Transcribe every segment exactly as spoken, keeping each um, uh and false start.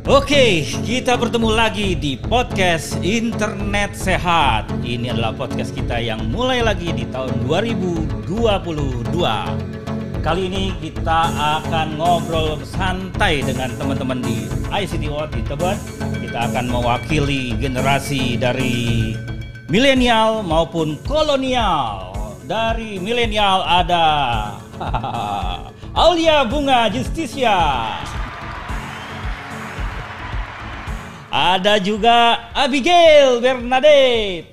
Oke, kita bertemu lagi di podcast Internet Sehat. Ini adalah podcast kita yang mulai lagi di tahun dua ribu dua puluh dua. Kali ini kita akan ngobrol santai dengan teman-teman di I C T World di Tebet. Kita akan mewakili generasi dari milenial maupun kolonial. Dari milenial ada Aulia Bunga Justisia. Ada juga Abigail Bernadette.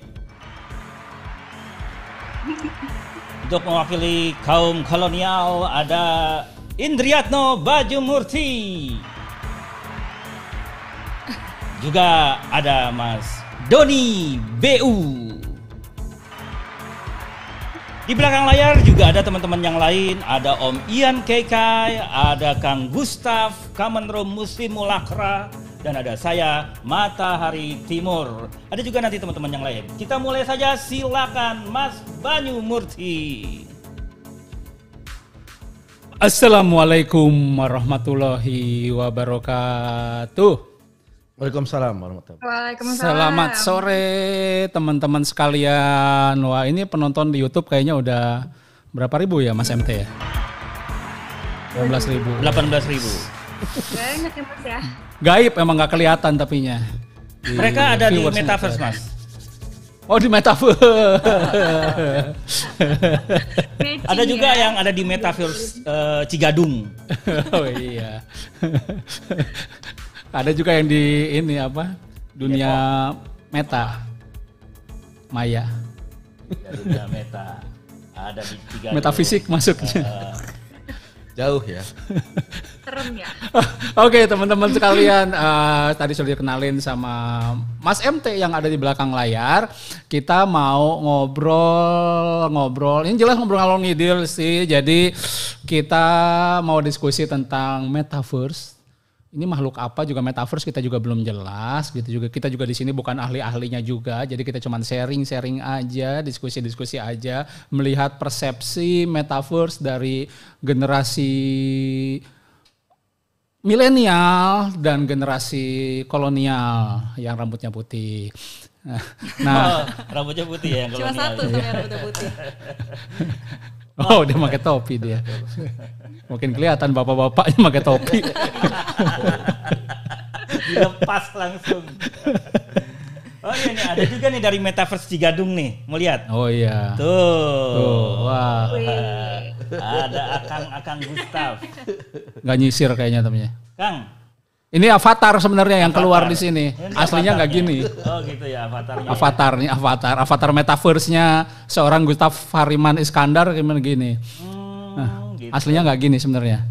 Untuk mewakili kaum kolonial ada Indriatno Bajumurti. Juga ada Mas Doni B U. Di belakang layar juga ada teman-teman yang lain. Ada Om Ian Kekai, ada Kang Gustaf, Kamenrum Muslim Mulakra, dan ada saya, Matahari Timur. Ada juga nanti teman-teman yang lain. Kita mulai saja, silakan Mas Banyu Murti. Assalamualaikum warahmatullahi wabarakatuh. Waalaikumsalam warahmatullahi wabarakatuh. Waalaikumsalam. Selamat sore teman-teman sekalian. Wah, ini penonton di YouTube kayaknya udah berapa ribu ya Mas M T ya? delapan belas ribu. delapan belas ribu. Banyak ya Mas ya. Gaib emang gak kelihatan tapinya. Di Mereka ada di viewers Metaverse, kita. Mas. Oh, di Metaverse. Ada juga yang ada di Metaverse uh, Cigadung. Oh iya. Ada juga yang di ini apa? Dunia meta. Maya. Ya, dunia meta. Ada di Cigadung. Metafisik masuknya. Uh, Jauh ya. Serem ya. Oke teman-teman sekalian, uh, tadi sudah dikenalin sama Mas M T yang ada di belakang layar. Kita mau ngobrol-ngobrol, ini jelas ngobrol ngalor ngidil sih. Jadi kita mau diskusi tentang Metaverse. Ini makhluk apa juga Metaverse kita juga belum jelas gitu juga. Kita juga di sini bukan ahli-ahlinya juga. Jadi kita cuma sharing-sharing aja, diskusi-diskusi aja, melihat persepsi Metaverse dari generasi milenial dan generasi kolonial yang rambutnya putih. oh, Nah, rambutnya putih ya yang Cuma kolonial. satu tuh yang rambutnya putih. oh dia pakai topi dia. Mungkin kelihatan bapak-bapaknya pakai topi. Dilepas langsung. Oh iya nih, ada juga nih dari Metaverse Cigadung nih, mau lihat? Oh iya. Tuh. Tuh, wah. Wih. Ada Akang-Akang Gustaf. Nggak nyisir kayaknya temennya. Kang. Ini avatar sebenarnya yang Avatar. keluar di sini. Ini Aslinya nggak avatarnya. gini. Oh gitu ya avatarnya. Avatar nih, avatar. Avatar Metaverse-nya seorang Gustaf Hariman Iskandar gimana gini. Hmm, Nah, gitu. aslinya nggak gini sebenarnya.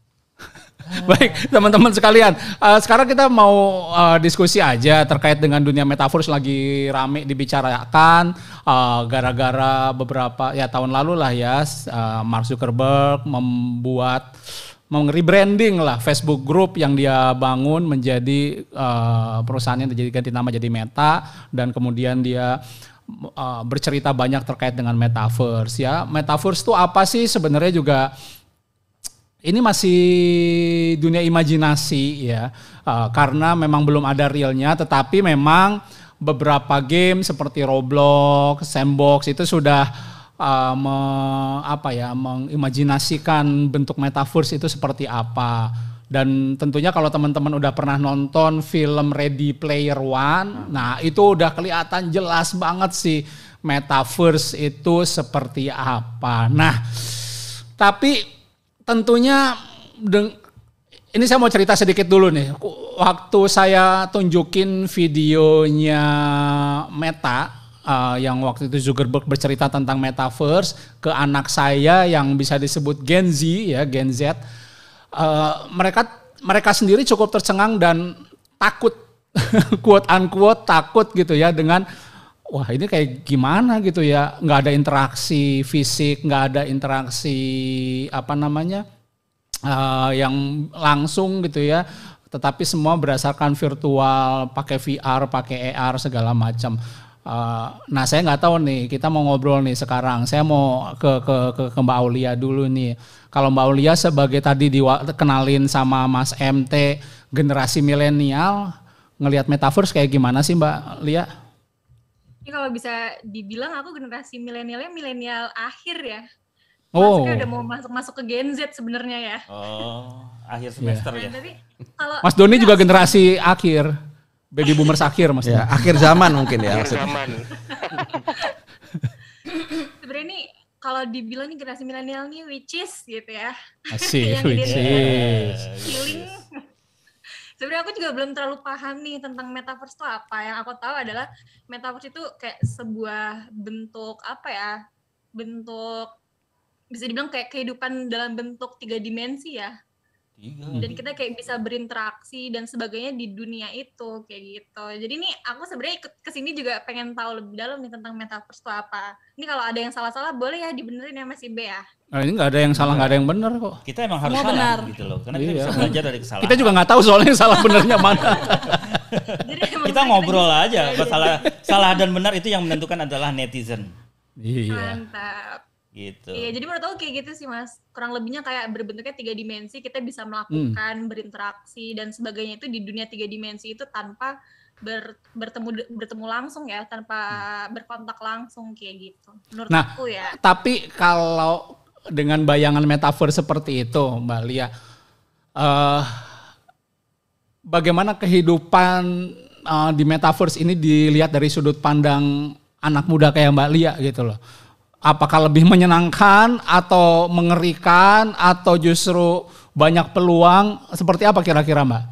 Baik teman-teman sekalian, uh, sekarang kita mau uh, diskusi aja terkait dengan dunia Metaverse lagi rame dibicarakan uh, gara-gara beberapa ya tahun lalu lah ya uh, Mark Zuckerberg membuat meng-rebranding lah Facebook Group yang dia bangun menjadi uh, perusahaan yang jadi ganti nama jadi Meta, dan kemudian dia uh, bercerita banyak terkait dengan Metaverse ya. Metaverse itu apa sih sebenarnya juga? Ini masih dunia imajinasi ya, uh, karena memang belum ada realnya, tetapi memang beberapa game seperti Roblox, Sandbox itu sudah uh, me, apa ya, mengimajinasikan bentuk Metaverse itu seperti apa. Dan tentunya kalau teman-teman udah pernah nonton film Ready Player One, nah itu udah kelihatan jelas banget sih Metaverse itu seperti apa. Nah, tapi tentunya deng- ini saya mau cerita sedikit dulu nih. Waktu saya tunjukin videonya Meta uh, yang waktu itu Zuckerberg bercerita tentang Metaverse ke anak saya yang bisa disebut Gen Z ya, Gen Z. Uh, mereka mereka sendiri cukup tercengang dan takut, quote unquote takut gitu ya dengan wah ini kayak gimana gitu ya, nggak ada interaksi fisik, nggak ada interaksi apa namanya uh, yang langsung gitu ya, tetapi semua berdasarkan virtual, pakai V R, pakai A R segala macam. Uh, nah saya nggak tahu nih, kita mau ngobrol nih sekarang. Saya mau ke ke ke, ke Mbak Aulia dulu nih. Kalau Mbak Aulia sebagai tadi dikenalin sama Mas M T, generasi milenial ngelihat metaverse kayak gimana sih Mbak Lia? Ini kalau bisa dibilang aku generasi milenialnya milenial akhir ya. Oh. Masuknya udah mau masuk-masuk ke Gen Z sebenarnya ya. Oh, akhir semester Nah, ya. tapi kalau Mas Doni juga generasi akhir, baby boomers akhir Mas. Ya, akhir zaman mungkin ya. Akhir zaman. sebenarnya nih kalau dibilang nih generasi milenial nih which is gitu ya. Asik, Yang which ide- is. Healing. Sebenarnya aku juga belum terlalu paham nih tentang metaverse itu apa. Yang aku tahu adalah metaverse itu kayak sebuah bentuk apa ya? Bentuk bisa dibilang kayak kehidupan dalam bentuk tiga dimensi ya. Tiga. Dan kita kayak bisa berinteraksi dan sebagainya di dunia itu kayak gitu. Jadi nih aku sebenarnya ikut kesini juga pengen tahu lebih dalam nih tentang metaverse itu apa. Ini kalau ada yang salah-salah boleh ya dibenerin ya Mas Ibe ya. Nah, ini nggak ada yang salah, nggak ada yang benar kok. Kita emang harus Semua salah benar. gitu loh. Karena kita Iya. bisa belajar dari kesalahan. Kita juga nggak tahu soalnya yang salah benernya mana. Jadi emang Kita ngobrol bisa- aja. Apa salah salah dan benar itu yang menentukan adalah netizen. Iya. Mantap. Gitu. Iya, jadi menurut aku kayak gitu sih Mas. Kurang lebihnya kayak berbentuknya tiga dimensi, kita bisa melakukan berinteraksi dan sebagainya itu di dunia tiga dimensi itu tanpa ber- bertemu bertemu langsung ya, tanpa berkontak langsung kayak gitu. Menurut Nah, aku ya. Tapi kalau dengan bayangan metaverse seperti itu, Mbak Lia, eh, bagaimana kehidupan eh, di metaverse ini dilihat dari sudut pandang anak muda kayak Mbak Lia gitu loh? Apakah lebih menyenangkan atau mengerikan atau justru banyak peluang? Seperti apa kira-kira Mbak?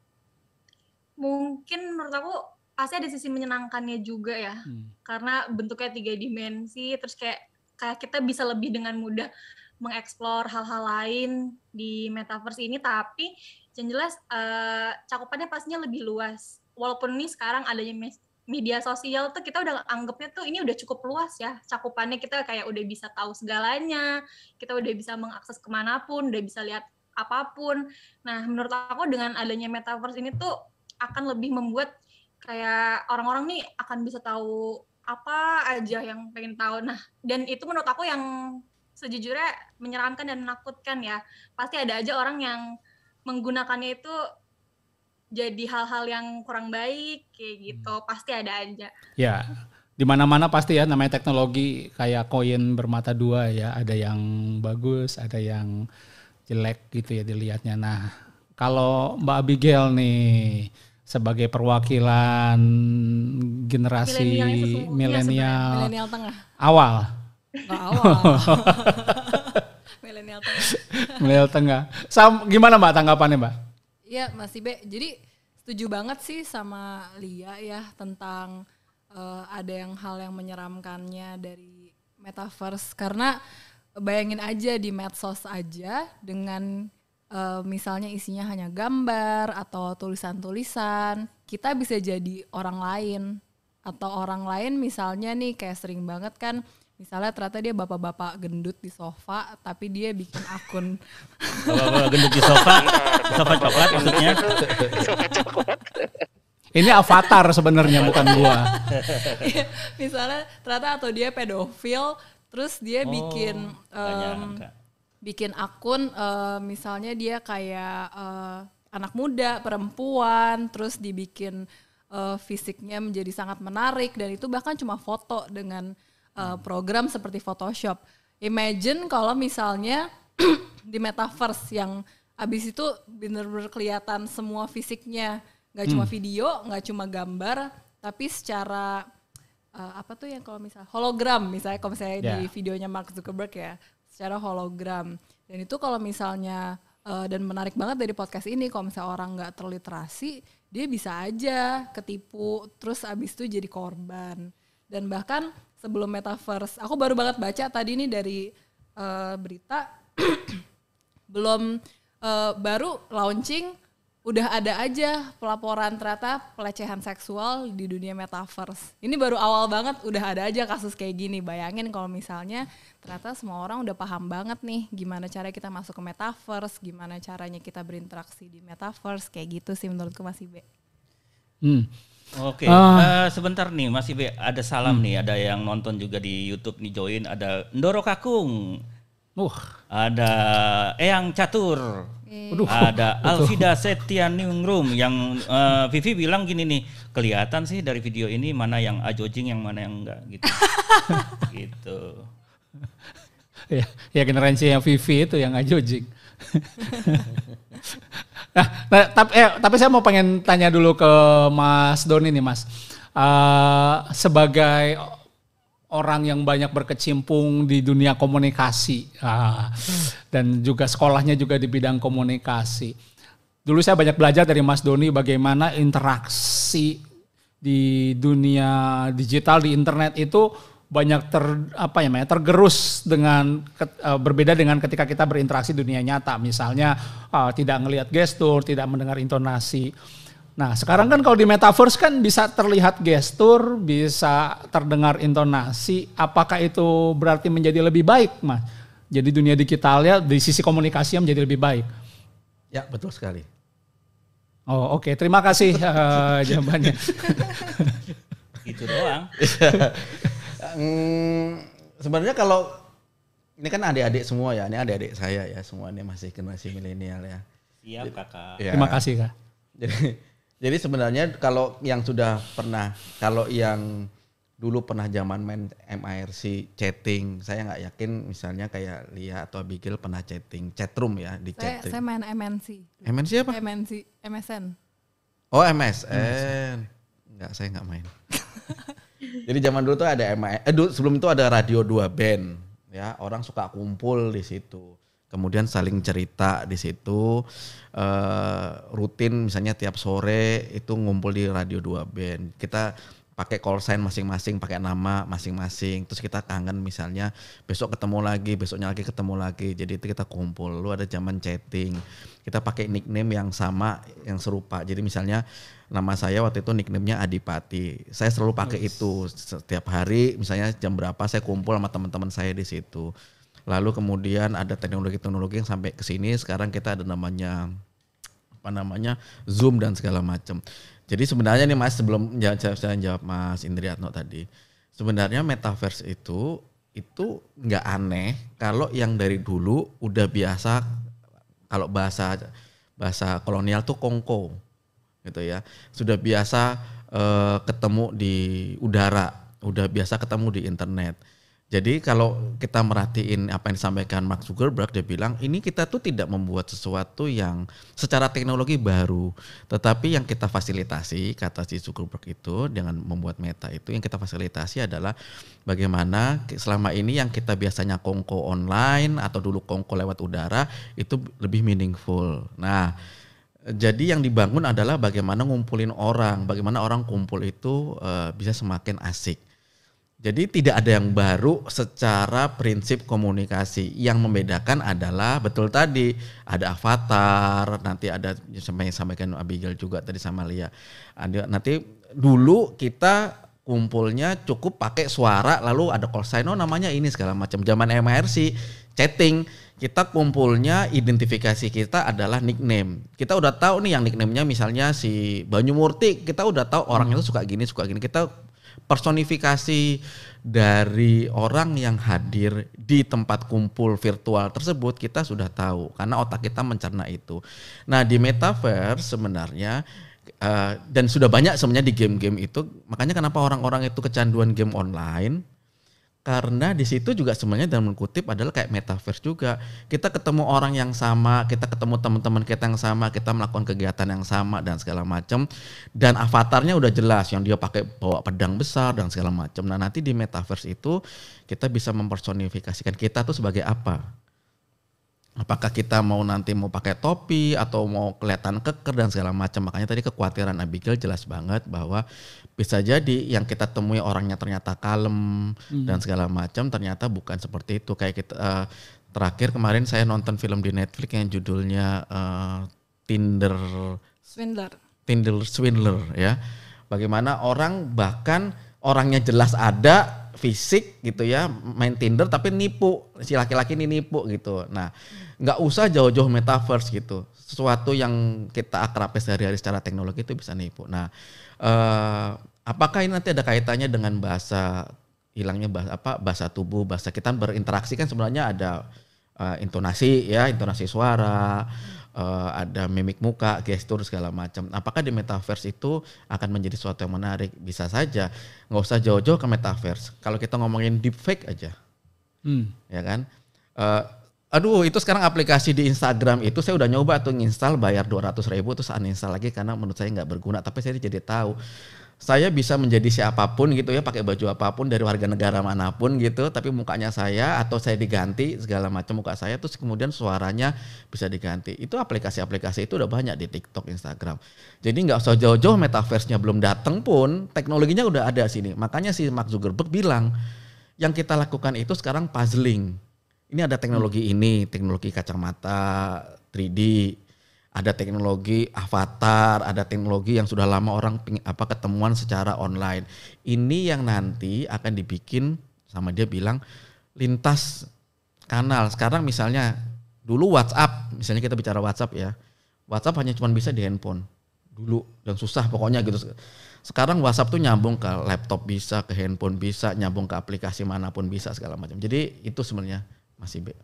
Mungkin menurut aku pasti ada sisi menyenangkannya juga ya. Hmm. Karena bentuknya tiga dimensi, terus kayak kayak kita bisa lebih dengan mudah mengeksplor hal-hal lain di metaverse ini, tapi yang jelas eh, cakupannya pastinya lebih luas. Walaupun ini sekarang adanya mes- media sosial tuh kita udah anggapnya tuh ini udah cukup luas ya cakupannya, kita kayak udah bisa tahu segalanya, kita udah bisa mengakses kemanapun, udah bisa lihat apapun. Nah menurut aku dengan adanya metaverse ini tuh akan lebih membuat kayak orang-orang nih akan bisa tahu apa aja yang pengen tahu. Nah dan itu menurut aku yang sejujurnya menyeramkan dan menakutkan ya. Pasti ada aja orang yang menggunakannya itu jadi hal-hal yang kurang baik kayak gitu, pasti ada aja. Ya, di mana-mana pasti ya namanya teknologi kayak koin bermata dua ya, ada yang bagus, ada yang jelek gitu ya dilihatnya. Nah, kalau Mbak Abigail nih sebagai perwakilan generasi Milenial yang sesungguhnya milenial Milenial tengah. awal, Nggak awal. Milenial tengah. milenial tengah. Sam, gimana Mbak tanggapannya Mbak? Iya Mas Ibe, jadi setuju banget sih sama Lia ya tentang eh, ada yang hal yang menyeramkannya dari metaverse, karena bayangin aja di medsos aja dengan eh, misalnya isinya hanya gambar atau tulisan-tulisan, kita bisa jadi orang lain, atau orang lain misalnya nih kayak sering banget kan, misalnya ternyata dia bapak-bapak gendut di sofa tapi dia bikin akun Bapak-bapak gendut di sofa, sofa coklat maksudnya. Ini avatar sebenarnya bukan gua. misalnya ternyata atau dia pedofil, terus dia bikin nggak em, nyangka. bikin akun eh, misalnya dia kayak eh, anak muda perempuan, terus dibikin eh, fisiknya menjadi sangat menarik, dan itu bahkan cuma foto dengan eh, program seperti Photoshop. Imagine kalau misalnya di metaverse yang abis itu bener-bener kelihatan semua fisiknya, nggak cuma video, nggak cuma gambar, tapi secara uh, apa tuh yang kalau misalnya hologram, misalnya kalau misalnya Ya. di videonya Mark Zuckerberg ya, secara hologram. Dan itu kalau misalnya uh, dan menarik banget dari podcast ini, kalau misalnya orang nggak terliterasi, dia bisa aja ketipu, terus abis itu jadi korban. Dan bahkan sebelum metaverse, aku baru banget baca tadi nih dari uh, berita, belum uh, baru launching, udah ada aja pelaporan ternyata pelecehan seksual di dunia metaverse. Ini baru awal banget, udah ada aja kasus kayak gini. Bayangin kalau misalnya ternyata semua orang udah paham banget nih gimana cara kita masuk ke metaverse, gimana caranya kita berinteraksi di metaverse, kayak gitu sih menurutku Mas Ibe. Hmm. Oke, Ah. eh, sebentar nih Mas Ibe, ada salam nih, ada yang nonton juga di YouTube nih join, ada Ndoro Kakung. Uh. Ada Eyang Catur. Eh. Aduh. Ada Alvida Setianingrum yang uh, Vivi bilang gini nih, kelihatan sih dari video ini mana yang ajojing yang mana yang enggak gitu. Gitu. Ya, ya generasi yang Vivi itu yang ajojing. nah, nah, tapi, eh, tapi saya mau pengen tanya dulu ke Mas Doni nih Mas. Uh, sebagai orang yang banyak berkecimpung di dunia komunikasi uh, dan juga sekolahnya juga di bidang komunikasi. Dulu saya banyak belajar dari Mas Doni bagaimana interaksi di dunia digital di internet itu banyak ter apa ya namanya tergerus dengan uh, berbeda dengan ketika kita berinteraksi dunia nyata, misalnya uh, tidak ngelihat gestur, tidak mendengar intonasi. Nah sekarang kan kalau di metaverse kan bisa terlihat gestur, bisa terdengar intonasi. Apakah itu berarti menjadi lebih baik, Mas? Jadi dunia digitalnya di sisi komunikasinya menjadi lebih baik. Ya betul sekali. Oh oke, okay. Terima kasih uh, jawabannya. Gitu doang. Hmm, sebenarnya kalau ini kan adik-adik semua ya, ini adik-adik saya ya, semua ini masih generasi milenial ya. Siap kakak. Ya. Terima kasih Kak. Jadi, jadi sebenarnya kalau yang sudah pernah, kalau yang dulu pernah zaman main M I R C chatting, saya nggak yakin misalnya kayak Lia atau Abigail pernah chatting, chatroom ya di Saya, chatting. saya main M N C. M N C apa? M N C, M S N. Oh M S N. Enggak, saya nggak main. Jadi zaman dulu tuh ada M I, eh, dulu, sebelum itu ada Radio dua Band, ya orang suka kumpul di situ, kemudian saling cerita di situ, uh, rutin misalnya tiap sore itu ngumpul di Radio dua Band, kita pakai call sign masing-masing, pakai nama masing-masing, terus kita kangen misalnya besok ketemu lagi, besoknya lagi ketemu lagi, jadi itu kita kumpul. Lu ada zaman chatting, kita pakai nickname yang sama, yang serupa, jadi misalnya nama saya waktu itu nickname-nya Adipati. Saya selalu pakai yes. itu setiap hari, misalnya jam berapa saya kumpul sama teman-teman saya di situ. Lalu kemudian ada teknologi-teknologi yang sampai ke sini. Sekarang kita ada namanya apa namanya Zoom dan segala macam. Jadi sebenarnya nih Mas, sebelum saya jawab Mas Indriatno tadi, sebenarnya metaverse itu itu nggak aneh kalau yang dari dulu udah biasa, kalau bahasa bahasa kolonial tuh kongko. Gitu ya, sudah biasa uh, ketemu di udara, udah biasa ketemu di internet. Jadi kalau kita merhatiin apa yang disampaikan Mark Zuckerberg, dia bilang ini kita tuh tidak membuat sesuatu yang secara teknologi baru, tetapi yang kita fasilitasi, kata si Zuckerberg itu dengan membuat Meta itu, yang kita fasilitasi adalah bagaimana selama ini yang kita biasanya kongko online atau dulu kongko lewat udara itu lebih meaningful. Nah, jadi yang dibangun adalah bagaimana ngumpulin orang, bagaimana orang kumpul itu uh, bisa semakin asik. Jadi tidak ada yang baru secara prinsip komunikasi. Yang membedakan adalah betul tadi ada avatar, nanti ada sampai sampaikan Abigail juga tadi sama Lia. Ada nanti dulu kita kumpulnya cukup pakai suara, lalu ada call sign, oh namanya ini segala macam. Zaman M I R C chatting, kita kumpulnya identifikasi kita adalah nickname. Kita udah tahu nih yang nickname-nya misalnya si Banyu Murti, kita udah tahu orangnya itu suka gini, suka gini. Kita personifikasi dari orang yang hadir di tempat kumpul virtual tersebut kita sudah tahu karena otak kita mencerna itu. Nah di metaverse sebenarnya uh, dan sudah banyak sebenarnya di game-game itu, makanya kenapa orang-orang itu kecanduan game online, karena di situ juga sebenarnya dalam kutip adalah kayak metaverse juga. Kita ketemu orang yang sama, kita ketemu teman-teman kita yang sama, kita melakukan kegiatan yang sama dan segala macam. Dan avatarnya udah jelas, yang dia pakai bawa pedang besar dan segala macam. Nah nanti di metaverse itu kita bisa mempersonifikasikan kita tuh sebagai apa. Apakah kita mau nanti mau pakai topi atau mau kelihatan keker dan segala macam. Makanya tadi kekhawatiran Abigail jelas banget bahwa bisa jadi yang kita temui orangnya ternyata kalem hmm. dan segala macam, ternyata bukan seperti itu. Kayak kita uh, terakhir kemarin saya nonton film di Netflix yang judulnya uh, Tinder Swindler. Tinder Swindler ya. Bagaimana orang bahkan orangnya jelas ada fisik gitu ya, main Tinder tapi nipu, si laki-laki ini nipu gitu. Nah, nggak usah jauh-jauh metaverse gitu. Sesuatu yang kita akrabi sehari-hari secara teknologi itu bisa nipu. Nah, eh, apakah ini nanti ada kaitannya dengan bahasa hilangnya bahasa apa bahasa tubuh, bahasa kita berinteraksi kan sebenarnya ada uh, intonasi ya, intonasi suara, uh, ada mimik muka, gestur segala macam. Apakah di metaverse itu akan menjadi sesuatu yang menarik? Bisa saja. Nggak usah jauh-jauh ke metaverse. Kalau kita ngomongin deepfake aja, hmm. ya kan? Uh, aduh, itu sekarang aplikasi di Instagram itu saya udah nyoba tuh nginstal, bayar dua ratus ribu terus uninstall lagi karena menurut saya nggak berguna. Tapi saya jadi tahu saya bisa menjadi siapapun gitu ya, pakai baju apapun dari warga negara manapun gitu, tapi mukanya saya atau saya diganti segala macam muka saya, terus kemudian suaranya bisa diganti. Itu aplikasi-aplikasi itu udah banyak di TikTok, Instagram. Jadi nggak usah jauh-jauh, metaverse-nya belum datang pun teknologinya udah ada sini. Makanya si Mark Zuckerberg bilang yang kita lakukan itu sekarang puzzling. Ini ada teknologi ini, teknologi kacamata tiga D. Ada teknologi avatar, ada teknologi yang sudah lama orang apa ketemuan secara online. Ini yang nanti akan dibikin sama dia bilang lintas kanal. Sekarang misalnya dulu WhatsApp, misalnya kita bicara WhatsApp ya. WhatsApp hanya cuma bisa di handphone. Dulu dan susah pokoknya gitu. Sekarang WhatsApp tuh nyambung ke laptop bisa, ke handphone bisa, nyambung ke aplikasi manapun bisa segala macam. Jadi itu sebenarnya masih B.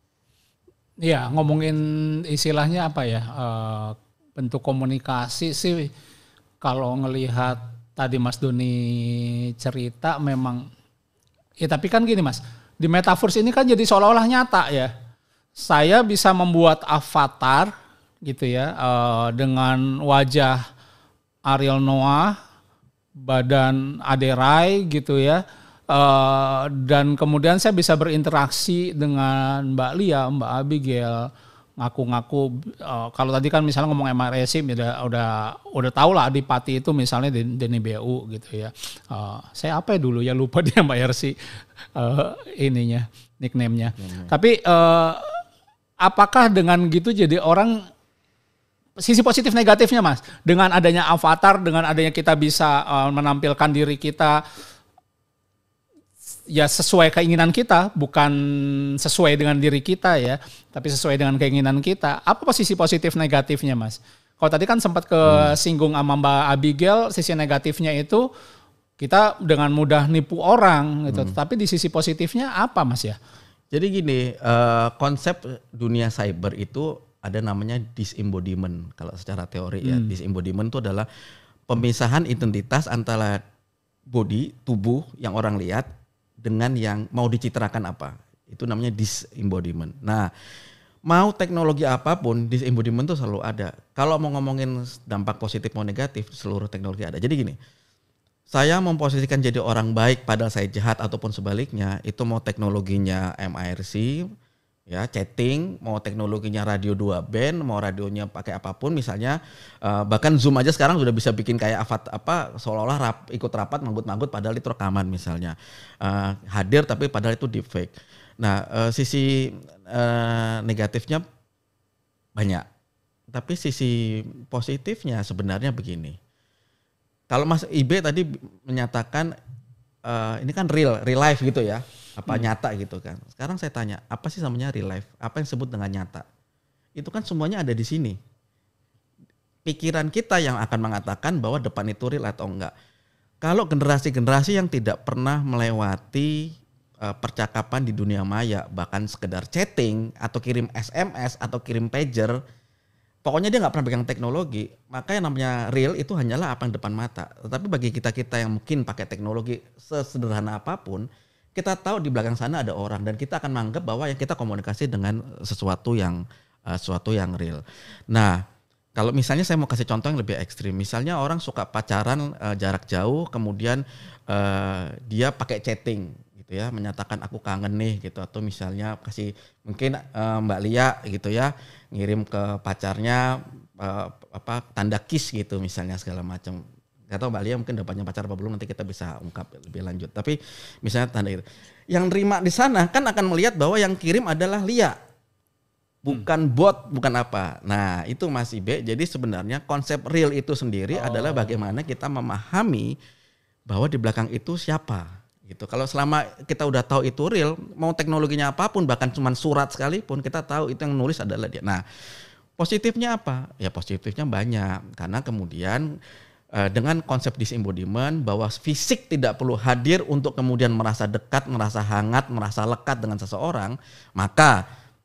Ya, ngomongin istilahnya apa ya, e, bentuk komunikasi sih kalau ngelihat tadi Mas Doni cerita memang, ya tapi kan gini Mas, di metaverse ini kan jadi seolah-olah nyata ya. Saya bisa membuat avatar gitu ya, e, dengan wajah Ariel Noah, badan Aderai gitu ya. Uh, dan kemudian saya bisa berinteraksi dengan Mbak Lia, Mbak Abigail, ngaku-ngaku uh, kalau tadi kan misalnya ngomong M R S I udah udah udah tahu lah Adipati itu misalnya Denny B U gitu ya. Uh, saya apa ya dulu ya lupa dia Mbak Ersi uh, ininya nickname-nya. Hmm. Tapi uh, apakah dengan gitu jadi orang, sisi positif negatifnya Mas, dengan adanya avatar, dengan adanya kita bisa uh, menampilkan diri kita ya sesuai keinginan kita, bukan sesuai dengan diri kita ya, tapi sesuai dengan keinginan kita. Apa posisi positif negatifnya Mas? Kalau tadi kan sempat ke hmm. singgung sama Mbak Abigail, sisi negatifnya itu kita dengan mudah nipu orang gitu. Hmm. Tapi di sisi positifnya apa Mas ya? Jadi gini, uh, konsep dunia cyber itu ada namanya disembodiment. Kalau secara teori hmm. ya, disembodiment itu adalah pemisahan identitas antara body, tubuh yang orang lihat dengan yang mau dicitrakan apa. Itu namanya disembodiment. Nah, mau teknologi apapun, disembodiment itu selalu ada. Kalau mau ngomongin dampak positif mau negatif, seluruh teknologi ada. Jadi gini, saya memposisikan jadi orang baik padahal saya jahat ataupun sebaliknya, itu mau teknologinya M I R C, ya chatting, mau teknologinya radio dua band, mau radionya pakai apapun misalnya, uh, bahkan Zoom aja sekarang sudah bisa bikin kayak avat, apa seolah-olah rap, ikut rapat manggut-manggut padahal itu rekaman misalnya, uh, hadir tapi padahal itu deepfake. Nah uh, sisi uh, negatifnya banyak, tapi sisi positifnya sebenarnya begini. Kalau Mas Ibe tadi menyatakan uh, ini kan real, real life gitu ya. Apa hmm. nyata gitu kan. Sekarang saya tanya, apa sih namanya real life? Apa yang disebut dengan nyata? Itu kan semuanya ada di sini. Pikiran kita yang akan mengatakan bahwa depan itu real atau enggak. Kalau generasi-generasi yang tidak pernah melewati uh, percakapan di dunia maya, bahkan sekedar chatting atau kirim S M S atau kirim pager, pokoknya dia nggak pernah pegang teknologi, maka yang namanya real itu hanyalah apa yang depan mata. Tetapi bagi kita-kita yang mungkin pakai teknologi sesederhana apapun, kita tahu di belakang sana ada orang dan kita akan menganggap bahwa yang kita komunikasi dengan sesuatu yang uh, sesuatu yang real. Nah, kalau misalnya saya mau kasih contoh yang lebih ekstrim, misalnya orang suka pacaran uh, jarak jauh, kemudian uh, dia pakai chatting, gitu ya, menyatakan aku kangen nih, gitu, atau misalnya kasih mungkin uh, Mbak Lia, gitu ya, ngirim ke pacarnya uh, apa tanda kiss gitu, misalnya segala macam. Gak tahu Mbak Lia mungkin udah punya pacar apa belum, nanti kita bisa ungkap lebih lanjut. Tapi misalnya tanda itu, yang terima di sana kan akan melihat bahwa yang kirim adalah Lia, bukan hmm. bot, bukan apa. Nah itu Mas Ibe. Jadi sebenarnya konsep real itu sendiri oh. adalah bagaimana kita memahami bahwa di belakang itu siapa. Gitu. Kalau selama kita udah tahu itu real, mau teknologinya apapun, bahkan cuma surat sekalipun, kita tahu itu yang nulis adalah dia. Nah positifnya apa? Ya positifnya banyak, karena kemudian dengan konsep disembodiment bahwa fisik tidak perlu hadir untuk kemudian merasa dekat, merasa hangat, merasa lekat dengan seseorang, maka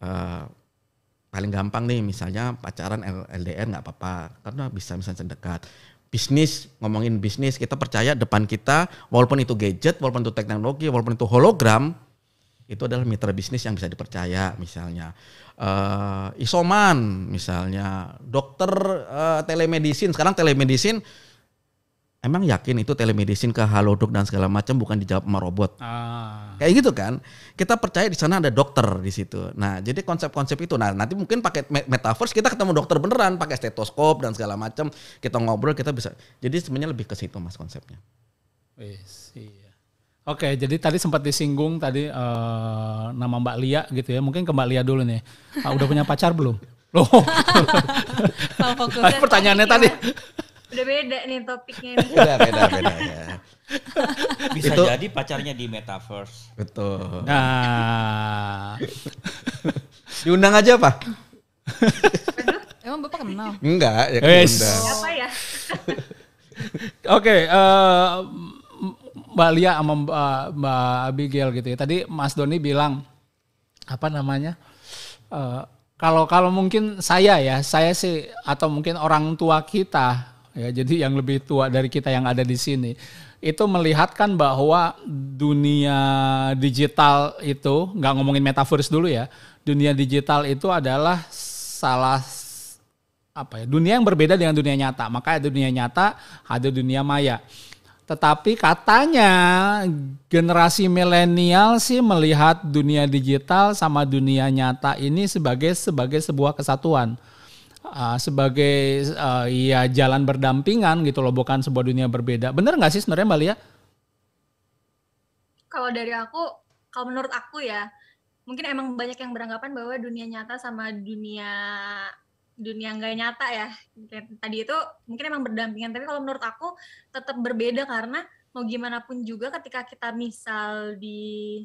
uh, paling gampang nih misalnya pacaran L D R nggak apa-apa karena bisa misalnya dekat. Bisnis, ngomongin bisnis, kita percaya depan kita walaupun itu gadget, walaupun itu teknologi, walaupun itu hologram, itu adalah mitra bisnis yang bisa dipercaya. Misalnya uh, isoman, misalnya dokter uh, telemedicine. Sekarang telemedicine emang yakin itu telemedicine ke Halodoc dan segala macam bukan dijawab sama robot. Ah. Kayak gitu kan. Kita percaya di sana ada dokter di situ. Nah, jadi konsep-konsep itu. Nah, nanti mungkin pakai metaverse kita ketemu dokter beneran, pakai stetoskop dan segala macam. Kita ngobrol, kita bisa. Jadi sebenarnya lebih ke situ Mas konsepnya. Wis, iya. Oke, jadi tadi sempat disinggung tadi uh, nama Mbak Lia gitu ya. Mungkin ke Mbak Lia dulu nih. Ah, udah punya pacar belum? Loh. Pertanyaannya tadi. Udah beda nih topiknya nih. Beda, beda, beda. Ya. Bisa Itu- jadi pacarnya di metaverse. Betul. Nah, Diundang aja Pak? Emang Bapak kenal? Enggak, ya Wes. diundang. Apa ya? oke, eh, Mbak Lia sama Mbak, Mbak Abigail gitu ya. Tadi Mas Doni bilang apa namanya? Eh, kalau kalau mungkin saya ya, saya sih atau mungkin orang tua kita ya, jadi yang lebih tua dari kita yang ada di sini itu melihatkan bahwa dunia digital itu, nggak ngomongin metaverse dulu ya, dunia digital itu adalah salah apa ya, dunia yang berbeda dengan dunia nyata. Maka ada dunia nyata, ada dunia maya. Tetapi katanya generasi milenial sih melihat dunia digital sama dunia nyata ini sebagai sebagai sebuah kesatuan. Uh, sebagai uh, ya jalan berdampingan gitu loh, bukan sebuah dunia berbeda. Bener nggak sih sebenarnya Mbak Lia? Kalau dari aku, kalau menurut aku ya, mungkin emang banyak yang beranggapan bahwa dunia nyata sama dunia dunia nggak nyata ya. Kayak tadi itu mungkin emang berdampingan, tapi kalau menurut aku tetap berbeda karena mau gimana pun juga ketika kita misal di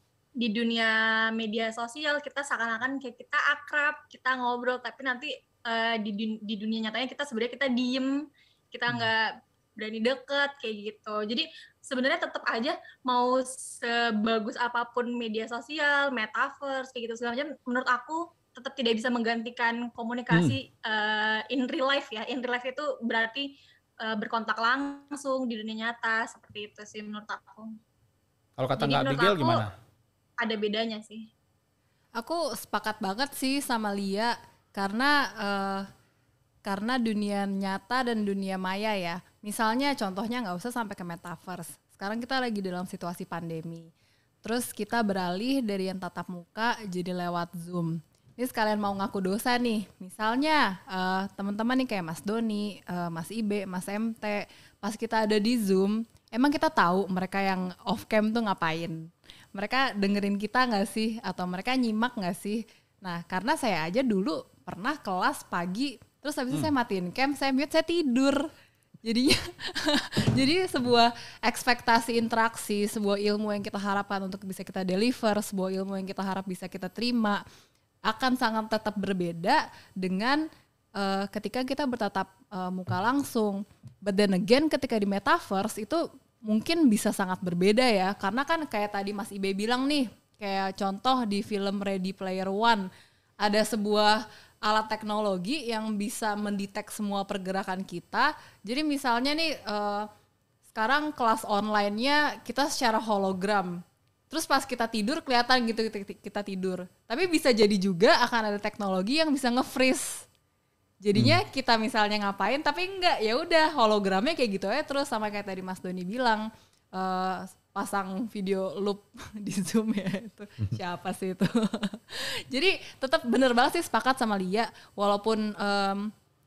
di dunia media sosial kita seakan-akan kayak kita akrab, kita ngobrol, tapi nanti uh, di, dun- di dunia nyatanya kita sebenarnya kita diem, kita nggak berani deket kayak gitu. Jadi sebenarnya tetap aja mau sebagus apapun media sosial, metaverse kayak gitu segala macam, menurut aku tetap tidak bisa menggantikan komunikasi hmm. uh, in real life ya. In real life itu berarti uh, berkontak langsung di dunia nyata, seperti itu sih menurut aku. Kalau kata Jadi Mbak menurut Abigail aku, gimana? ada bedanya sih. Aku sepakat banget sih sama Lia karena uh, karena dunia nyata dan dunia maya ya. Misalnya contohnya nggak usah sampai ke metaverse. Sekarang kita lagi dalam situasi pandemi. Terus kita beralih dari yang tatap muka jadi lewat Zoom. Ini sekalian mau ngaku dosa nih. Misalnya uh, teman-teman nih kayak Mas Doni, uh, Mas Ibe, Mas M T, pas kita ada di Zoom, emang kita tahu mereka yang off cam tuh ngapain. Mereka dengerin kita gak sih? Atau mereka nyimak gak sih? Nah karena saya aja dulu pernah kelas pagi, terus habis itu hmm. saya matiin cam, saya mute, saya tidur. Jadinya jadi sebuah ekspektasi interaksi, sebuah ilmu yang kita harapkan untuk bisa kita deliver, sebuah ilmu yang kita harap bisa kita terima, akan sangat tetap berbeda dengan uh, ketika kita bertatap uh, muka langsung. But then again ketika di metaverse itu mungkin bisa sangat berbeda ya, karena kan kayak tadi Mas Ibe bilang nih, kayak contoh di film Ready Player One, ada sebuah alat teknologi yang bisa mendetek semua pergerakan kita. Jadi misalnya nih, uh, sekarang kelas online-nya kita secara hologram, terus pas kita tidur kelihatan gitu kita tidur. Tapi bisa jadi juga akan ada teknologi yang bisa nge-freeze. Jadinya hmm. kita misalnya ngapain tapi enggak, ya udah hologramnya kayak gitu aja terus, sama kayak tadi Mas Doni bilang uh, pasang video loop di Zoom ya itu. Siapa sih itu? Jadi tetap bener banget sih, sepakat sama Lia, walaupun um,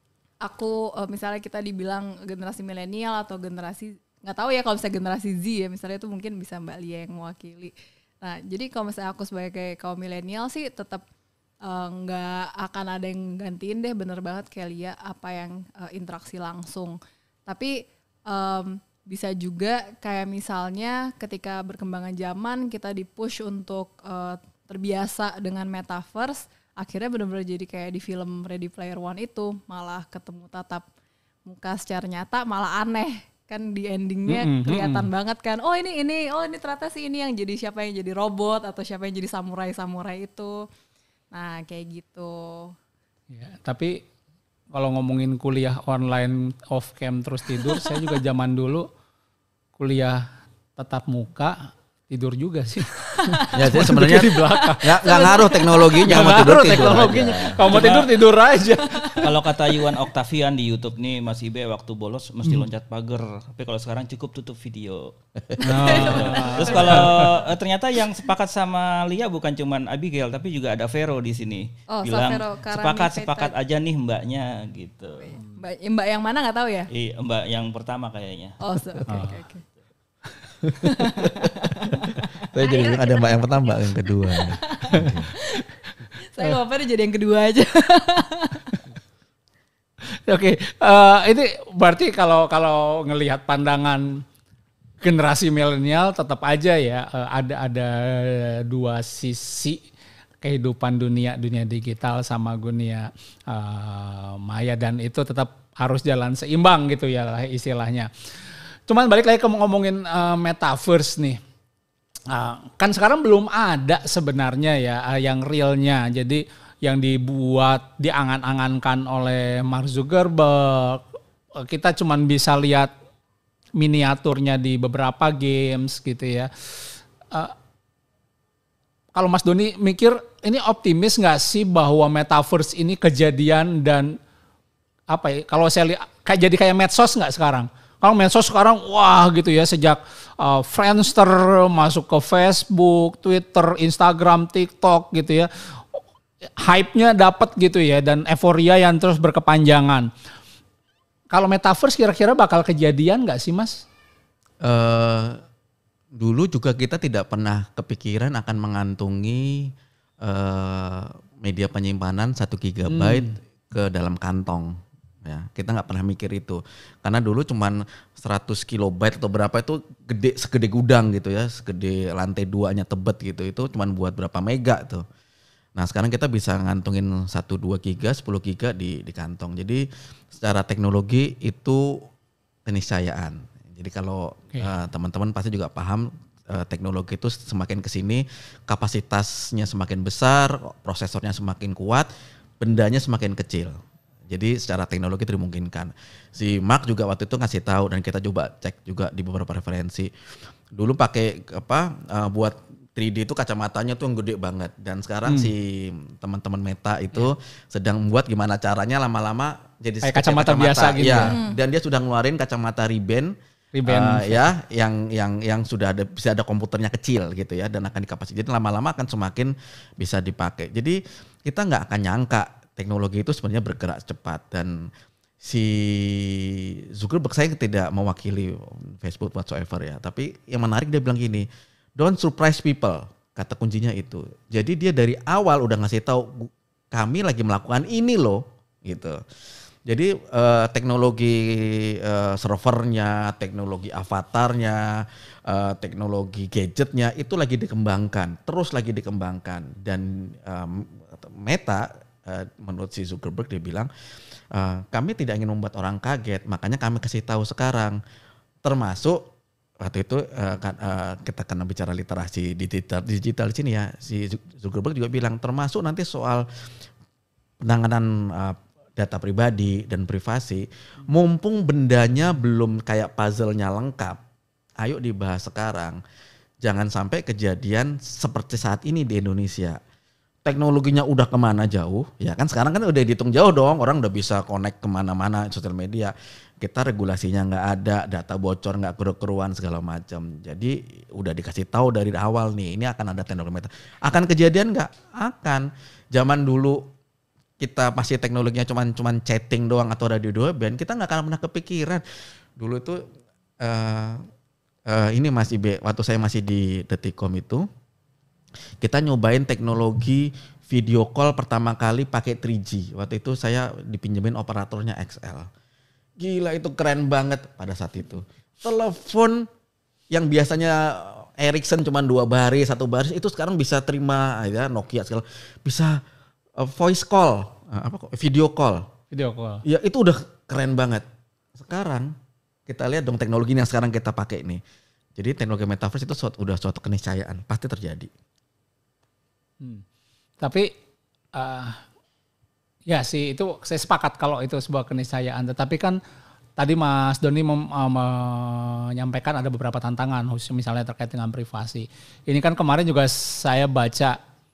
aku uh, misalnya kita dibilang generasi milenial atau generasi nggak tahu ya, kalau misalnya generasi Z ya misalnya itu mungkin bisa Mbak Lia yang mewakili. Nah jadi kalau misalnya aku sebagai kaum milenial sih tetap nggak uh, akan ada yang gantiin deh, bener banget kayak Lia, apa yang uh, interaksi langsung. Tapi um, bisa juga kayak misalnya ketika berkembangan zaman kita di-push untuk uh, terbiasa dengan metaverse, akhirnya benar-benar jadi kayak di film Ready Player One itu, malah ketemu tatap muka secara nyata malah aneh. Kan di endingnya mm-hmm. kelihatan banget kan, oh ini ini oh ini ternyata sih ini yang jadi siapa yang jadi robot atau siapa yang jadi samurai-samurai itu. Nah kayak gitu. Ya, tapi kalau ngomongin kuliah online off cam terus tidur, saya juga zaman dulu kuliah tatap muka tidur juga sih. Ya jadi sebenarnya di belakang. nggak nggak ngaruh teknologinya, Nggak mau tidur ngaruh tidur teknologinya. aja. Kalau mau tidur tidur aja. Kalau kata Yuan Octavian di YouTube nih Mas Ibe waktu bolos mesti Hmm. loncat pagar. Tapi kalau sekarang cukup tutup video. Oh. Terus kalau eh, ternyata yang sepakat sama Lia bukan cuman Abigail tapi juga ada Vero di sini. Oh, Bilang Savero Karami sepakat Feta. sepakat aja nih mbaknya gitu. Mbak, mbak yang mana nggak tahu ya? Iya, mbak yang pertama kayaknya. Oh, so- oke oke oke. Saya jadi bilang ada mbak yang pertama, mbak yang kedua. Saya nggak apa-apa deh jadi yang kedua aja. Oke, eh, ini berarti kalau kalau ngelihat pandangan generasi milenial tetap aja ya eh, ada ada dua sisi kehidupan dunia dunia digital sama dunia eh, maya dan itu tetap harus jalan seimbang gitu ya lah istilahnya. Cuman balik lagi ke ngomongin eh, metaverse nih. Uh, kan sekarang belum ada sebenarnya ya uh, yang realnya. Jadi yang dibuat diangan-angankan oleh Mark Zuckerberg, uh, kita cuman bisa lihat miniaturnya di beberapa games gitu ya. Uh, kalau Mas Doni mikir ini optimis nggak sih bahwa metaverse ini kejadian dan apa ya? Kalau saya lihat kayak jadi kayak medsos nggak sekarang? Kalau medsos sekarang wah gitu ya sejak uh, Friendster masuk ke Facebook, Twitter, Instagram, TikTok gitu ya. Hype-nya dapat gitu ya dan euforia yang terus berkepanjangan. Kalau metaverse kira-kira bakal kejadian nggak sih Mas? Uh, dulu juga kita tidak pernah kepikiran akan mengantungi uh, media penyimpanan satu gigabyte hmm. ke dalam kantong. Ya, kita nggak pernah mikir itu karena dulu cuman seratus kilobyte atau berapa itu gede segede gudang gitu ya, segede lantai duanya Tebet gitu, itu cuman buat berapa mega tuh. Nah sekarang kita bisa ngantungin satu dua giga, sepuluh giga di di kantong. Jadi secara teknologi itu keniscayaan. Jadi kalau okay. uh, teman-teman pasti juga paham uh, teknologi itu semakin kesini kapasitasnya semakin besar, prosesornya semakin kuat, bendanya semakin kecil. Jadi secara teknologi itu dimungkinkan. Si Mark juga waktu itu ngasih tahu dan kita coba cek juga di beberapa referensi. Dulu pakai apa uh, buat tiga D itu kacamatanya tuh yang gede banget dan sekarang hmm. si teman-teman Meta itu yeah. sedang membuat gimana caranya lama-lama jadi kayak kacamata, kacamata biasa gitu. Ya. Hmm. Dan dia sudah ngeluarin kacamata Ray-Ban Ray-Ban uh, ya yang yang yang sudah ada bisa ada komputernya kecil gitu ya dan akan dikapasitas. Jadi lama-lama akan semakin bisa dipakai. Jadi kita nggak akan nyangka teknologi itu sebenarnya bergerak cepat dan si Zuckerberg saya tidak mewakili Facebook whatsoever ya, tapi yang menarik dia bilang gini, don't surprise people, kata kuncinya itu. Jadi dia dari awal udah ngasih tahu kami lagi melakukan ini loh, gitu. Jadi eh, teknologi eh, servernya, teknologi avatarnya, eh, teknologi gadgetnya itu lagi dikembangkan, terus lagi dikembangkan dan eh, Meta Uh, menurut si Zuckerberg dia bilang uh, kami tidak ingin membuat orang kaget, makanya kami kasih tahu sekarang. Termasuk waktu itu uh, kan, uh, kita kena bicara literasi digital, digital di sini ya, si Zuckerberg juga bilang termasuk nanti soal penanganan uh, data pribadi dan privasi, mumpung bendanya belum kayak puzzle-nya lengkap, ayo dibahas sekarang. Jangan sampai kejadian seperti saat ini di Indonesia. Teknologinya udah kemana jauh, ya kan sekarang kan udah dihitung jauh dong, orang udah bisa connect kemana-mana sosial media. Kita regulasinya nggak ada, data bocor nggak keru-keruan segala macam. Jadi udah dikasih tahu dari awal nih, ini akan ada teknologi meta. Akan kejadian nggak? Akan. Zaman dulu kita masih teknologinya cuman cuman chatting doang atau radio dua band, kita nggak akan pernah kepikiran. Dulu itu uh, uh, ini Mas Ibe, waktu saya masih di Detikcom itu. Kita nyobain teknologi video call pertama kali pakai tiga G. Waktu itu saya dipinjemin operatornya X L. Gila itu keren banget pada saat itu. Telepon yang biasanya Ericsson cuma dua baris, satu baris itu sekarang bisa terima ya Nokia segala. Bisa uh, voice call, uh, apa kok video call. Video call. Ya itu udah keren banget. Sekarang kita lihat dong teknologi yang sekarang kita pakai nih. Jadi teknologi metaverse itu suatu, udah suatu keniscayaan, pasti terjadi. Hmm. Tapi Uh, ya sih itu saya sepakat kalau itu sebuah keniscayaan. Tetapi kan tadi Mas Doni mem, uh, menyampaikan ada beberapa tantangan, khusus misalnya terkait dengan privasi. Ini kan kemarin juga saya baca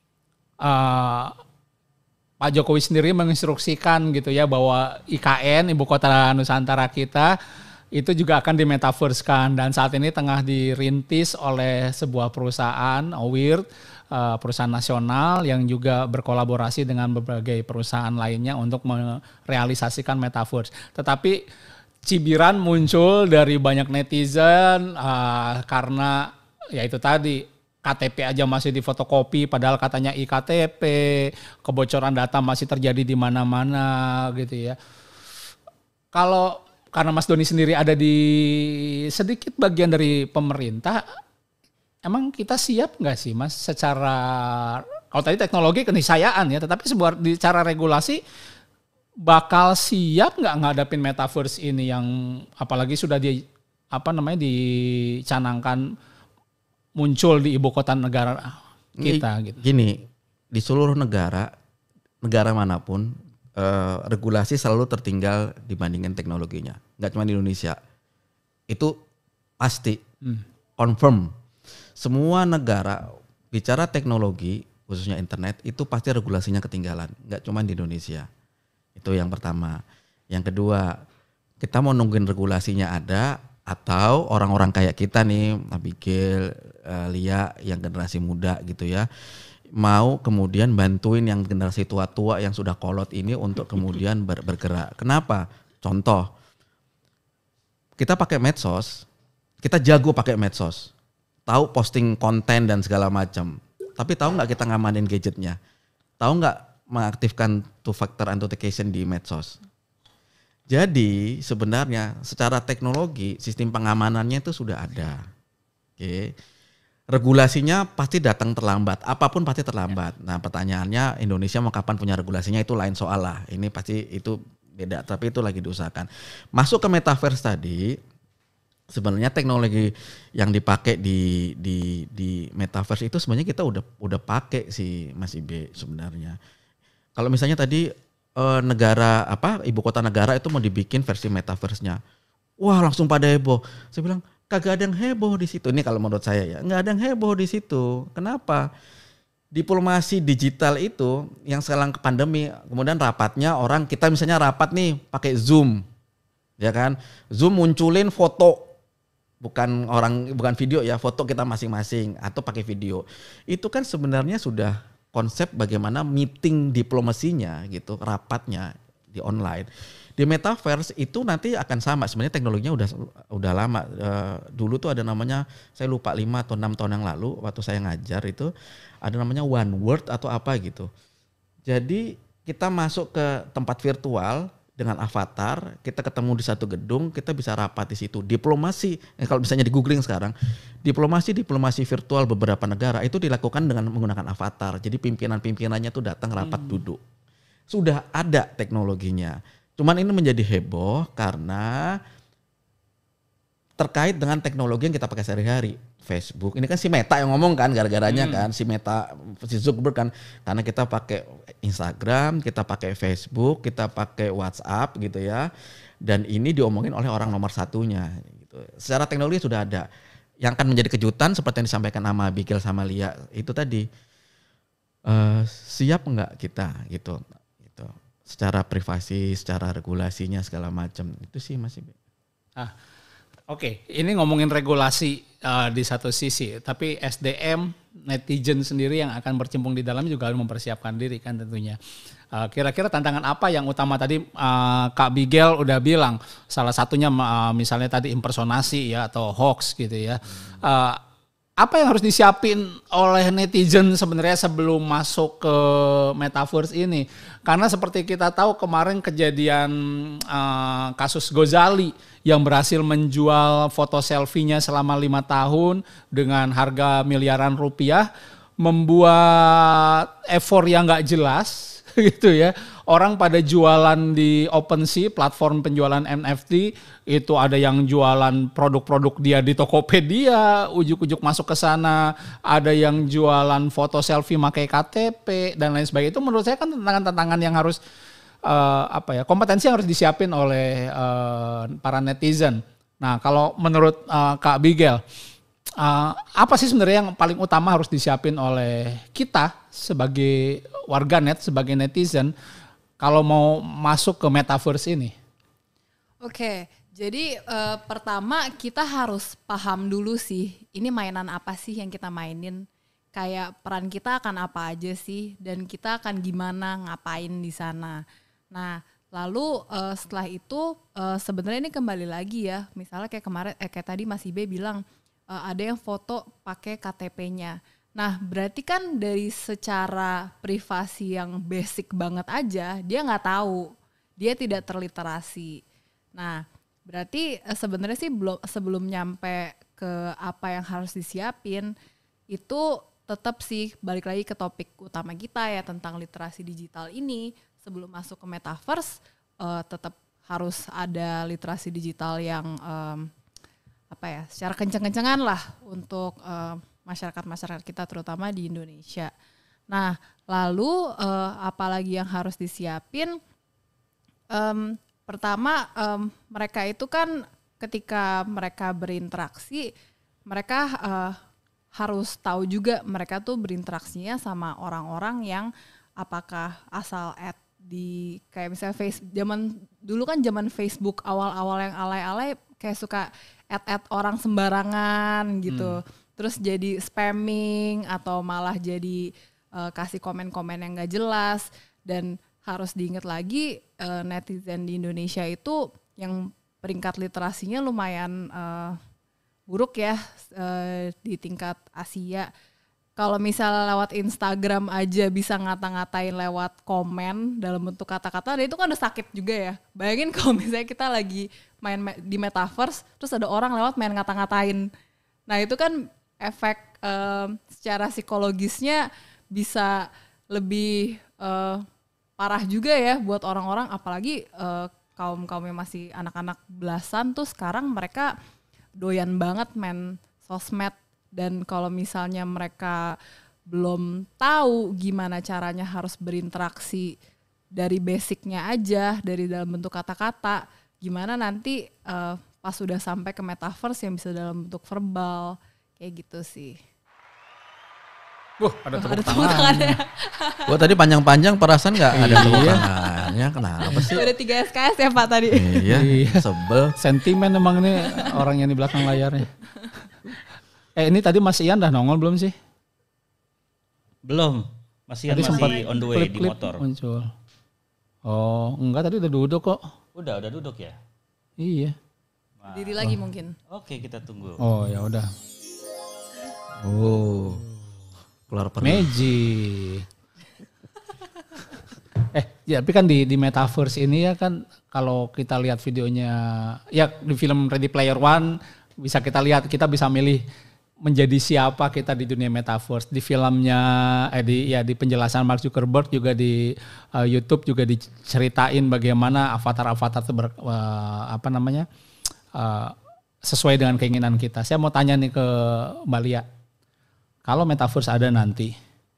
uh, Pak Jokowi sendiri menginstruksikan gitu ya bahwa I K N, Ibu Kota Nusantara kita, itu juga akan dimetaverse-kan. Dan saat ini tengah dirintis oleh sebuah perusahaan, Weird, Uh, perusahaan nasional yang juga berkolaborasi dengan berbagai perusahaan lainnya untuk merealisasikan metaverse. Tetapi cibiran muncul dari banyak netizen uh, karena ya itu tadi K T P aja masih difotokopi padahal katanya I K T P, kebocoran data masih terjadi di mana-mana gitu ya. Kalau karena Mas Doni sendiri ada di sedikit bagian dari pemerintah, emang kita siap nggak sih Mas secara, kalau tadi teknologi keniscayaan ya, tetapi sebuah di cara regulasi bakal siap nggak ngadapin metaverse ini yang apalagi sudah di apa namanya dicanangkan muncul di ibu kota negara kita gitu. Gini, di seluruh negara, negara manapun eh, regulasi selalu tertinggal dibandingkan teknologinya. Nggak cuma di Indonesia. Itu pasti hmm. confirm. Semua negara bicara teknologi, khususnya internet, itu pasti regulasinya ketinggalan. Nggak cuma di Indonesia. Itu yang pertama. Yang kedua, kita mau nungguin regulasinya ada, atau orang-orang kayak kita nih, Abigail, uh, Lia, yang generasi muda gitu ya, mau kemudian bantuin yang generasi tua-tua yang sudah kolot ini untuk kemudian ber- bergerak. Kenapa? Contoh, kita pakai medsos, kita jago pakai medsos. Tahu posting konten dan segala macam. Tapi tahu nggak kita ngamanin gadgetnya? Tahu nggak mengaktifkan two factor authentication di medsos? Jadi sebenarnya secara teknologi sistem pengamanannya itu sudah ada. Oke. Regulasinya pasti datang terlambat. Apapun pasti terlambat. Nah pertanyaannya Indonesia mau kapan punya regulasinya itu lain soal lah. Ini pasti itu beda. Tapi itu lagi diusahakan. Masuk ke metaverse tadi. Sebenarnya teknologi yang dipakai di di di metaverse itu sebenarnya kita udah udah pakai sih Mas Ibe sebenarnya. Kalau misalnya tadi e, negara apa ibu kota negara itu mau dibikin versi metaverse-nya. Wah, langsung pada heboh. Saya bilang kagak ada yang heboh di situ. Ini kalau menurut saya ya, nggak ada yang heboh di situ. Kenapa? Diplomasi digital itu yang sekarang ke pandemi, kemudian rapatnya orang kita misalnya rapat nih pakai Zoom. Ya kan? Zoom munculin foto bukan orang bukan video ya, foto kita masing-masing atau pakai video. Itu kan sebenarnya sudah konsep bagaimana meeting diplomasinya gitu, rapatnya di online. Di metaverse itu nanti akan sama, sebenarnya teknologinya udah udah lama. E, dulu tuh ada namanya, saya lupa lima atau enam tahun yang lalu waktu saya ngajar itu ada namanya one world atau apa gitu. Jadi kita masuk ke tempat virtual dengan avatar, kita ketemu di satu gedung, kita bisa rapat di situ. Diplomasi, eh, kalau misalnya di googling sekarang, diplomasi diplomasi virtual beberapa negara itu dilakukan dengan menggunakan avatar. Jadi pimpinan-pimpinannya tuh datang rapat hmm. duduk. Sudah ada teknologinya. Cuman ini menjadi heboh karena terkait dengan teknologi yang kita pakai sehari-hari. Facebook, ini kan si Meta yang ngomong kan gara-garanya hmm. kan, si Meta, si Zuckerberg kan, karena kita pakai Instagram, kita pakai Facebook, kita pakai WhatsApp gitu ya, dan ini diomongin oleh orang nomor satunya gitu. Secara teknologi sudah ada. Yang akan menjadi kejutan seperti yang disampaikan sama Abigail sama Lia itu tadi, uh, siap nggak kita gitu, gitu, secara privasi, secara regulasinya segala macam itu sih masih. Ah. Oke, ini ngomongin regulasi uh, di satu sisi, tapi S D M, netizen sendiri yang akan bercimpung di dalam juga harus mempersiapkan diri kan tentunya. Uh, kira-kira tantangan apa yang utama tadi uh, Kak Bigel udah bilang, salah satunya uh, misalnya tadi impersonasi ya atau hoax gitu ya. Uh, apa yang harus disiapin oleh netizen sebenarnya sebelum masuk ke metaverse ini? Karena seperti kita tahu kemarin kejadian uh, kasus Gozali yang berhasil menjual foto selfie-nya selama lima tahun dengan harga miliaran rupiah, membuat effort yang gak jelas gitu ya. Orang pada jualan di OpenSea, platform penjualan N F T, itu ada yang jualan produk-produk dia di Tokopedia, ujuk-ujuk masuk ke sana, ada yang jualan foto selfie pakai K T P dan lain sebagainya. Itu menurut saya kan tantangan-tantangan yang harus uh, apa ya, kompetensi yang harus disiapin oleh uh, para netizen. Nah, kalau menurut uh, Kak Abigail, uh, apa sih sebenarnya yang paling utama harus disiapin oleh kita sebagai warganet, sebagai netizen kalau mau masuk ke metaverse ini? Oke, jadi uh, pertama kita harus paham dulu sih, ini mainan apa sih yang kita mainin, kayak peran kita akan apa aja sih, dan kita akan gimana ngapain di sana. Nah, lalu uh, setelah itu uh, sebenarnya ini kembali lagi ya, misalnya kayak kemarin, eh, kayak tadi Mas Ibe bilang uh, ada yang foto pakai K T P-nya. Nah, berarti kan dari secara privasi yang basic banget aja, dia nggak tahu, dia tidak terliterasi. Nah, berarti sebenarnya sih belum sebelum nyampe ke apa yang harus disiapin, itu tetap sih balik lagi ke topik utama kita ya tentang literasi digital ini. Sebelum masuk ke metaverse, uh, tetap harus ada literasi digital yang um, apa ya, secara kenceng-kencengan lah untuk uh, masyarakat-masyarakat kita terutama di Indonesia. Nah, lalu uh, apalagi yang harus disiapin? Um, pertama, um, mereka itu kan ketika mereka berinteraksi, mereka uh, harus tahu juga mereka tuh berinteraksinya sama orang-orang yang apakah asal add di kayak misalnya face zaman dulu kan zaman Facebook awal-awal yang alay-alay kayak suka add-add orang sembarangan gitu. Hmm. Terus jadi spamming atau malah jadi uh, kasih komen-komen yang gak jelas. Dan harus diingat lagi uh, netizen di Indonesia itu yang peringkat literasinya lumayan uh, buruk ya uh, di tingkat Asia. Kalau misalnya lewat Instagram aja bisa ngata-ngatain lewat komen dalam bentuk kata-kata, dan itu kan udah sakit juga ya. Bayangin kalau misalnya kita lagi main di metaverse, terus ada orang lewat main ngata-ngatain. Nah itu kan efek um, secara psikologisnya bisa lebih uh, parah juga ya buat orang-orang, apalagi uh, kaum-kaum yang masih anak-anak belasan tuh sekarang mereka doyan banget main sosmed. Dan kalau misalnya mereka belum tahu gimana caranya harus berinteraksi dari basicnya aja, dari dalam bentuk kata-kata, gimana nanti uh, pas sudah sampai ke metaverse yang bisa dalam bentuk verbal, kayak gitu sih. Wah, ada tepuk tepuk tangan. Wah, tadi panjang-panjang perasaan nggak ada tepuk tangannya, kenapa sih? Ada tiga S K S ya Pak tadi. Iya, sebel. Sentimen emang ini orang yang di belakang layarnya. Eh ini tadi Mas Ian dah nongol belum sih? Belum. Mas Ian tadi masih on the way di motor. Muncul. Oh, enggak, tadi udah duduk kok. Udah, udah duduk ya? Iya. Diri lagi oh. mungkin. Oke, kita tunggu. Oh, ya udah. Oh. Keluar perut. Magic. eh, ya tapi kan di di metaverse ini ya kan kalau kita lihat videonya ya di film Ready Player One bisa kita lihat, kita bisa milih menjadi siapa kita di dunia metaverse. Di filmnya eh di ya di penjelasan Mark Zuckerberg juga di uh, YouTube juga diceritain bagaimana avatar-avatar itu ber, uh, apa namanya? Uh, sesuai dengan keinginan kita. Saya mau tanya nih ke Mbak Lia. Kalau metaverse ada nanti,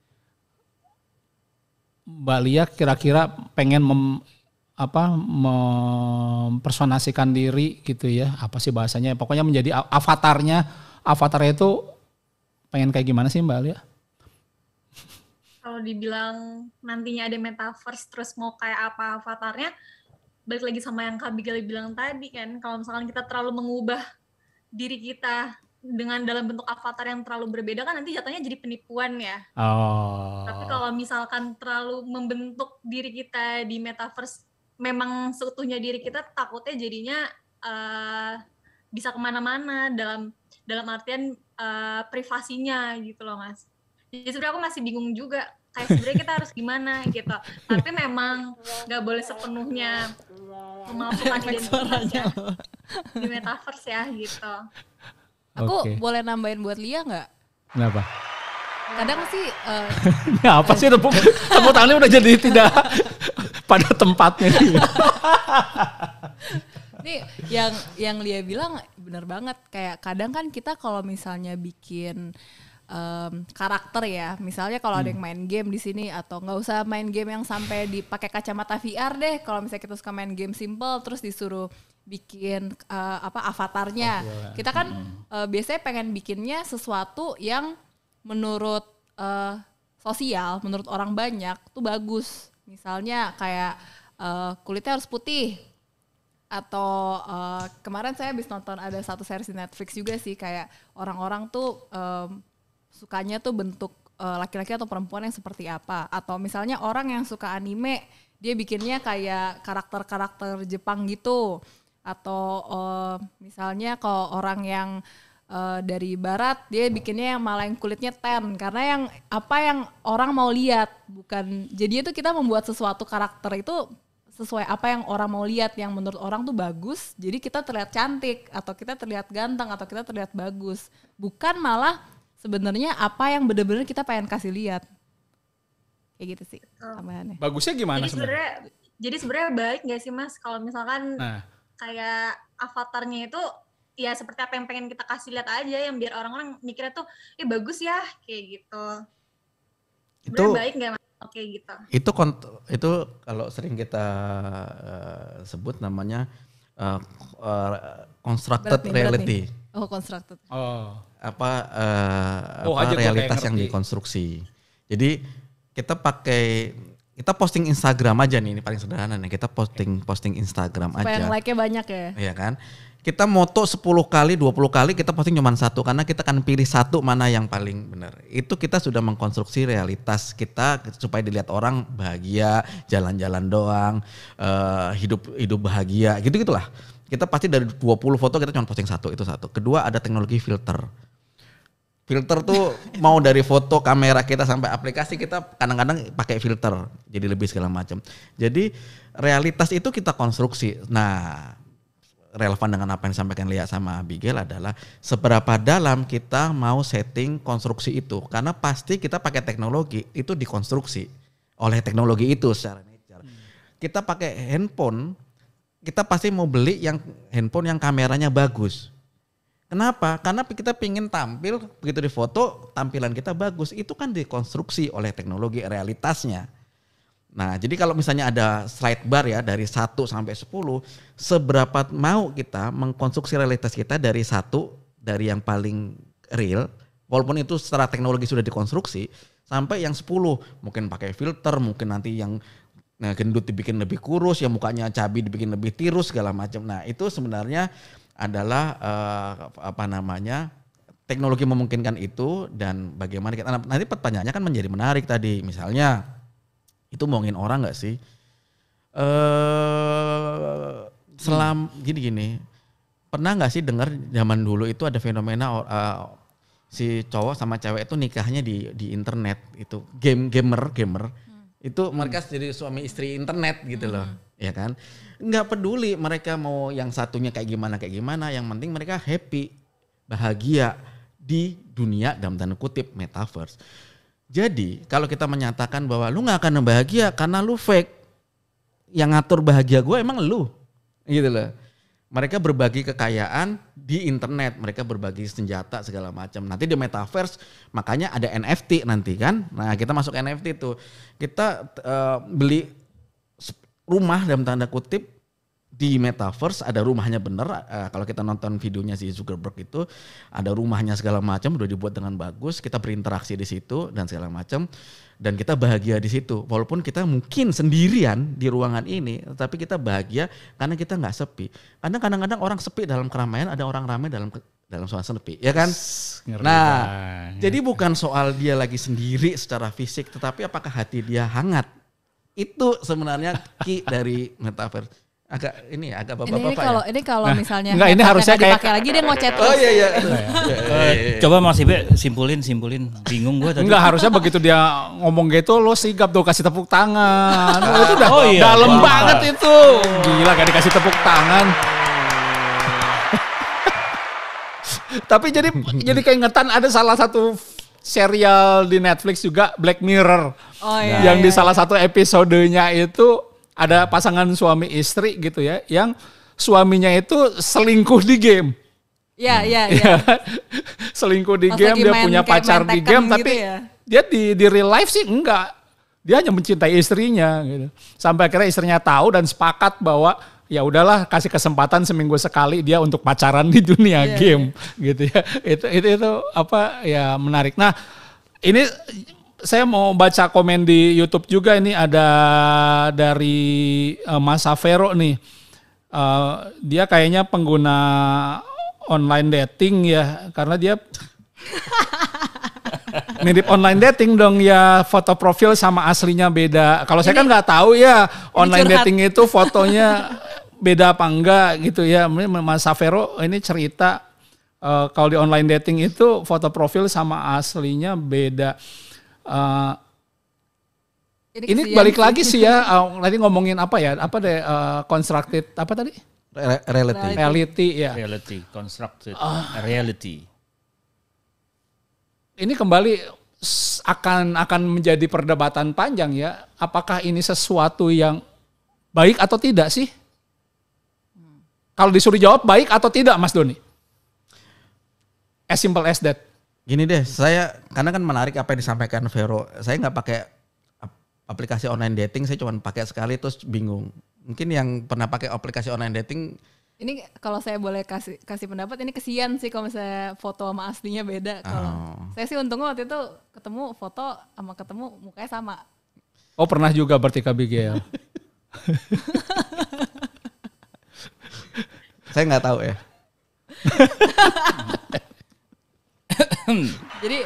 Mbak Lia kira-kira pengen mem, apa mempersonasikan diri gitu ya, apa sih bahasanya, pokoknya menjadi avatarnya, avatarnya itu pengen kayak gimana sih Mbak Lia? Kalau dibilang nantinya ada metaverse terus mau kayak apa avatarnya, balik lagi sama yang Kak Abigail bilang tadi kan, kalau misalkan kita terlalu mengubah diri kita dengan dalam bentuk avatar yang terlalu berbeda kan nanti jatuhnya jadi penipuan ya. Oh. Tapi kalau misalkan terlalu membentuk diri kita di metaverse memang seutuhnya diri kita, takutnya jadinya uh, bisa kemana-mana dalam dalam artian uh, privasinya gitu loh Mas. Jadi sebenarnya aku masih bingung juga kayak sebenarnya kita harus gimana gitu. Tapi memang nggak boleh sepenuhnya memalsukan identitas ya di metaverse ya gitu. Aku okay. boleh nambahin buat Lia nggak? Kenapa? kadang sih eh, Ini apa sih tepuk tepuk tangannya udah jadi tidak pada tempatnya. nih yang yang Lia bilang benar banget, kayak kadang kan kita kalau misalnya bikin em, karakter ya, misalnya kalau ada yang main game di sini, atau nggak usah main game yang sampai dipakai kacamata V R deh, kalau misalnya kita suka main game simple terus disuruh bikin eh, apa avatarnya, kita kan eh, biasanya pengen bikinnya sesuatu yang menurut eh, sosial, menurut orang banyak tuh bagus, misalnya kayak eh, kulitnya harus putih. Atau uh, kemarin saya habis nonton ada satu series di Netflix juga sih, kayak orang-orang tuh um, sukanya tuh bentuk uh, laki-laki atau perempuan yang seperti apa. Atau misalnya orang yang suka anime, dia bikinnya kayak karakter-karakter Jepang gitu. Atau uh, misalnya kalau orang yang uh, dari barat, dia bikinnya yang malah yang kulitnya tan, karena yang apa yang orang mau lihat, bukan. Jadi itu kita membuat sesuatu karakter itu sesuai apa yang orang mau lihat, yang menurut orang tuh bagus, jadi kita terlihat cantik atau kita terlihat ganteng atau kita terlihat bagus, bukan malah sebenarnya apa yang benar-benar kita pengen kasih lihat. Kayak gitu sih tambahannya. Bagusnya gimana Jadi sebenarnya? sebenarnya jadi sebenarnya baik nggak sih Mas kalau misalkan Nah, kayak avatarnya itu ya seperti apa yang pengen kita kasih lihat aja, yang biar orang-orang mikirnya tuh eh bagus ya kayak gitu. Sebenarnya Itu- baik nggak Mas? Oke gitu. Itu kont- itu kalau sering kita uh, sebut namanya uh, uh, constructed Berat nih, berat reality. nih. Oh, constructed. oh, Apa, uh, Oh, apa aja gua realitas kayak yang ngerti. dikonstruksi. Jadi kita pakai kita posting Instagram aja nih, ini paling sederhana nih. Kita posting posting Instagram Supaya aja. yang like-nya banyak ya. Iya kan? Kita moto sepuluh kali, dua puluh kali, kita posting cuma satu karena kita akan pilih satu mana yang paling benar. Itu kita sudah mengkonstruksi realitas kita supaya dilihat orang bahagia, jalan-jalan doang, eh, hidup hidup bahagia, gitu-gitulah. Kita pasti dari dua puluh foto kita cuma posting satu, itu satu. Kedua ada teknologi filter. Filter tuh mau dari foto, kamera kita sampai aplikasi kita kadang-kadang pakai filter, jadi lebih segala macam. Jadi realitas itu kita konstruksi. Nah, relevan dengan apa yang disampaikan Lia sama Abigail adalah seberapa dalam kita mau setting konstruksi itu, karena pasti kita pakai teknologi itu dikonstruksi oleh teknologi itu secara nature. Kita pakai handphone, kita pasti mau beli yang handphone yang kameranya bagus. Kenapa? Karena kita pingin tampil begitu di foto tampilan kita bagus, itu kan dikonstruksi oleh teknologi realitasnya. Nah, jadi kalau misalnya ada slide bar ya dari satu sampai sepuluh, seberapa mau kita mengkonstruksi realitas kita dari satu, dari yang paling real, walaupun itu secara teknologi sudah dikonstruksi, sampai yang sepuluh, mungkin pakai filter, mungkin nanti yang nah, gendut dibikin lebih kurus, yang mukanya cabi dibikin lebih tirus segala macam. Nah, itu sebenarnya adalah eh, apa namanya? Teknologi memungkinkan itu, dan bagaimana kita nanti pertanyaannya kan menjadi menarik tadi, misalnya itu mongin orang nggak sih? Eh, selam gini-gini, pernah nggak sih dengar zaman dulu itu ada fenomena uh, si cowok sama cewek itu nikahnya di di internet, itu game gamer gamer hmm. itu mereka jadi suami istri internet gitu loh, hmm. ya kan? Nggak peduli mereka mau yang satunya kayak gimana kayak gimana, yang penting mereka happy, bahagia di dunia dalam tanda kutip metaverse. Jadi kalau kita menyatakan bahwa lu gak akan bahagia karena lu fake, yang ngatur bahagia gue emang lu, gitu loh. Mereka berbagi kekayaan di internet, mereka berbagi senjata segala macam. Nanti di metaverse makanya ada N F T nanti kan. Nah kita masuk N F T tuh, kita uh, beli rumah dalam tanda kutip di metaverse, ada rumahnya bener. Uh, kalau kita nonton videonya si Zuckerberg itu ada rumahnya segala macam, udah dibuat dengan bagus. Kita berinteraksi di situ dan segala macam, dan kita bahagia di situ. Walaupun kita mungkin sendirian di ruangan ini, tetapi kita bahagia karena kita nggak sepi. Karena kadang-kadang orang sepi dalam keramaian, ada orang ramai dalam dalam suasana sepi, ya kan? Ngeri Nah, banget. jadi bukan soal dia lagi sendiri secara fisik, tetapi apakah hati dia hangat. Itu sebenarnya key dari metaverse. Agak ini agak Ini, bapak-bapak ini kalau ya. ini kalau misalnya enggak, ini laptopnya harusnya nggak kayak- dipakai lagi dia ngocet terus. Oh iya iya. Eh, coba Mas Ibe simpulin, simpulin. Bingung gue tadi. Enggak, harusnya begitu dia ngomong gitu lo sigap tuh kasih tepuk tangan. Oh, itu udah Oh iya, dalam gua lupa. banget itu. Gila gak dikasih tepuk tangan. Tapi jadi jadi keingetan ada salah satu serial di Netflix juga Black Mirror. Oh iya. Yang iya, di iya. salah satu episodenya itu ada pasangan suami istri gitu ya, yang suaminya itu selingkuh di game. Iya, iya, iya. Selingkuh di Pas game, lagi dia main punya kayak pacar main di Tekken game, gitu tapi ya? dia di di real life sih enggak. Dia hanya mencintai istrinya gitu. Sampai akhirnya istrinya tahu dan sepakat bahwa ya udahlah, kasih kesempatan seminggu sekali dia untuk pacaran di dunia Iya, game gitu ya. Itu itu itu apa ya, menarik. Nah, ini saya mau baca komen di YouTube juga, ini ada dari uh, Mas Savero nih. Uh, dia kayaknya pengguna online dating ya, karena dia mirip online dating dong ya, foto profil sama aslinya beda. Kalau saya kan nggak tahu ya online curhat. dating itu fotonya beda apa enggak gitu ya. Mas Savero ini cerita uh, kalau di online dating itu foto profil sama aslinya beda. Uh, ini kesian balik sih. lagi sih ya, uh, tadi ngomongin apa ya, apa deh uh, constructed apa tadi? Re- reality. Reality ya. Reality, constructed reality. Ini kembali s- akan akan menjadi perdebatan panjang ya. Apakah ini sesuatu yang baik atau tidak sih? Kalau disuruh jawab baik atau tidak, Mas Doni? As simple as that. Gini deh, saya karena kan menarik apa yang disampaikan Vero. Saya nggak pakai ap- aplikasi online dating, saya cuma pakai sekali terus bingung. Mungkin yang pernah pakai aplikasi online dating, Ini kalau saya boleh kasih kasih pendapat, ini kesian sih kalau misalnya foto sama aslinya beda. Kalau Oh. saya sih untungnya waktu itu ketemu foto sama ketemu mukanya sama. Oh, pernah juga berarti Kak Bigel. saya nggak tahu ya. Jadi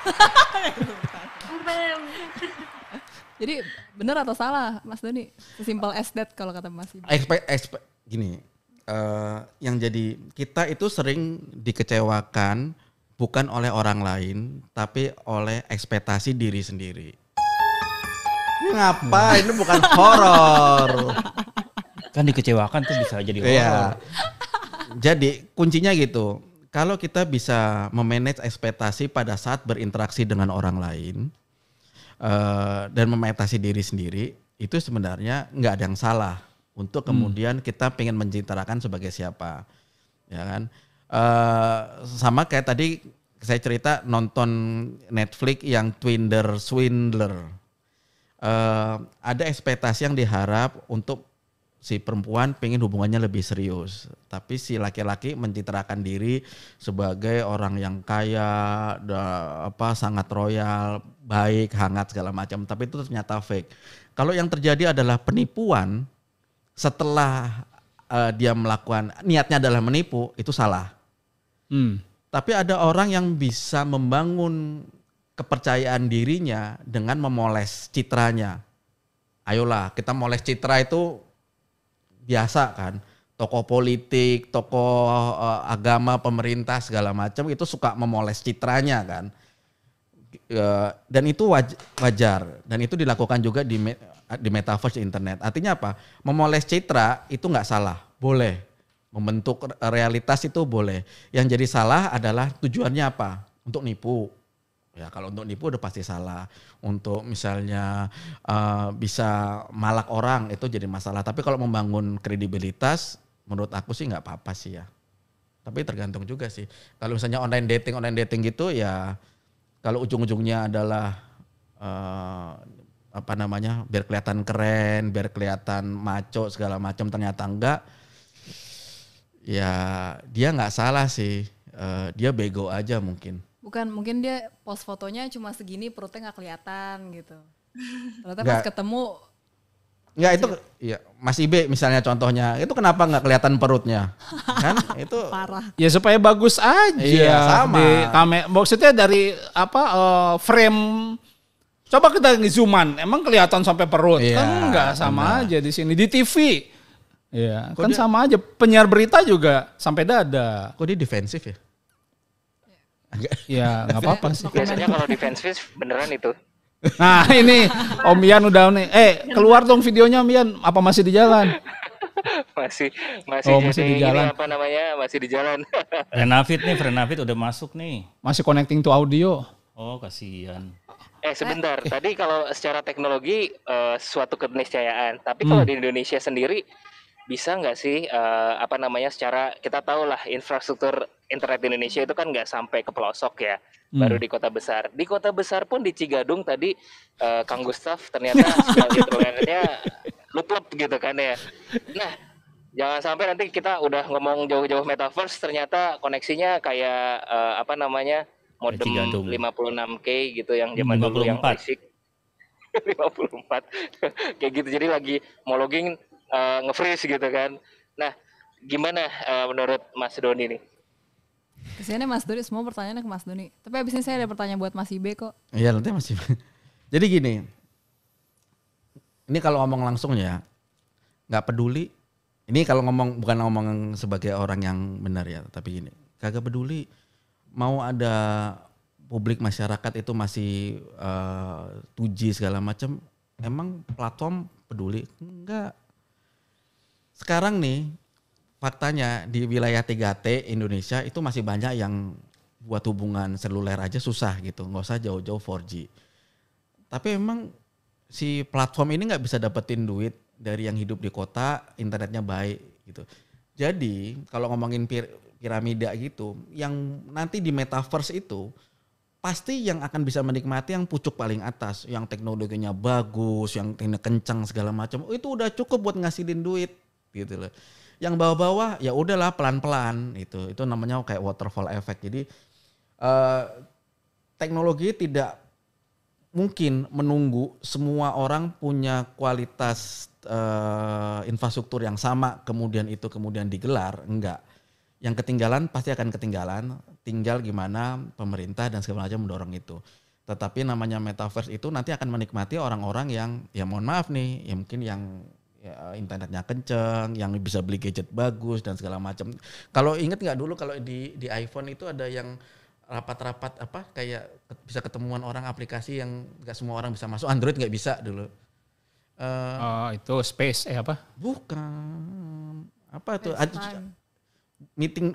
Jadi benar atau salah Mas Doni? Sesimpel as that kalau kata Mas Ibu. Expect, expect, gini, eh, yang jadi kita itu sering dikecewakan bukan oleh orang lain, tapi oleh ekspektasi diri sendiri. Ngapa? Ini bukan horor. Kan dikecewakan tuh bisa jadi horor. Iya. Jadi kuncinya gitu. Kalau kita bisa memanage ekspektasi pada saat berinteraksi dengan orang lain uh, dan memetasi diri sendiri, itu sebenarnya nggak ada yang salah untuk kemudian kita pengen mencitrakan sebagai siapa, ya kan? Uh, sama kayak tadi saya cerita nonton Netflix yang Twinder Swindler. Uh, ada ekspektasi yang diharap untuk si perempuan pengen hubungannya lebih serius, tapi si laki-laki mencitrakan diri sebagai orang yang kaya, da, apa sangat royal, baik, hangat segala macam, tapi itu ternyata fake. Kalau yang terjadi adalah penipuan setelah uh, dia melakukan, niatnya adalah menipu, itu salah. Hmm. Tapi ada orang yang bisa membangun kepercayaan dirinya dengan memoles citranya. Ayolah, kita moles citra itu biasa kan, tokoh politik, tokoh uh, agama, pemerintah segala macam itu suka memoles citranya kan, uh, dan itu waj- wajar dan itu dilakukan juga di me- di metaverse di internet. Artinya apa? Memoles citra itu nggak salah, boleh. Membentuk realitas itu boleh. Yang jadi salah adalah tujuannya apa? Untuk nipu. Ya kalau untuk nipu udah pasti salah. Untuk misalnya uh, bisa malak orang itu jadi masalah. Tapi kalau membangun kredibilitas menurut aku sih nggak apa-apa sih ya. Tapi tergantung juga sih. Kalau misalnya online dating, online dating gitu ya kalau ujung-ujungnya adalah uh, apa namanya biar kelihatan keren, biar kelihatan maco segala macam ternyata enggak. Ya dia nggak salah sih. Uh, dia bego aja mungkin. Bukan, mungkin dia post fotonya cuma segini, perutnya nggak kelihatan gitu. Ternyata pas Nggak. ketemu, Enggak itu ya Mas Ibe misalnya contohnya, itu kenapa nggak kelihatan perutnya? Kan itu parah. Ya supaya bagus aja. Iya, sama. Di kame- maksudnya dari apa uh, frame. Coba kita ngizooman, emang kelihatan sampai perut? Iya, Kan enggak, sama benar. aja di sini di T V. Iya, Kok kan dia- sama aja. Penyiar berita juga sampai dada. kok dia defensif ya? Agak. Ya nggak apa-apa sih. Biasanya kalau defensif beneran itu. Nah ini Om Ian udah nih. Eh keluar dong videonya Om Ian. Apa masih di jalan? masih masih Oh, jadi masih di ini jalan. apa namanya? Masih di jalan. Renavit nih, Renavit udah masuk nih. Masih connecting to audio. Oh, kasihan. Eh sebentar, tadi kalau secara teknologi eh, suatu keniscayaan, tapi kalau Hmm. di Indonesia sendiri bisa nggak sih eh, apa namanya secara kita tahu lah infrastruktur internet di Indonesia itu kan nggak sampai ke pelosok ya, baru Hmm. di kota besar. Di kota besar pun di Cigadung tadi eh, Kang Gustaf ternyata sinyal internetnya luplep gitu kan ya. Nah, jangan sampai nanti kita udah ngomong jauh-jauh metaverse ternyata koneksinya kayak eh, apa namanya modem Cigadung. lima puluh enam K gitu yang zaman dulu yang lima puluh empat. basic lima puluh empat kayak gitu, jadi lagi mau login eh, nge-freeze gitu kan. Nah, gimana eh, menurut Mas Doni nih? Kesiannya Mas Doni, semua pertanyaannya ke Mas Doni. Tapi abis ini saya ada pertanyaan buat Mas Ibe kok. Iya nanti masih. Jadi gini, ini kalau ngomong langsung ya, nggak peduli. Ini kalau ngomong bukan ngomong sebagai orang yang benar ya, tapi gini, kagak peduli mau ada publik masyarakat itu masih uh, dua G segala macam. Emang platform peduli? Enggak. Sekarang nih faktanya di wilayah tiga T Indonesia itu masih banyak yang buat hubungan seluler aja susah gitu, nggak usah jauh-jauh empat G. Tapi emang si platform ini nggak bisa dapetin duit dari yang hidup di kota, internetnya baik gitu. Jadi kalau ngomongin pir- piramida gitu, yang nanti di metaverse itu pasti yang akan bisa menikmati yang pucuk paling atas, yang teknologinya bagus, yang teknik kencang segala macam, itu udah cukup buat ngasilin duit gitu loh. Yang bawah-bawah ya udahlah pelan-pelan itu, itu namanya kayak waterfall effect. Jadi eh, teknologi tidak mungkin menunggu semua orang punya kualitas eh, infrastruktur yang sama kemudian itu kemudian digelar, enggak. Yang ketinggalan pasti akan ketinggalan, tinggal gimana pemerintah dan segala macam mendorong itu. Tetapi namanya metaverse itu nanti akan menikmati orang-orang yang ya mohon maaf nih, ya mungkin yang ya, internetnya kenceng, yang bisa beli gadget bagus dan segala macam. Kalau inget nggak dulu kalau di di iPhone itu ada yang rapat-rapat apa kayak bisa ketemuan orang aplikasi yang nggak semua orang bisa masuk, Android nggak bisa dulu. Uh, Oh, itu space eh apa? bukan apa tuh? FaceTime. Meeting.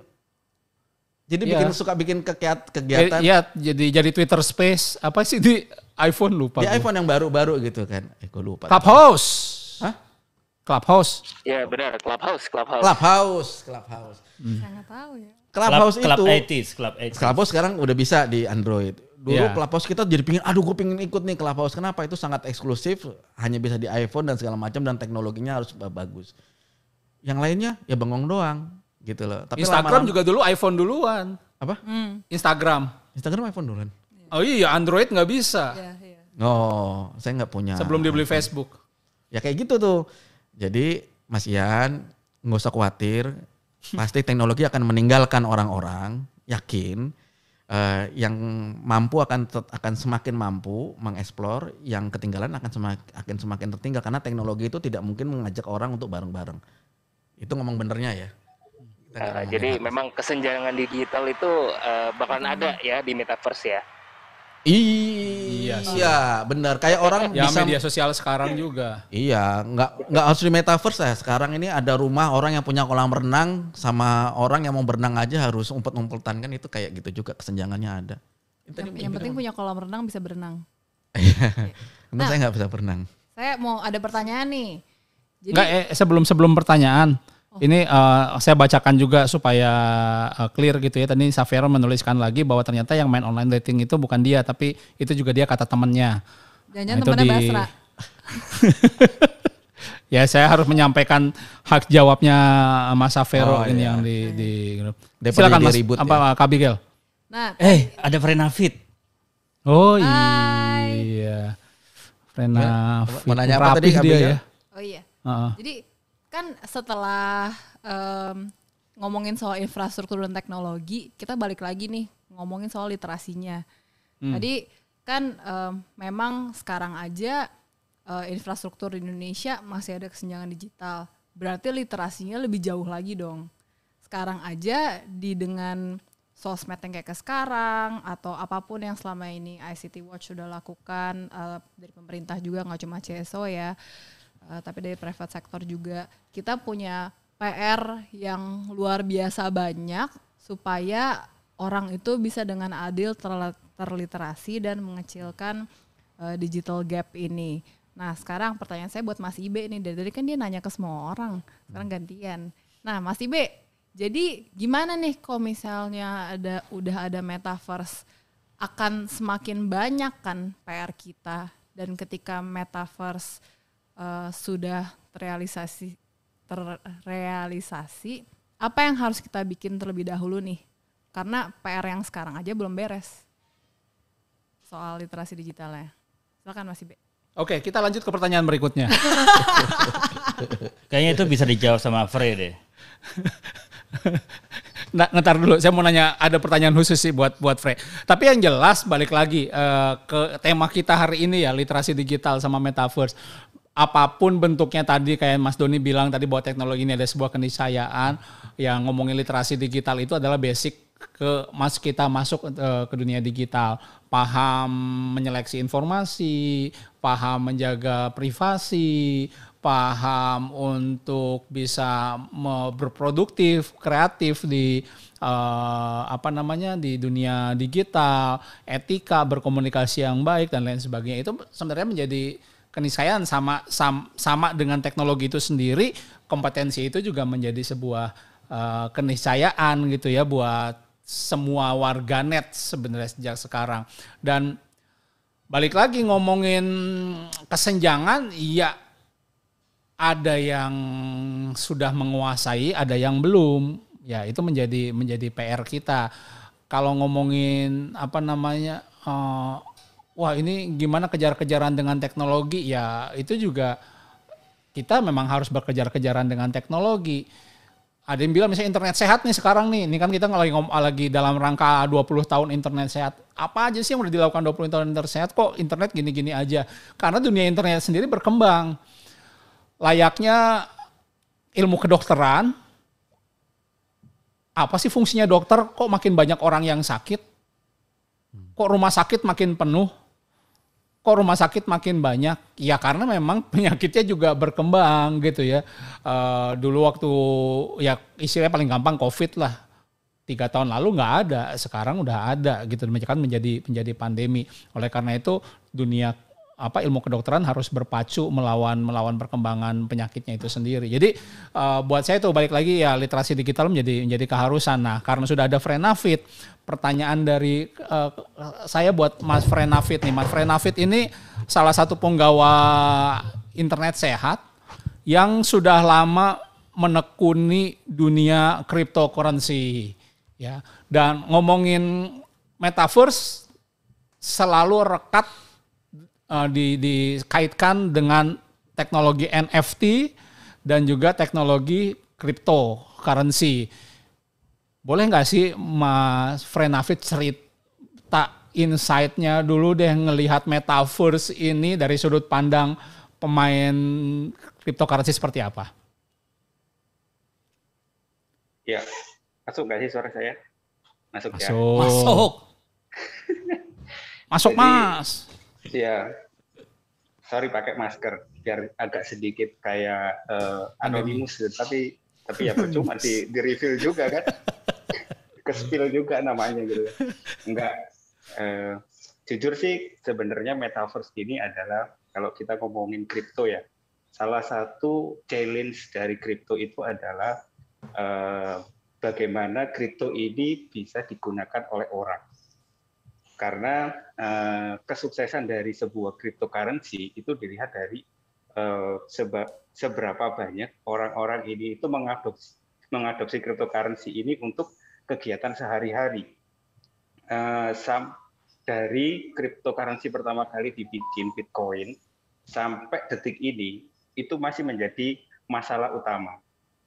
Jadi Iya. bikin suka bikin kegiatan kegiatan Iya, jadi jadi Twitter Space apa sih di iPhone lupa. di gua. iPhone yang baru-baru gitu kan. Eh gue lupa. Clubhouse. Hah? Clubhouse. Ya benar, Clubhouse, Clubhouse. Clubhouse, Clubhouse. Saya nggak tahu ya. Clubhouse Club, Club itu delapan puluh, Club delapan puluh. Clubhouse sekarang udah bisa di Android. Dulu Iya. Clubhouse kita jadi pingin, aduh gue pingin ikut nih Clubhouse. Kenapa? Itu sangat eksklusif, hanya bisa di iPhone dan segala macam dan teknologinya harus bagus. Yang lainnya ya bengong doang gitu loh. Tapi Instagram lama-lama- juga dulu iPhone duluan. apa? Hmm. Instagram. Instagram iPhone duluan. Oh iya, Android nggak bisa. Iya, iya. Oh, saya nggak punya. Sebelum dibeli Facebook. Ya kayak gitu tuh. Jadi Mas Ian nggak usah khawatir. Pasti teknologi akan meninggalkan orang-orang. Yakin. Eh, yang mampu akan tet- akan semakin mampu mengeksplor. Yang ketinggalan akan semakin, akan semakin tertinggal. Karena teknologi itu tidak mungkin mengajak orang untuk bareng-bareng. Itu ngomong benernya ya. Kita nggak Nah, ngomongin jadi hal- memang kesenjangan digital itu eh, bakalan ada ya di metaverse ya. Iya, sih. iya benar. Kayak orang Ya bisa media sosial sekarang juga. Iya, nggak nggak harus di metaverse ya. Sekarang ini ada rumah orang yang punya kolam renang sama orang yang mau berenang aja harus umpet-umpetan kan, itu kayak gitu juga kesenjangannya ada. Itu Yang, tadi yang penting bilang- punya kolam renang bisa berenang. Untung saya nggak bisa berenang. Saya mau ada pertanyaan nih. Jadi Enggak, eh, sebelum sebelum pertanyaan. Ini eh, saya bacakan juga supaya eh, clear gitu ya. Tadi Safira menuliskan lagi bahwa ternyata yang main online dating itu bukan dia, tapi itu juga dia kata temennya. jangan-jangan Nah, itu temennya di- Basra. Ya saya harus menyampaikan hak jawabnya Mas Safero Oh, ini iya. yang di di grup. Daripada Silakan dia Mas, ribut apa Kak Abigail? Nah, Eh, ada Frenafit. Oh Hai. iya. Frena Mau nanya apa tadi, rapih Kak dia Abigail? ya. oh iya. Heeh. Jadi kan setelah em, ngomongin soal infrastruktur dan teknologi, kita balik lagi nih ngomongin soal literasinya. Tadi kan em, memang sekarang aja eh, infrastruktur di Indonesia masih ada kesenjangan digital. Berarti literasinya lebih jauh lagi dong. Sekarang aja di dengan sosmed yang kayak ke sekarang atau apapun yang selama ini I C T Watch sudah lakukan eh, dari pemerintah juga, nggak cuma C S O ya. Uh, tapi dari private sector juga kita punya P R yang luar biasa banyak supaya orang itu bisa dengan adil terla- terliterasi dan mengecilkan uh, digital gap ini. Nah sekarang pertanyaan saya buat Mas Ibe nih, dari tadi kan dia nanya ke semua orang, sekarang gantian. Nah Mas Ibe, jadi gimana nih kalau misalnya ada udah ada metaverse, akan semakin banyak kan P R kita, dan ketika metaverse uh, sudah terrealisasi, terrealisasi, apa yang harus kita bikin terlebih dahulu nih? Karena P R yang sekarang aja belum beres soal literasi digitalnya. Silakan Mas Ibe. Oke, kita lanjut ke pertanyaan berikutnya. Kayaknya itu bisa dijawab sama Frey deh. Nah, ntar dulu, saya mau nanya, ada pertanyaan khusus sih buat buat Frey. Tapi yang jelas balik lagi uh, ke tema kita hari ini ya, literasi digital sama metaverse. Apapun bentuknya tadi, kayak Mas Doni bilang tadi bahwa teknologi ini ada sebuah keniscayaan. Yang ngomongin literasi digital itu adalah basic ke mas kita masuk uh, ke dunia digital, paham menyeleksi informasi, paham menjaga privasi, paham untuk bisa berproduktif, kreatif di uh, apa namanya di dunia digital, etika berkomunikasi yang baik dan lain sebagainya. Itu sebenarnya menjadi keniscayaan sama sama, sama dengan teknologi itu sendiri. Kompetensi itu juga menjadi sebuah uh, keniscayaan gitu ya buat semua warganet sebenarnya sejak sekarang. Dan balik lagi ngomongin kesenjangan, ya ada yang sudah menguasai, ada yang belum. Ya itu menjadi menjadi P R kita. Kalau ngomongin apa namanya, uh, wah ini gimana kejar-kejaran dengan teknologi, ya itu juga kita memang harus berkejar-kejaran dengan teknologi. Ada yang bilang misalnya internet sehat nih sekarang nih, ini kan kita lagi ngom- lagi dalam rangka dua puluh tahun internet sehat. Apa aja sih yang udah dilakukan dua puluh tahun internet sehat, kok internet gini-gini aja? Karena dunia internet sendiri berkembang. Layaknya ilmu kedokteran, apa sih fungsinya dokter? Kok makin banyak orang yang sakit? Kok rumah sakit makin penuh? Kok rumah sakit makin banyak? Ya karena memang penyakitnya juga berkembang gitu ya. Uh, dulu waktu ya istilahnya paling gampang COVID lah. Tiga tahun lalu nggak ada, sekarang udah ada gitu. Kan menjadi menjadi pandemi. Oleh karena itu dunia apa ilmu kedokteran harus berpacu melawan melawan perkembangan penyakitnya itu sendiri. Jadi uh, buat saya itu balik lagi ya literasi digital menjadi menjadi keharusan. Nah karena sudah ada Frenafit, pertanyaan dari uh, saya buat Mas Frenafit nih. Mas Frenafit ini salah satu penggawa internet sehat yang sudah lama menekuni dunia cryptocurrency ya. Dan ngomongin metaverse selalu rekat uh, di, dikaitkan dengan teknologi N F T dan juga teknologi cryptocurrency. Boleh nggak sih Mas Frenafit cerita insight-nya dulu deh ngelihat metaverse ini dari sudut pandang pemain cryptocurrency seperti apa? Ya, masuk nggak sih suara saya? Masuk, Masuk. ya? Masuk. Masuk Jadi, Mas. Ya, sorry pakai masker biar agak sedikit kayak uh, anonymous, tapi tapi ya percuma di di reveal juga kan, ke-spill juga namanya gitu. Enggak, uh, jujur sih sebenarnya metaverse ini adalah kalau kita ngomongin kripto ya, salah satu challenge dari kripto itu adalah uh, bagaimana kripto ini bisa digunakan oleh orang. Karena uh, kesuksesan dari sebuah cryptocurrency itu dilihat dari uh, seba, seberapa banyak orang-orang ini itu mengadopsi, mengadopsi cryptocurrency ini untuk kegiatan sehari-hari. Uh, sam, dari cryptocurrency pertama kali dibikin Bitcoin sampai detik ini itu masih menjadi masalah utama.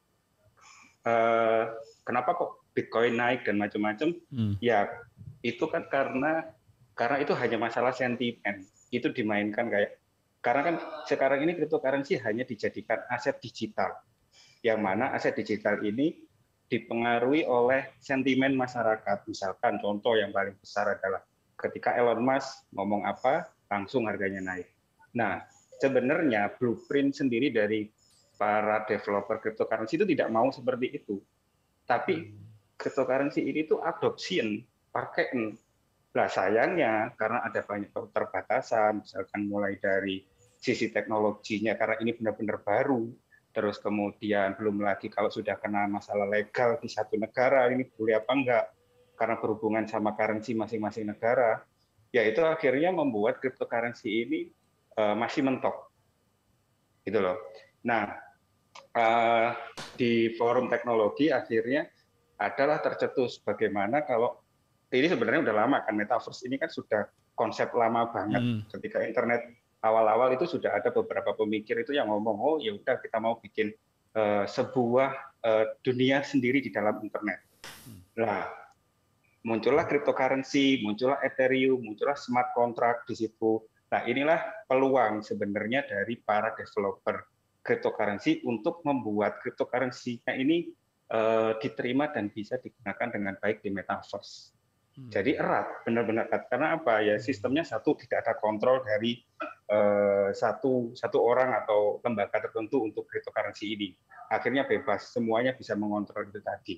Uh, kenapa kok Bitcoin naik dan macam-macam? Hmm. Ya itu kan karena karena itu hanya masalah sentimen, itu dimainkan kayak karena kan sekarang ini cryptocurrency hanya dijadikan aset digital, yang mana aset digital ini dipengaruhi oleh sentimen masyarakat. Misalkan contoh yang paling besar adalah ketika Elon Musk ngomong apa langsung harganya naik. Nah sebenarnya blueprint sendiri dari para developer cryptocurrency itu tidak mau seperti itu, tapi cryptocurrency ini tuh adoption pakai Lah sayangnya karena ada banyak keterbatasan, misalkan mulai dari sisi teknologinya karena ini benar-benar baru, terus kemudian belum lagi kalau sudah kena masalah legal di satu negara ini boleh apa enggak, karena berhubungan sama currency masing-masing negara, ya itu akhirnya membuat cryptocurrency ini uh, masih mentok, gitu loh. Nah, uh, di forum teknologi akhirnya adalah tercetus bagaimana kalau ini sebenarnya udah lama kan, metaverse ini kan sudah konsep lama banget. Hmm. Ketika internet awal-awal itu sudah ada beberapa pemikir itu yang ngomong, oh ya udah kita mau bikin uh, sebuah uh, dunia sendiri di dalam internet. Nah, muncullah cryptocurrency, muncullah Ethereum, muncullah smart contract di situ. Nah, inilah peluang sebenarnya dari para developer cryptocurrency untuk membuat cryptocurrency-nya ini uh, diterima dan bisa digunakan dengan baik di metaverse. Hmm. Jadi erat, benar-benar erat. Karena apa ya? Sistemnya satu tidak ada kontrol dari uh, satu satu orang atau lembaga tertentu untuk cryptocurrency ini. Akhirnya bebas, semuanya bisa mengontrol itu tadi.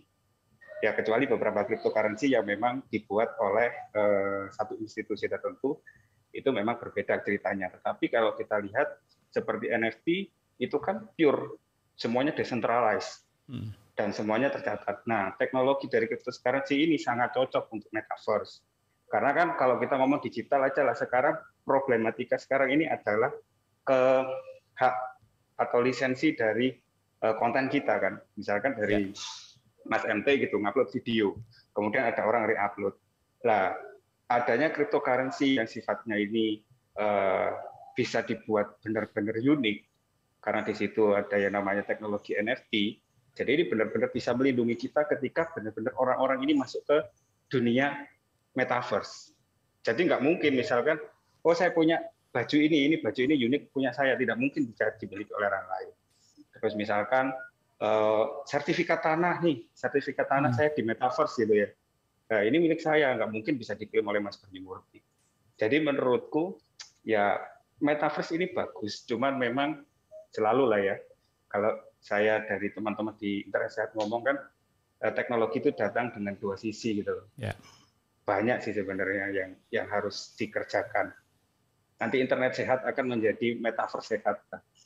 Ya kecuali beberapa cryptocurrency yang memang dibuat oleh uh, satu institusi tertentu, itu memang berbeda ceritanya. Tetapi kalau kita lihat seperti N F T itu kan pure, semuanya decentralized. Hmm. Dan semuanya tercatat. Nah, teknologi dari cryptocurrency ini sangat cocok untuk metaverse. Karena kan kalau kita ngomong digital aja lah, sekarang problematika sekarang ini adalah ke hak atau lisensi dari uh, konten kita kan. Misalkan dari ya. Mas M T gitu, ngupload video. Kemudian ada orang re-upload. Nah, adanya cryptocurrency yang sifatnya ini uh, bisa dibuat benar-benar unik, karena di situ ada yang namanya teknologi N F T. Jadi ini benar-benar bisa melindungi kita ketika benar-benar orang-orang ini masuk ke dunia metaverse. Jadi nggak mungkin misalkan, oh saya punya baju ini, ini baju ini unik punya saya, tidak mungkin bisa dimiliki oleh orang lain. Terus misalkan uh, sertifikat tanah nih, sertifikat tanah hmm. saya di metaverse gitu ya. Nah, ini milik saya, nggak mungkin bisa diklaim oleh Mas Bani Murti. Jadi menurutku ya metaverse ini bagus, cuman memang selalu lah ya. Kalau saya dari teman-teman di internet sehat ngomong kan teknologi itu datang dengan dua sisi gitu. Yeah. Banyak sih sebenarnya yang yang harus dikerjakan. Nanti internet sehat akan menjadi metaverse sehat.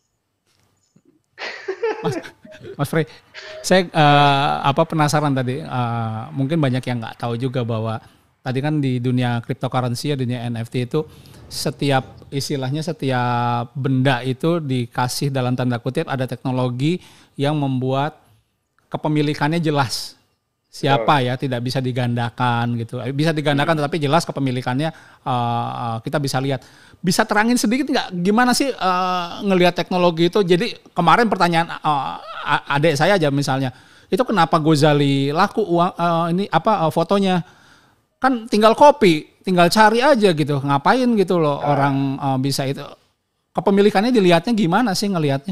Mas, Mas Frey, saya uh, apa penasaran tadi. Uh, mungkin banyak yang nggak tahu juga bahwa tadi kan di dunia cryptocurrency ya, dunia N F T itu setiap istilahnya setiap benda itu dikasih dalam tanda kutip ada teknologi yang membuat kepemilikannya jelas siapa ya, tidak bisa digandakan gitu, bisa digandakan tetapi jelas kepemilikannya uh, kita bisa lihat. Bisa terangin sedikit nggak gimana sih uh, ngelihat teknologi itu? Jadi kemarin pertanyaan uh, adik saya aja misalnya, itu kenapa Gozali laku uang uh, ini apa uh, fotonya? Kan tinggal copy, tinggal cari aja gitu, ngapain gitu loh nah. orang uh, bisa itu. Kepemilikannya dilihatnya gimana sih ngelihatnya?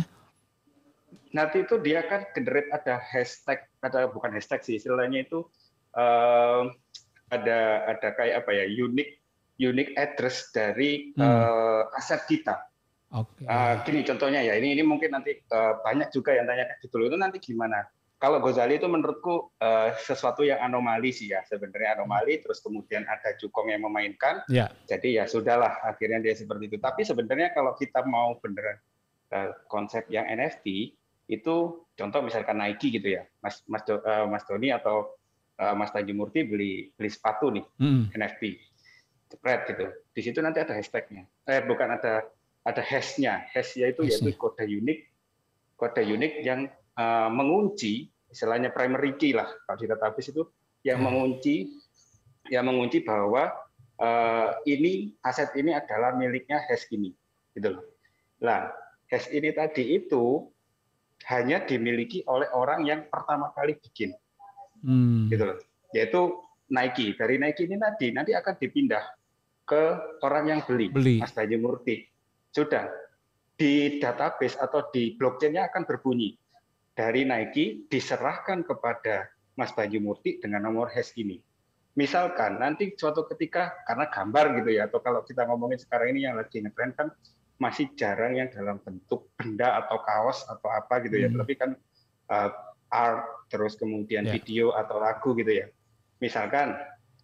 Nanti itu dia kan generate ada hashtag, ada bukan hashtag sih, istilahnya itu uh, ada ada kayak apa ya, unique unique address dari hmm. uh, aset kita. Oke. Okay. Uh, gini contohnya ya, ini ini mungkin nanti uh, banyak juga yang tanya gitu loh, itu nanti gimana? Kalau Gozali itu menurutku uh, sesuatu yang anomali sih ya, sebenarnya anomali, terus kemudian ada Cukong yang memainkan, yeah. jadi ya sudahlah akhirnya dia seperti itu. Tapi sebenarnya kalau kita mau beneran uh, konsep yang N F T itu, contoh misalkan Nike gitu ya, Mas Mas uh, Mas Doni atau uh, Mas Tanjung Murti beli beli sepatu nih mm. N F T, spread gitu, di situ nanti ada hashtagnya, eh bukan ada ada hashnya, hashnya itu yaitu kode unik, kode unik yang Uh, mengunci, istilahnya primary key lah kalau di database itu, yang hmm. mengunci, yang mengunci bahwa uh, ini aset ini adalah miliknya hash ini, gitu loh. Nah, hash ini tadi itu hanya dimiliki oleh orang yang pertama kali bikin, hmm. gitu loh. Yaitu Nike. Dari Nike ini nanti nanti akan dipindah ke orang yang beli, beli. Mas Tanjung Murti. Sudah di database atau di blockchain-nya akan berbunyi. Dari Nike diserahkan kepada Mas Banyu Murti dengan nomor hash ini. Misalkan nanti suatu ketika karena gambar gitu ya, atau kalau kita ngomongin sekarang ini yang lagi ngetren kan masih jarang yang dalam bentuk benda atau kaos atau apa gitu ya, hmm. tapi kan uh, art terus kemudian yeah. video atau lagu gitu ya. Misalkan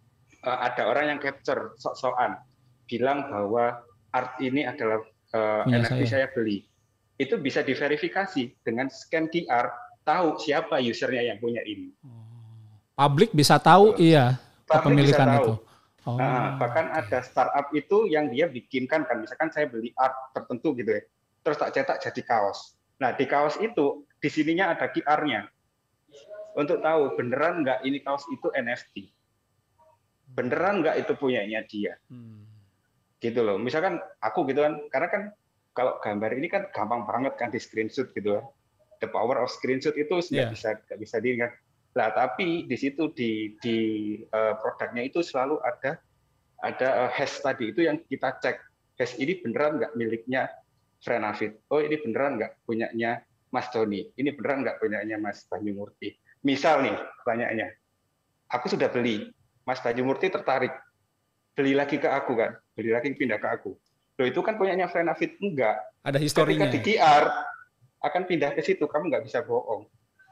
uh, ada orang yang capture sok-sokan bilang bahwa art ini adalah uh, Ya, N F T saya. saya beli. Itu bisa diverifikasi dengan scan Q R, tahu siapa usernya yang punya ini. Publik bisa tahu, Betul. iya, Publik kepemilikan bisa tahu. itu. Oh, Nah, bahkan oke. ada startup itu yang dia bikinkan kan, misalkan saya beli art tertentu gitu ya, terus tak cetak jadi kaos. Nah di kaos itu di sininya ada Q R-nya untuk tahu beneran nggak ini kaos itu N F T, beneran nggak itu punyanya dia, Hmm. gitu loh. Misalkan aku gitu kan, karena kan kalau gambar ini kan gampang banget kan di screenshot gitu ya. The power of screenshot itu nggak Yeah. bisa nggak bisa di kan. Lah tapi di situ di di uh, produknya itu selalu ada ada uh, hash tadi itu yang kita cek, hash ini beneran nggak miliknya Frenafit, oh ini beneran nggak punyanya Mas Doni, ini beneran nggak punyanya Mas Banyumurti. Misal nih pertanyaannya, aku sudah beli, Mas Banyumurti tertarik, beli lagi ke aku kan, beli lagi pindah ke aku. Loh itu kan punyanya Frenafit, enggak. Ada historinya. Ketika di Q R akan pindah ke situ, kamu nggak bisa bohong.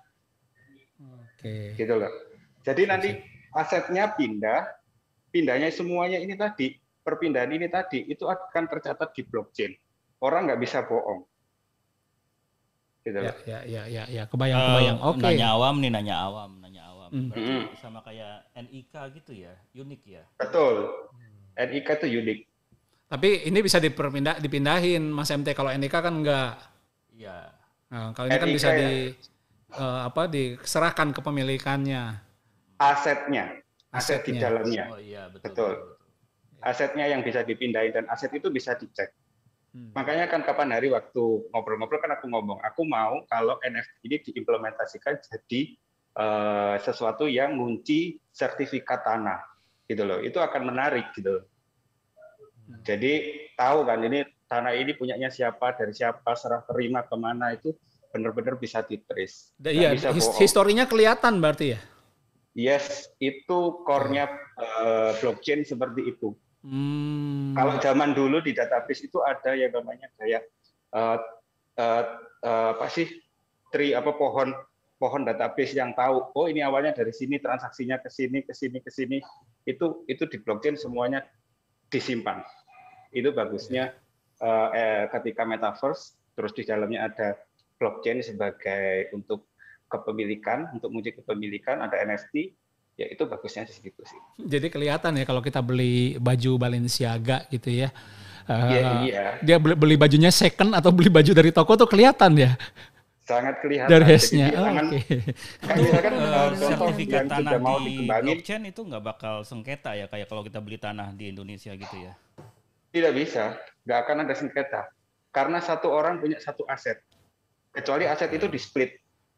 Oke. Gitu loh. Jadi nanti asetnya pindah, pindahnya semuanya ini tadi, perpindahan ini tadi itu akan tercatat di blockchain. Orang nggak bisa bohong. Gitu Ya, loh. ya, ya, ya, ya, kebayang, kebayang. Eh, Oke. Nanya awam nih, nanya awam, nanya awam. Hmm. Berarti Hmm. sama kayak N I K gitu ya, unik ya. Betul. N I K itu unik. Tapi ini bisa dipindah, dipindahin, Mas M T. Kalau N I K kan enggak. Iya. Nah, kalau ini kan N I K bisa ya. di eh, apa diserahkan kepemilikannya. Asetnya, aset di Asetnya. dalamnya. Oh iya, betul. Betul. betul, betul. Asetnya yang bisa dipindahin dan aset itu bisa dicek. Hmm. Makanya kan kapan hari waktu ngobrol-ngobrol kan aku ngomong, aku mau kalau N F T ini diimplementasikan jadi eh, sesuatu yang ngunci sertifikat tanah, gitu loh. Itu akan menarik, gitu loh. Jadi tahu kan ini tanah ini punyanya siapa, dari siapa, serah terima kemana itu benar-benar bisa di-trace. Da- Nggak Iya, bisa his- bohong. historinya kelihatan berarti ya. Yes, itu core-nya eh, blockchain seperti itu. Hmm. Kalau zaman dulu di database itu ada yang namanya kayak uh, uh, uh, apa sih tree apa pohon pohon database yang tahu oh ini awalnya dari sini transaksinya ke sini ke sini ke sini itu itu di blockchain semuanya disimpan. Itu bagusnya uh, eh, ketika metaverse terus di dalamnya ada blockchain sebagai untuk kepemilikan untuk menguji kepemilikan ada N F T. Ya itu bagusnya di situ sih. Jadi kelihatan ya kalau kita beli baju Balenciaga gitu ya. Iya, Eh, iya. Dia beli, beli bajunya second atau beli baju dari toko tuh kelihatan ya Sangat kelihatan. dari Jadi hash-nya. di Oh, tangan, Oke. kayak misalkan Eh, uh, Eh, contoh sertifikat yang tanah sudah mau di dikembangin blockchain itu nggak bakal sengketa ya kayak kalau kita beli tanah di Indonesia gitu ya. tidak bisa, nggak akan ada sengketa karena satu orang punya satu aset, kecuali aset itu di split.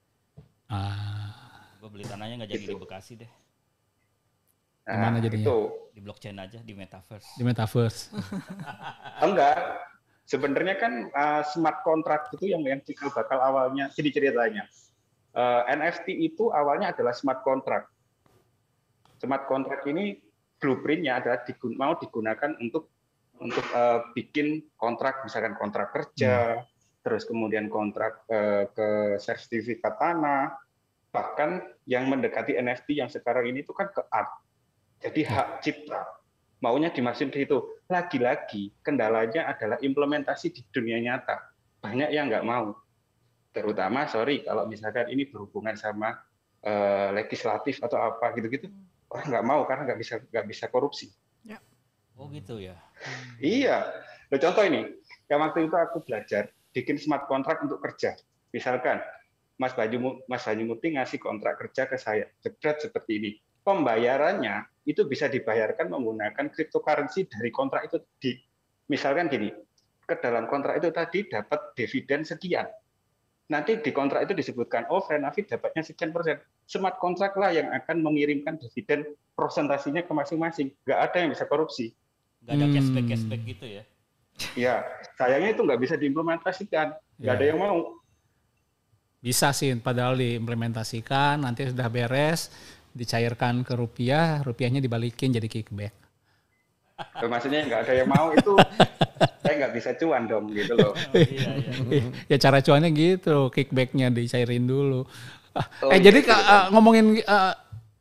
Ah, Gue beli tanahnya nggak jadi Gitu. di Bekasi deh, Nah, Gimana jadinya? itu di blockchain aja di metaverse. di metaverse. enggak. Sebenarnya kan uh, smart contract itu yang yang cikal bakal awalnya, jadi ceritanya uh, N F T itu awalnya adalah smart contract. Smart contract ini blueprintnya adalah digun- mau digunakan untuk untuk uh, bikin kontrak, misalkan kontrak kerja, terus kemudian kontrak uh, ke sertifikat tanah, bahkan yang mendekati N F T yang sekarang ini itu kan ke art. Jadi hak cipta maunya dimasukin di situ. Lagi-lagi kendalanya adalah implementasi di dunia nyata. Banyak yang nggak mau. Terutama, sorry, kalau misalkan ini berhubungan sama uh, legislatif atau apa gitu-gitu, orang nggak mau karena nggak bisa nggak bisa korupsi. Oh gitu ya. Iya. Loh, contoh ini, yang waktu itu aku belajar bikin smart contract untuk kerja. Misalkan Mas Baju Mas Banyumurti ngasih kontrak kerja ke saya, jebret seperti ini. Pembayarannya itu bisa dibayarkan menggunakan cryptocurrency dari kontrak itu di misalkan gini, ke dalam kontrak itu tadi dapat dividen sekian. Nanti di kontrak itu disebutkan, oh Frenafit dapatnya sekian persen. Smart contract lah yang akan mengirimkan dividen prosentasinya ke masing-masing. Nggak ada yang bisa korupsi. Nggak ada Hmm. cashback cashback gitu ya. Ya, sayangnya itu nggak bisa diimplementasikan. Nggak Ya. ada yang mau. Bisa sih padahal diimplementasikan, nanti sudah beres, dicairkan ke rupiah, rupiahnya dibalikin jadi kickback. Loh, maksudnya nggak ada yang mau itu, saya nggak bisa cuan dong gitu loh. Oh, iya iya. Ya cara cuannya gitu, kickbacknya dicairin dulu. Ah, Oh, eh iya, jadi iya, Kak, iya. eh, ngomongin, eh,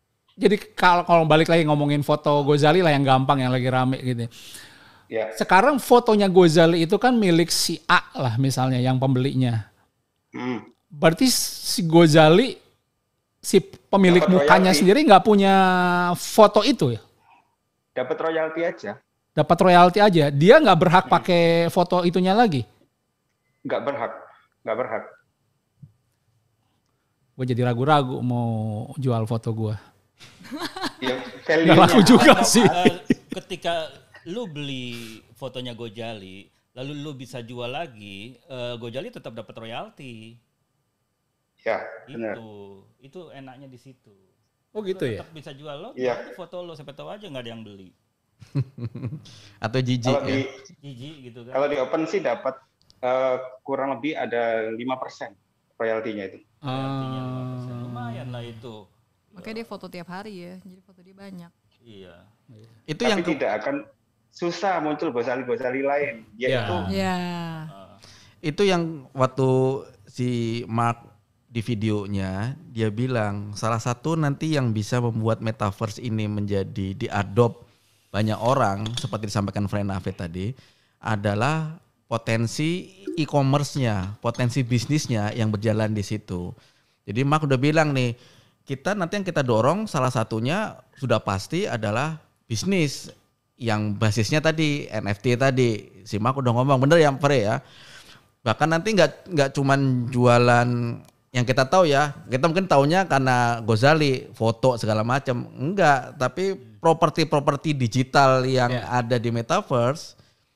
jadi kalau kalau balik lagi ngomongin foto Ghazali lah yang gampang yang lagi rame gitu. Ya, Sekarang fotonya Ghazali itu kan milik si A lah misalnya yang pembelinya. hmm. Berarti si Ghazali si pemilik Dapat mukanya royalti. sendiri nggak punya foto itu ya? Dapat royalti aja, Dapat royalti aja. Dia nggak berhak pakai foto itunya lagi. nggak berhak, nggak berhak. Gue jadi ragu-ragu mau jual foto gue. Ya, Nggak value-nya laku juga Atau, sih. eh, ketika lu beli fotonya Ghazali, lalu lu bisa jual lagi, eh, Ghazali tetap dapat royalti. Ya, benar. Itu, itu enaknya di situ. Oh gitu Lu ya? tetap bisa jual lo, Iya. jual aja foto lo, siapa tahu aja nggak ada yang beli. Atau jijik Kalau ya. di Jijik gitu kan. kalau di open sih dapat eh, kurang lebih ada lima persen royaltinya itu. Royaltinya lima persen. Ah. Lumayan lah itu. Makanya dia foto tiap hari ya, jadi foto dia banyak. Iya. Itu Tapi yang ke- tidak akan susah muncul Gozali-Gozali lain, yaitu Ya. Ah. itu yang waktu si Mark di videonya dia bilang salah satu nanti yang bisa membuat metaverse ini menjadi diadopt banyak orang seperti disampaikan Frenave tadi adalah potensi e-commerce-nya, potensi bisnisnya yang berjalan di situ. Jadi Mark udah bilang nih, kita nanti yang kita dorong salah satunya sudah pasti adalah bisnis yang basisnya tadi N F T tadi. Si Mark udah ngomong bener ya Fre ya. Bahkan nanti nggak nggak cuman jualan yang kita tahu ya, kita mungkin taunya karena Ghazali, foto segala macam. Enggak, tapi properti-properti digital yang Ya. ada di metaverse,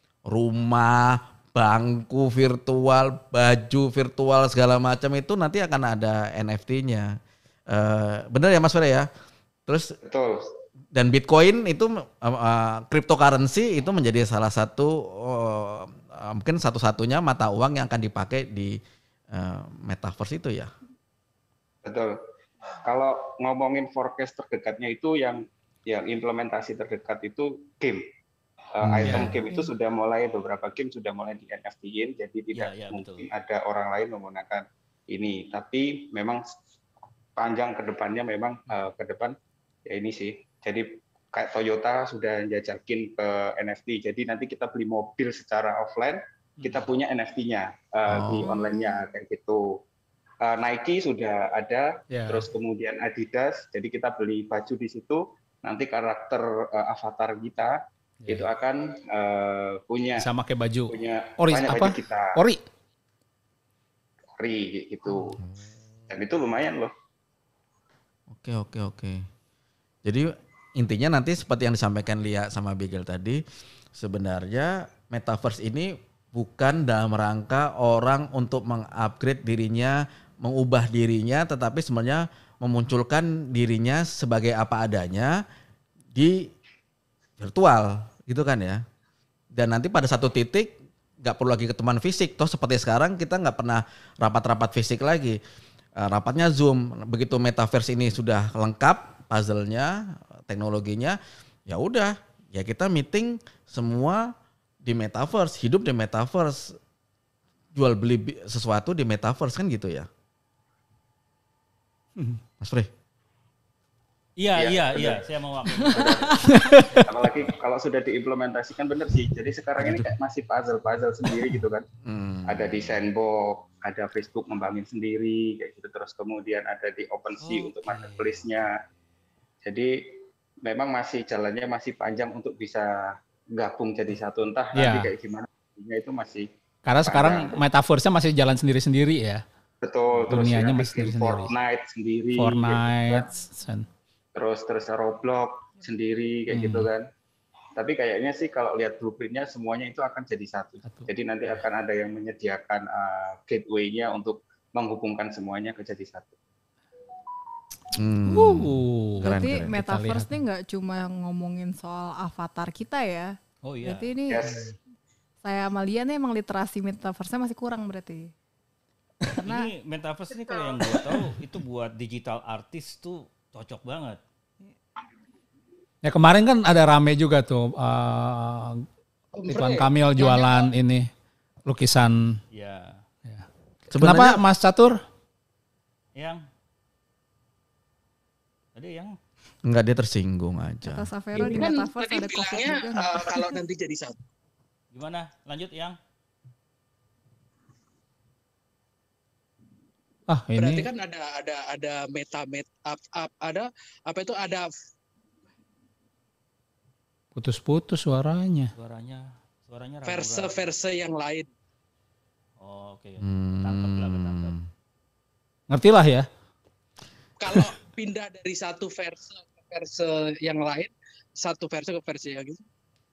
rumah, bangku virtual, baju virtual segala macam itu nanti akan ada N F T-nya. Eh, bener ya Mas Fre ya? Terus betul. dan Bitcoin itu uh, uh, cryptocurrency itu menjadi salah satu uh, uh, mungkin satu-satunya mata uang yang akan dipakai di uh, metaverse itu ya. Betul. Kalau ngomongin forecast terdekatnya itu yang yang implementasi terdekat itu game. Uh, Hmm, item ya. game itu sudah mulai beberapa game sudah mulai di N F T-in, jadi tidak ya, mungkin betul. ada orang lain menggunakan ini. Tapi memang panjang ke depannya memang uh, ke depan ya ini sih. Jadi kayak Toyota sudah jajakin ke N F T. Jadi nanti kita beli mobil secara offline, kita punya N F T-nya uh, di Oh. online-nya kayak gitu. Uh, Nike sudah ada, Ya. terus kemudian Adidas. Jadi kita beli baju di situ, nanti karakter uh, avatar kita Ya. itu akan uh, punya Bisa pakai baju. punya Ori banyak apa? baju kita Ori. free gitu. Dan itu lumayan loh. Oke oke oke. Jadi intinya nanti seperti yang disampaikan Lia sama Bigel tadi, sebenarnya metaverse ini bukan dalam rangka orang untuk mengupgrade dirinya, mengubah dirinya, tetapi sebenarnya memunculkan dirinya sebagai apa adanya di virtual, gitu kan ya. Dan nanti pada satu titik nggak perlu lagi ketemuan fisik, toh seperti sekarang kita nggak pernah rapat-rapat fisik lagi. Uh, rapatnya Zoom. Begitu metaverse ini sudah lengkap puzzle-nya, teknologinya, ya udah, ya kita meeting semua di metaverse, hidup di metaverse, jual beli bi- sesuatu di metaverse kan gitu ya. Mas Fre. Iya, Iya, iya, benar. iya, saya mau wakil. Apalagi kalau sudah diimplementasikan bener sih. Jadi sekarang ini kayak masih puzzle-puzzle sendiri gitu kan. Hmm. Ada di Sandbox, ada Facebook ngembangin sendiri kayak gitu. Terus kemudian ada di OpenSea Oke. untuk marketplace-nya. Jadi memang masih jalannya masih panjang untuk bisa gabung jadi satu. Entah Ya. nanti kayak gimana. Ini itu masih Karena sekarang Panjang. metaverse-nya masih jalan sendiri-sendiri ya. betul. Terus Dunianya yang masih bikin sendiri-sendiri. Fortnite sendiri. kayak gitu Fortnite. kan. Terus terus Roblox sendiri kayak Hmm. gitu kan. Tapi kayaknya sih kalau lihat blueprint-nya semuanya itu akan jadi satu. Satu. Jadi nanti akan ada yang menyediakan uh, gateway-nya untuk menghubungkan semuanya ke jadi satu. Hmm. Uh, Keren, Berarti keren. metaverse Kita nih nggak cuma ngomongin soal avatar kita ya. Oh iya. Berarti ini Yes. saya sama Lia nih emang literasi metaverse-nya masih kurang berarti. Karena Ini metaverse ini kalau yang gue tahu itu buat digital artist tuh cocok banget. Ya kemarin kan ada rame juga tuh uh, Ridwan Kamil jualan ini lukisan. Ya. Sebenarnya Kenapa Mas Catur? Yang tadi yang Enggak, dia tersinggung aja. Kata Savero di Ini kan metaverse tadi ada covid bilangnya juga nggak? uh, kalau nanti jadi satu. Gimana? Lanjut yang. Ah Berarti ini kan ada ada ada meta met up, up ada apa itu ada putus-putus suaranya. Suaranya, suaranya ragu-ragu. verse-verse yang lain. Oh, oke. Hmm. Tangkap lah, ketangkap. Ngerti lah ya. Kalau pindah dari satu verse ke verse yang lain, satu verse ke verse yang gitu.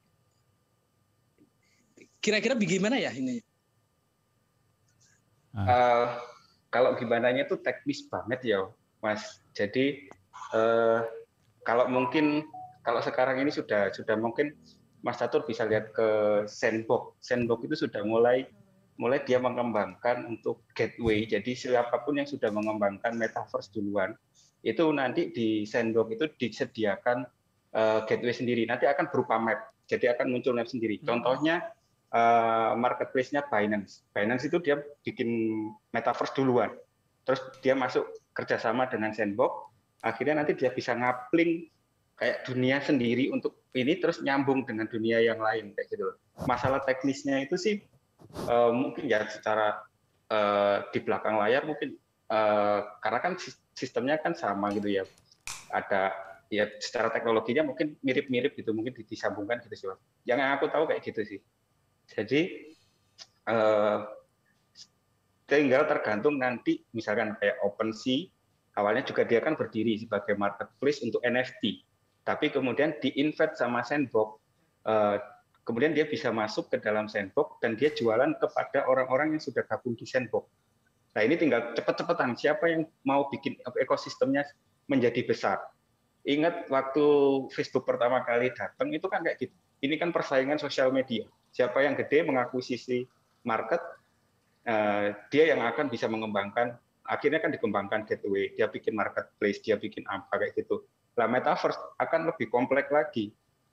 Kira-kira bagaimana ya ini? Eh, kalau gimananya itu teknis banget ya, Mas. Jadi eh, kalau mungkin kalau sekarang ini sudah sudah mungkin Mas Catur bisa lihat ke Sandbox. Sandbox itu sudah mulai mulai dia mengembangkan untuk gateway. Jadi siapapun yang sudah mengembangkan metaverse duluan, itu nanti di Sandbox itu disediakan uh, gateway sendiri. Nanti akan berupa map. Jadi akan muncul map sendiri. Contohnya uh, marketplace-nya Binance. Binance itu dia bikin metaverse duluan. Terus dia masuk kerjasama dengan Sandbox. Akhirnya nanti dia bisa ngapling kayak dunia sendiri untuk ini, terus nyambung dengan dunia yang lain kayak gitu. Masalah teknisnya itu sih uh, mungkin ya secara uh, di belakang layar mungkin uh, karena kan sistemnya kan sama gitu ya. Ada ya secara teknologinya mungkin mirip-mirip gitu, mungkin disambungkan gitu sih. Yang aku tahu kayak gitu sih. Jadi uh, tinggal tergantung nanti misalkan kayak OpenSea awalnya juga dia kan berdiri sebagai marketplace untuk N F T. Tapi kemudian di-invite sama Sandbox, uh, kemudian dia bisa masuk ke dalam Sandbox dan dia jualan kepada orang-orang yang sudah gabung di Sandbox. Nah ini tinggal cepet-cepetan, siapa yang mau bikin ekosistemnya menjadi besar. Ingat waktu Facebook pertama kali datang itu kan kayak gitu. Ini kan persaingan sosial media. Siapa yang gede mengakuisisi market, uh, dia yang akan bisa mengembangkan, akhirnya kan dikembangkan gateway, dia bikin marketplace, dia bikin apa kayak gitu. Nah, metaverse akan lebih kompleks lagi.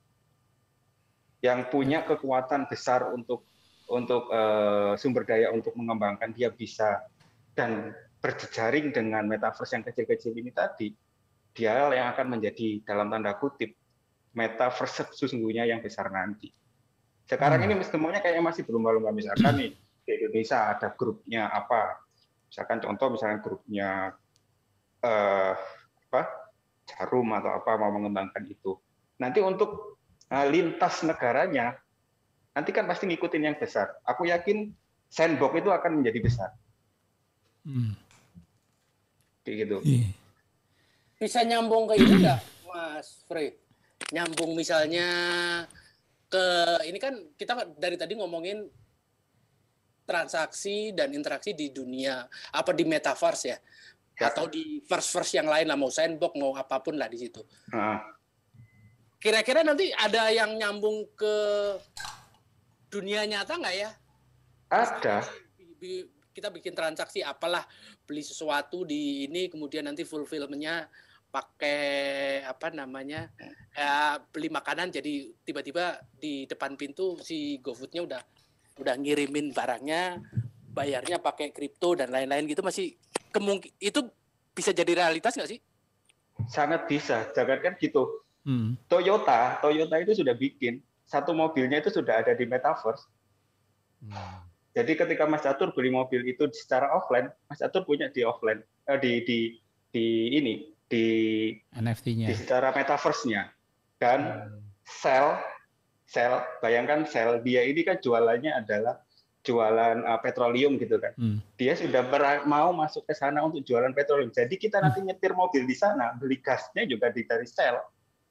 Yang punya kekuatan besar untuk untuk uh, sumber daya untuk mengembangkan dia bisa dan berjejaring dengan metaverse yang kecil-kecil ini tadi, dia yang akan menjadi dalam tanda kutip metaverse sesungguhnya yang besar nanti. Sekarang ini semuanya kayaknya masih belum lomba misalkan nih di Indonesia ada grupnya apa, misalkan contoh misalkan grupnya uh, apa? Jarum atau apa mau mengembangkan itu. Nanti untuk uh, lintas negaranya, nanti kan pasti ngikutin yang besar. Aku yakin Sandbox itu akan menjadi besar. Hmm. Kayak gitu. Iya. Bisa nyambung ke ini nggak, Mas Frey? Nyambung misalnya ke ini kan kita dari tadi ngomongin transaksi dan interaksi di dunia apa di metaverse ya. Atau di verse-verse yang lain lah, mau Sandbox, mau apapun lah di situ. Uh. Kira-kira nanti ada yang nyambung ke dunia nyata nggak ya? Ada. Kita bikin transaksi apalah, beli sesuatu di ini, kemudian nanti fulfillment-nya pakai apa namanya, ya, beli makanan, jadi tiba-tiba di depan pintu si GoFood-nya udah udah ngirimin barangnya, bayarnya pakai kripto dan lain-lain gitu. Masih kemungkin itu bisa jadi realitas nggak sih? Sangat bisa, jangan kan gitu. Hmm. Toyota, Toyota itu sudah bikin satu mobilnya itu sudah ada di metaverse. Hmm. Jadi ketika Mas Catur beli mobil itu secara offline, Mas Catur punya di offline, eh, di di di ini di N F T-nya. di secara metaverse-nya. Dan Hmm. sell, sell, bayangkan sell dia ini kan jualannya adalah jualan uh, petroleum gitu kan. Hmm. Dia sudah ber- mau masuk ke sana untuk jualan petroleum. Jadi kita nanti nyetir mobil di sana, beli gasnya juga di dari sel.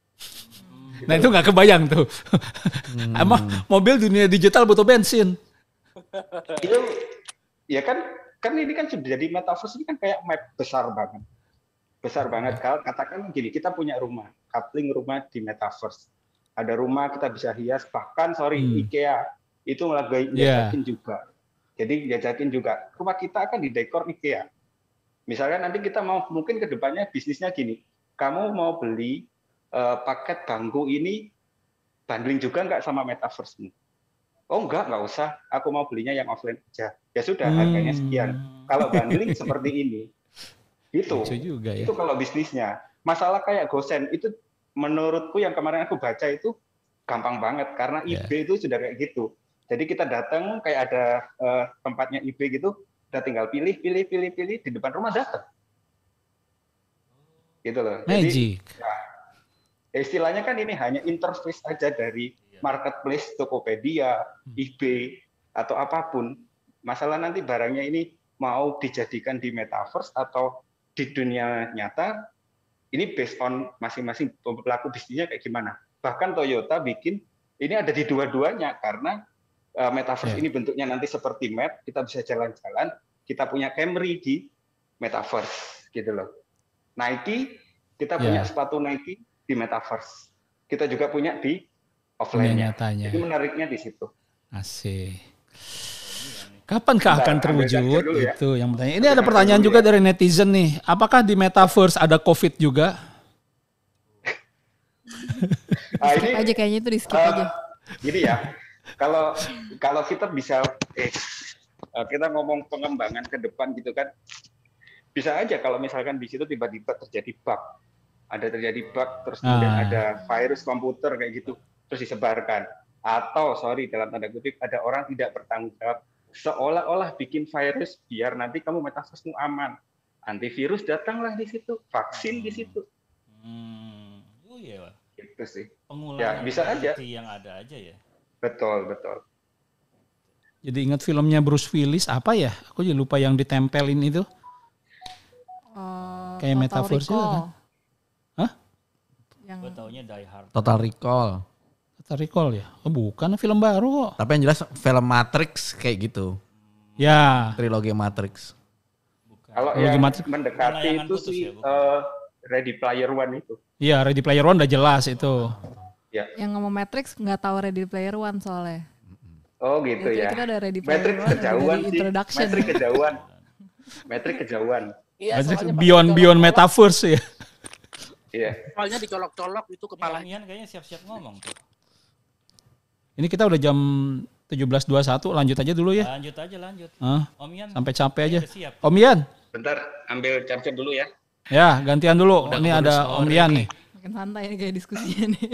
Nah itu nggak kebayang tuh. Hmm. Emang mobil dunia digital butuh bensin. Itu ya kan kan ini kan sudah jadi metaverse ini kan kayak map besar banget. Besar banget. Kalau katakan gini, kita punya rumah, coupling rumah di metaverse. Ada rumah kita bisa hias, bahkan sorry Hmm. IKEA itu lagi Yeah. diajakin juga. Jadi diajakin juga. Rumah kita akan didekor IKEA. Misalnya nanti kita mau mungkin ke depannya bisnisnya gini. Kamu mau beli uh, paket bangku ini bundling juga nggak sama metaverse-mu? Oh enggak, nggak usah. Aku mau belinya yang offline aja. Ya sudah, harganya sekian. Kalau bundling seperti ini. Gitu. Lucu juga ya. Itu kalau bisnisnya. masalah kayak Gosen itu menurutku yang kemarin aku baca itu gampang banget karena I B yeah. itu sudah kayak gitu. Jadi kita datang kayak ada uh, tempatnya I B gitu, udah tinggal pilih, pilih, pilih, pilih di depan rumah datang. Gitu loh. Magic. Jadi, ya, istilahnya kan ini hanya interface aja dari marketplace, Tokopedia, I B atau apapun. Masalah nanti barangnya ini mau dijadikan di metaverse atau di dunia nyata, ini based on masing-masing pelaku bisnisnya kayak gimana. Bahkan Toyota bikin ini ada di dua-duanya karena uh, metaverse yeah. ini bentuknya nanti seperti map, kita bisa jalan-jalan, kita punya Camry di metaverse gitu loh. Nike, kita yeah. punya sepatu Nike di metaverse. Kita juga punya di offline-nya. Jadi menariknya di situ. Asik. Kapankah akan terwujud? Ya. Itu yang bertanya. Ini ada pertanyaan juga ya. Dari netizen nih. Apakah di metaverse ada COVID juga? Nah, skip ini, aja kayaknya itu di skip uh, aja. Gini ya, kalau kalau kita bisa eh, kita ngomong pengembangan ke depan gitu kan, bisa aja kalau misalkan di situ tiba-tiba terjadi bug, ada terjadi bug terus kemudian ah. ada virus komputer kayak gitu terus disebarkan, atau sorry dalam tanda kutip ada orang tidak bertanggung jawab seolah-olah bikin virus biar nanti kamu metaverse-mu aman, antivirus datanglah di situ, vaksin di situ. Hmm. Oh iya. Itu sih. Pengulangan ya, bisa aja. Yang ada aja ya. Betul, betul. Jadi ingat filmnya Bruce Willis apa ya? Aku jadi lupa yang ditempelin itu. Uh, Kayak metaverse itu kan? Hah? Yang gue taunya Die Hard. Total Recall. Total Recall ya? Oh bukan, film baru kok. Tapi yang jelas film Matrix kayak gitu. Ya. Trilogi Matrix. Bukan. Kalau yang Matrix mendekati itu sih ya, uh, Ready Player One itu. Iya, Ready Player One udah jelas itu. Ya. Yang ngomong Matrix nggak tahu Ready Player One soalnya. Oh gitu ya. ya. Kita ada Ready Player Matrix One kejauhan dari sih. introduction. Matrix kejauhan. Matrix kejauhan. Iya, beyond beyond metaverse ya. Iya. Soalnya dicolok-colok itu kepalanya. Ya, kayaknya siap-siap ngomong tuh. Ini kita udah jam tujuh belas dua puluh satu, lanjut aja dulu ya. Lanjut aja lanjut. Ah, Om Ian. Sampai capek aja. Siap. Om Ian. Bentar, ambil charger dulu ya. Ya, gantian dulu. Udah ini ada Om Ian nih. Makin santai nih kayak diskusinya nih.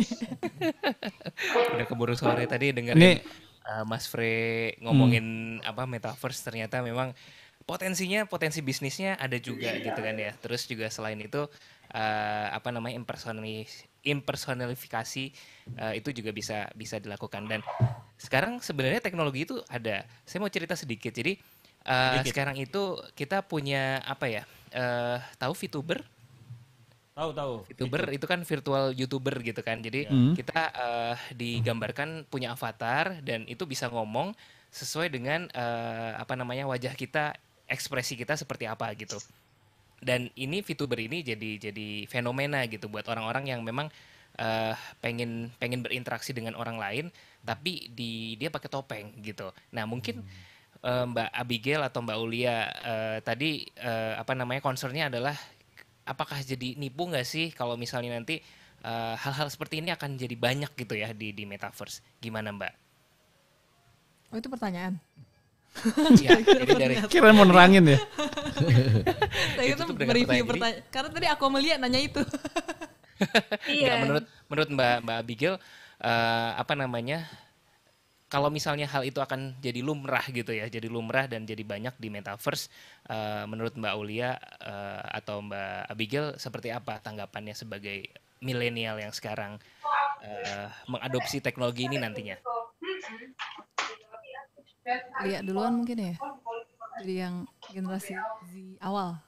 Udah keburu sore tadi dengerin nih, uh, Mas Fre ngomongin hmm. apa metaverse, ternyata memang potensinya, potensi bisnisnya ada juga gitu kan ya. Terus juga selain itu uh, apa namanya impersonif impersonalifikasi uh, itu juga bisa bisa dilakukan. Dan sekarang sebenarnya teknologi itu ada. Saya mau cerita sedikit. Jadi uh, sekarang itu kita punya apa ya? Uh, tahu VTuber? Tahu tahu. VTuber itu kan virtual YouTuber gitu kan. Jadi hmm. kita uh, digambarkan punya avatar dan itu bisa ngomong sesuai dengan uh, apa namanya wajah kita, ekspresi kita seperti apa gitu. Dan ini VTuber ini jadi jadi fenomena gitu buat orang-orang yang memang uh, pengen pengen berinteraksi dengan orang lain tapi di dia pakai topeng gitu. Nah, mungkin hmm. Mbak Abigail atau Mbak Aulia uh, tadi uh, apa namanya concernnya adalah apakah jadi nipu nggak sih kalau misalnya nanti uh, hal-hal seperti ini akan jadi banyak gitu ya di di metaverse, gimana Mbak? Oh itu pertanyaan. Ya, jadi dari kira mau nerangin ya. Saya itu mereview pertanyaan karena tadi aku melihat nanya itu. Iya. Menurut menurut Mbak Mbak Abigail uh, apa namanya? Kalau misalnya hal itu akan jadi lumrah gitu ya, jadi lumrah dan jadi banyak di metaverse, uh, menurut Mbak Aulia uh, atau Mbak Abigail seperti apa tanggapannya sebagai milenial yang sekarang uh, mengadopsi teknologi ini nantinya? Lihat duluan mungkin ya, jadi yang generasi Z awal.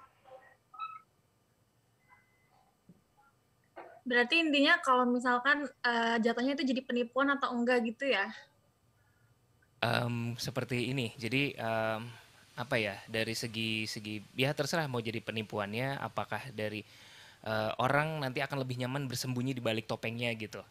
Berarti intinya kalau misalkan uh, jatuhnya itu jadi penipuan atau enggak gitu ya? Um, seperti ini, jadi um, apa ya dari segi segi ya terserah mau jadi penipuannya, apakah dari uh, orang nanti akan lebih nyaman bersembunyi di balik topengnya gitu.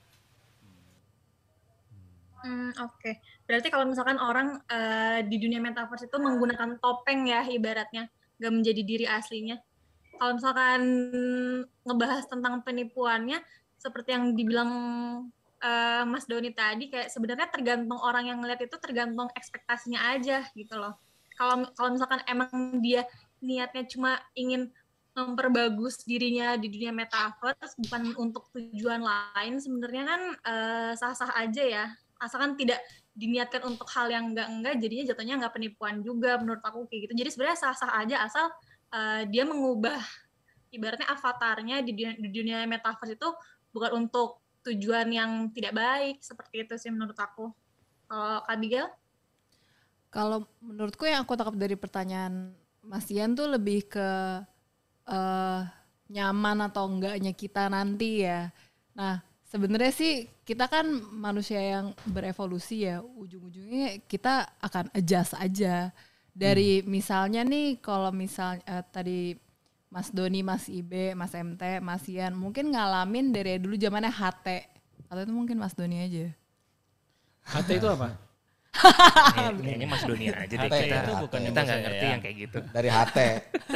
Hmm, oke. Okay. Berarti kalau misalkan orang uh, di dunia metaverse itu menggunakan topeng ya ibaratnya, nggak menjadi diri aslinya. Kalau misalkan ngebahas tentang penipuannya, seperti yang dibilang uh, Mas Doni tadi, kayak sebenarnya tergantung orang yang ngeliat itu tergantung ekspektasinya aja gitu loh. Kalau kalau misalkan emang dia niatnya cuma ingin memperbagus dirinya di dunia metaverse bukan untuk tujuan lain sebenarnya kan uh, sah-sah aja ya, asalkan tidak diniatkan untuk hal yang enggak-enggak jadinya jatuhnya nggak penipuan juga menurut aku kayak gitu. Jadi sebenarnya sah-sah aja asal uh, dia mengubah ibaratnya avatarnya di dunia, di dunia metaverse itu bukan untuk tujuan yang tidak baik, seperti itu sih menurut aku. Kalau Kak Abigail? Kalau menurutku yang aku tangkap dari pertanyaan Mas Ian tuh lebih ke uh, nyaman atau enggaknya kita nanti ya. Nah sebenarnya sih kita kan manusia yang berevolusi ya, ujung-ujungnya kita akan adjust aja. Dari hmm. misalnya nih kalau misalnya uh, tadi Mas Doni, Mas Ibe, Mas M T, Mas Ian mungkin ngalamin dari dulu zamannya H T. Atau itu mungkin Mas Doni aja. H T itu apa? Kayaknya Mas Doni aja deh, H T kita itu bukan kita nggak ngerti yang kayak gitu. Dari H T.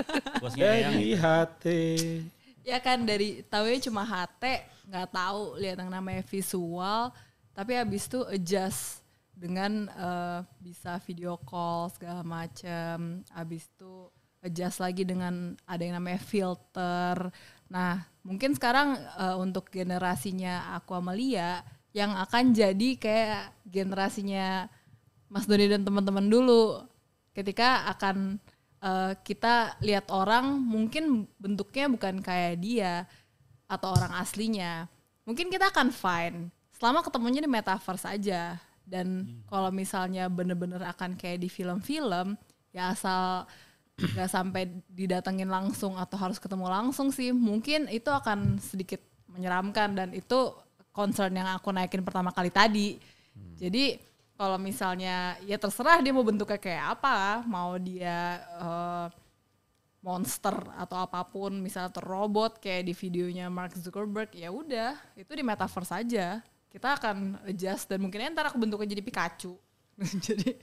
Dari H T. Ya kan dari tahunya cuma H T, nggak tahu lihat yang namanya visual, tapi habis itu adjust dengan uh, bisa video call segala macam, habis itu adjust lagi dengan ada yang namanya filter. Nah, mungkin sekarang uh, untuk generasinya Aqua Melia yang akan jadi kayak generasinya Mas Doni dan teman-teman dulu. Ketika akan uh, kita lihat orang mungkin bentuknya bukan kayak dia atau orang aslinya. Mungkin kita akan fine selama ketemunya di metaverse aja. Dan hmm. kalau misalnya bener-bener akan kayak di film-film, ya asal gak sampai didatengin langsung atau harus ketemu langsung sih, mungkin itu akan sedikit menyeramkan dan itu concern yang aku naikin pertama kali tadi. Hmm. Jadi kalau misalnya ya terserah dia mau bentuknya kayak apa, mau dia uh, monster atau apapun, misalnya atau robot kayak di videonya Mark Zuckerberg, ya udah itu di metaverse aja. Kita akan adjust dan mungkin ntar aku bentuknya jadi Pikachu. Jadi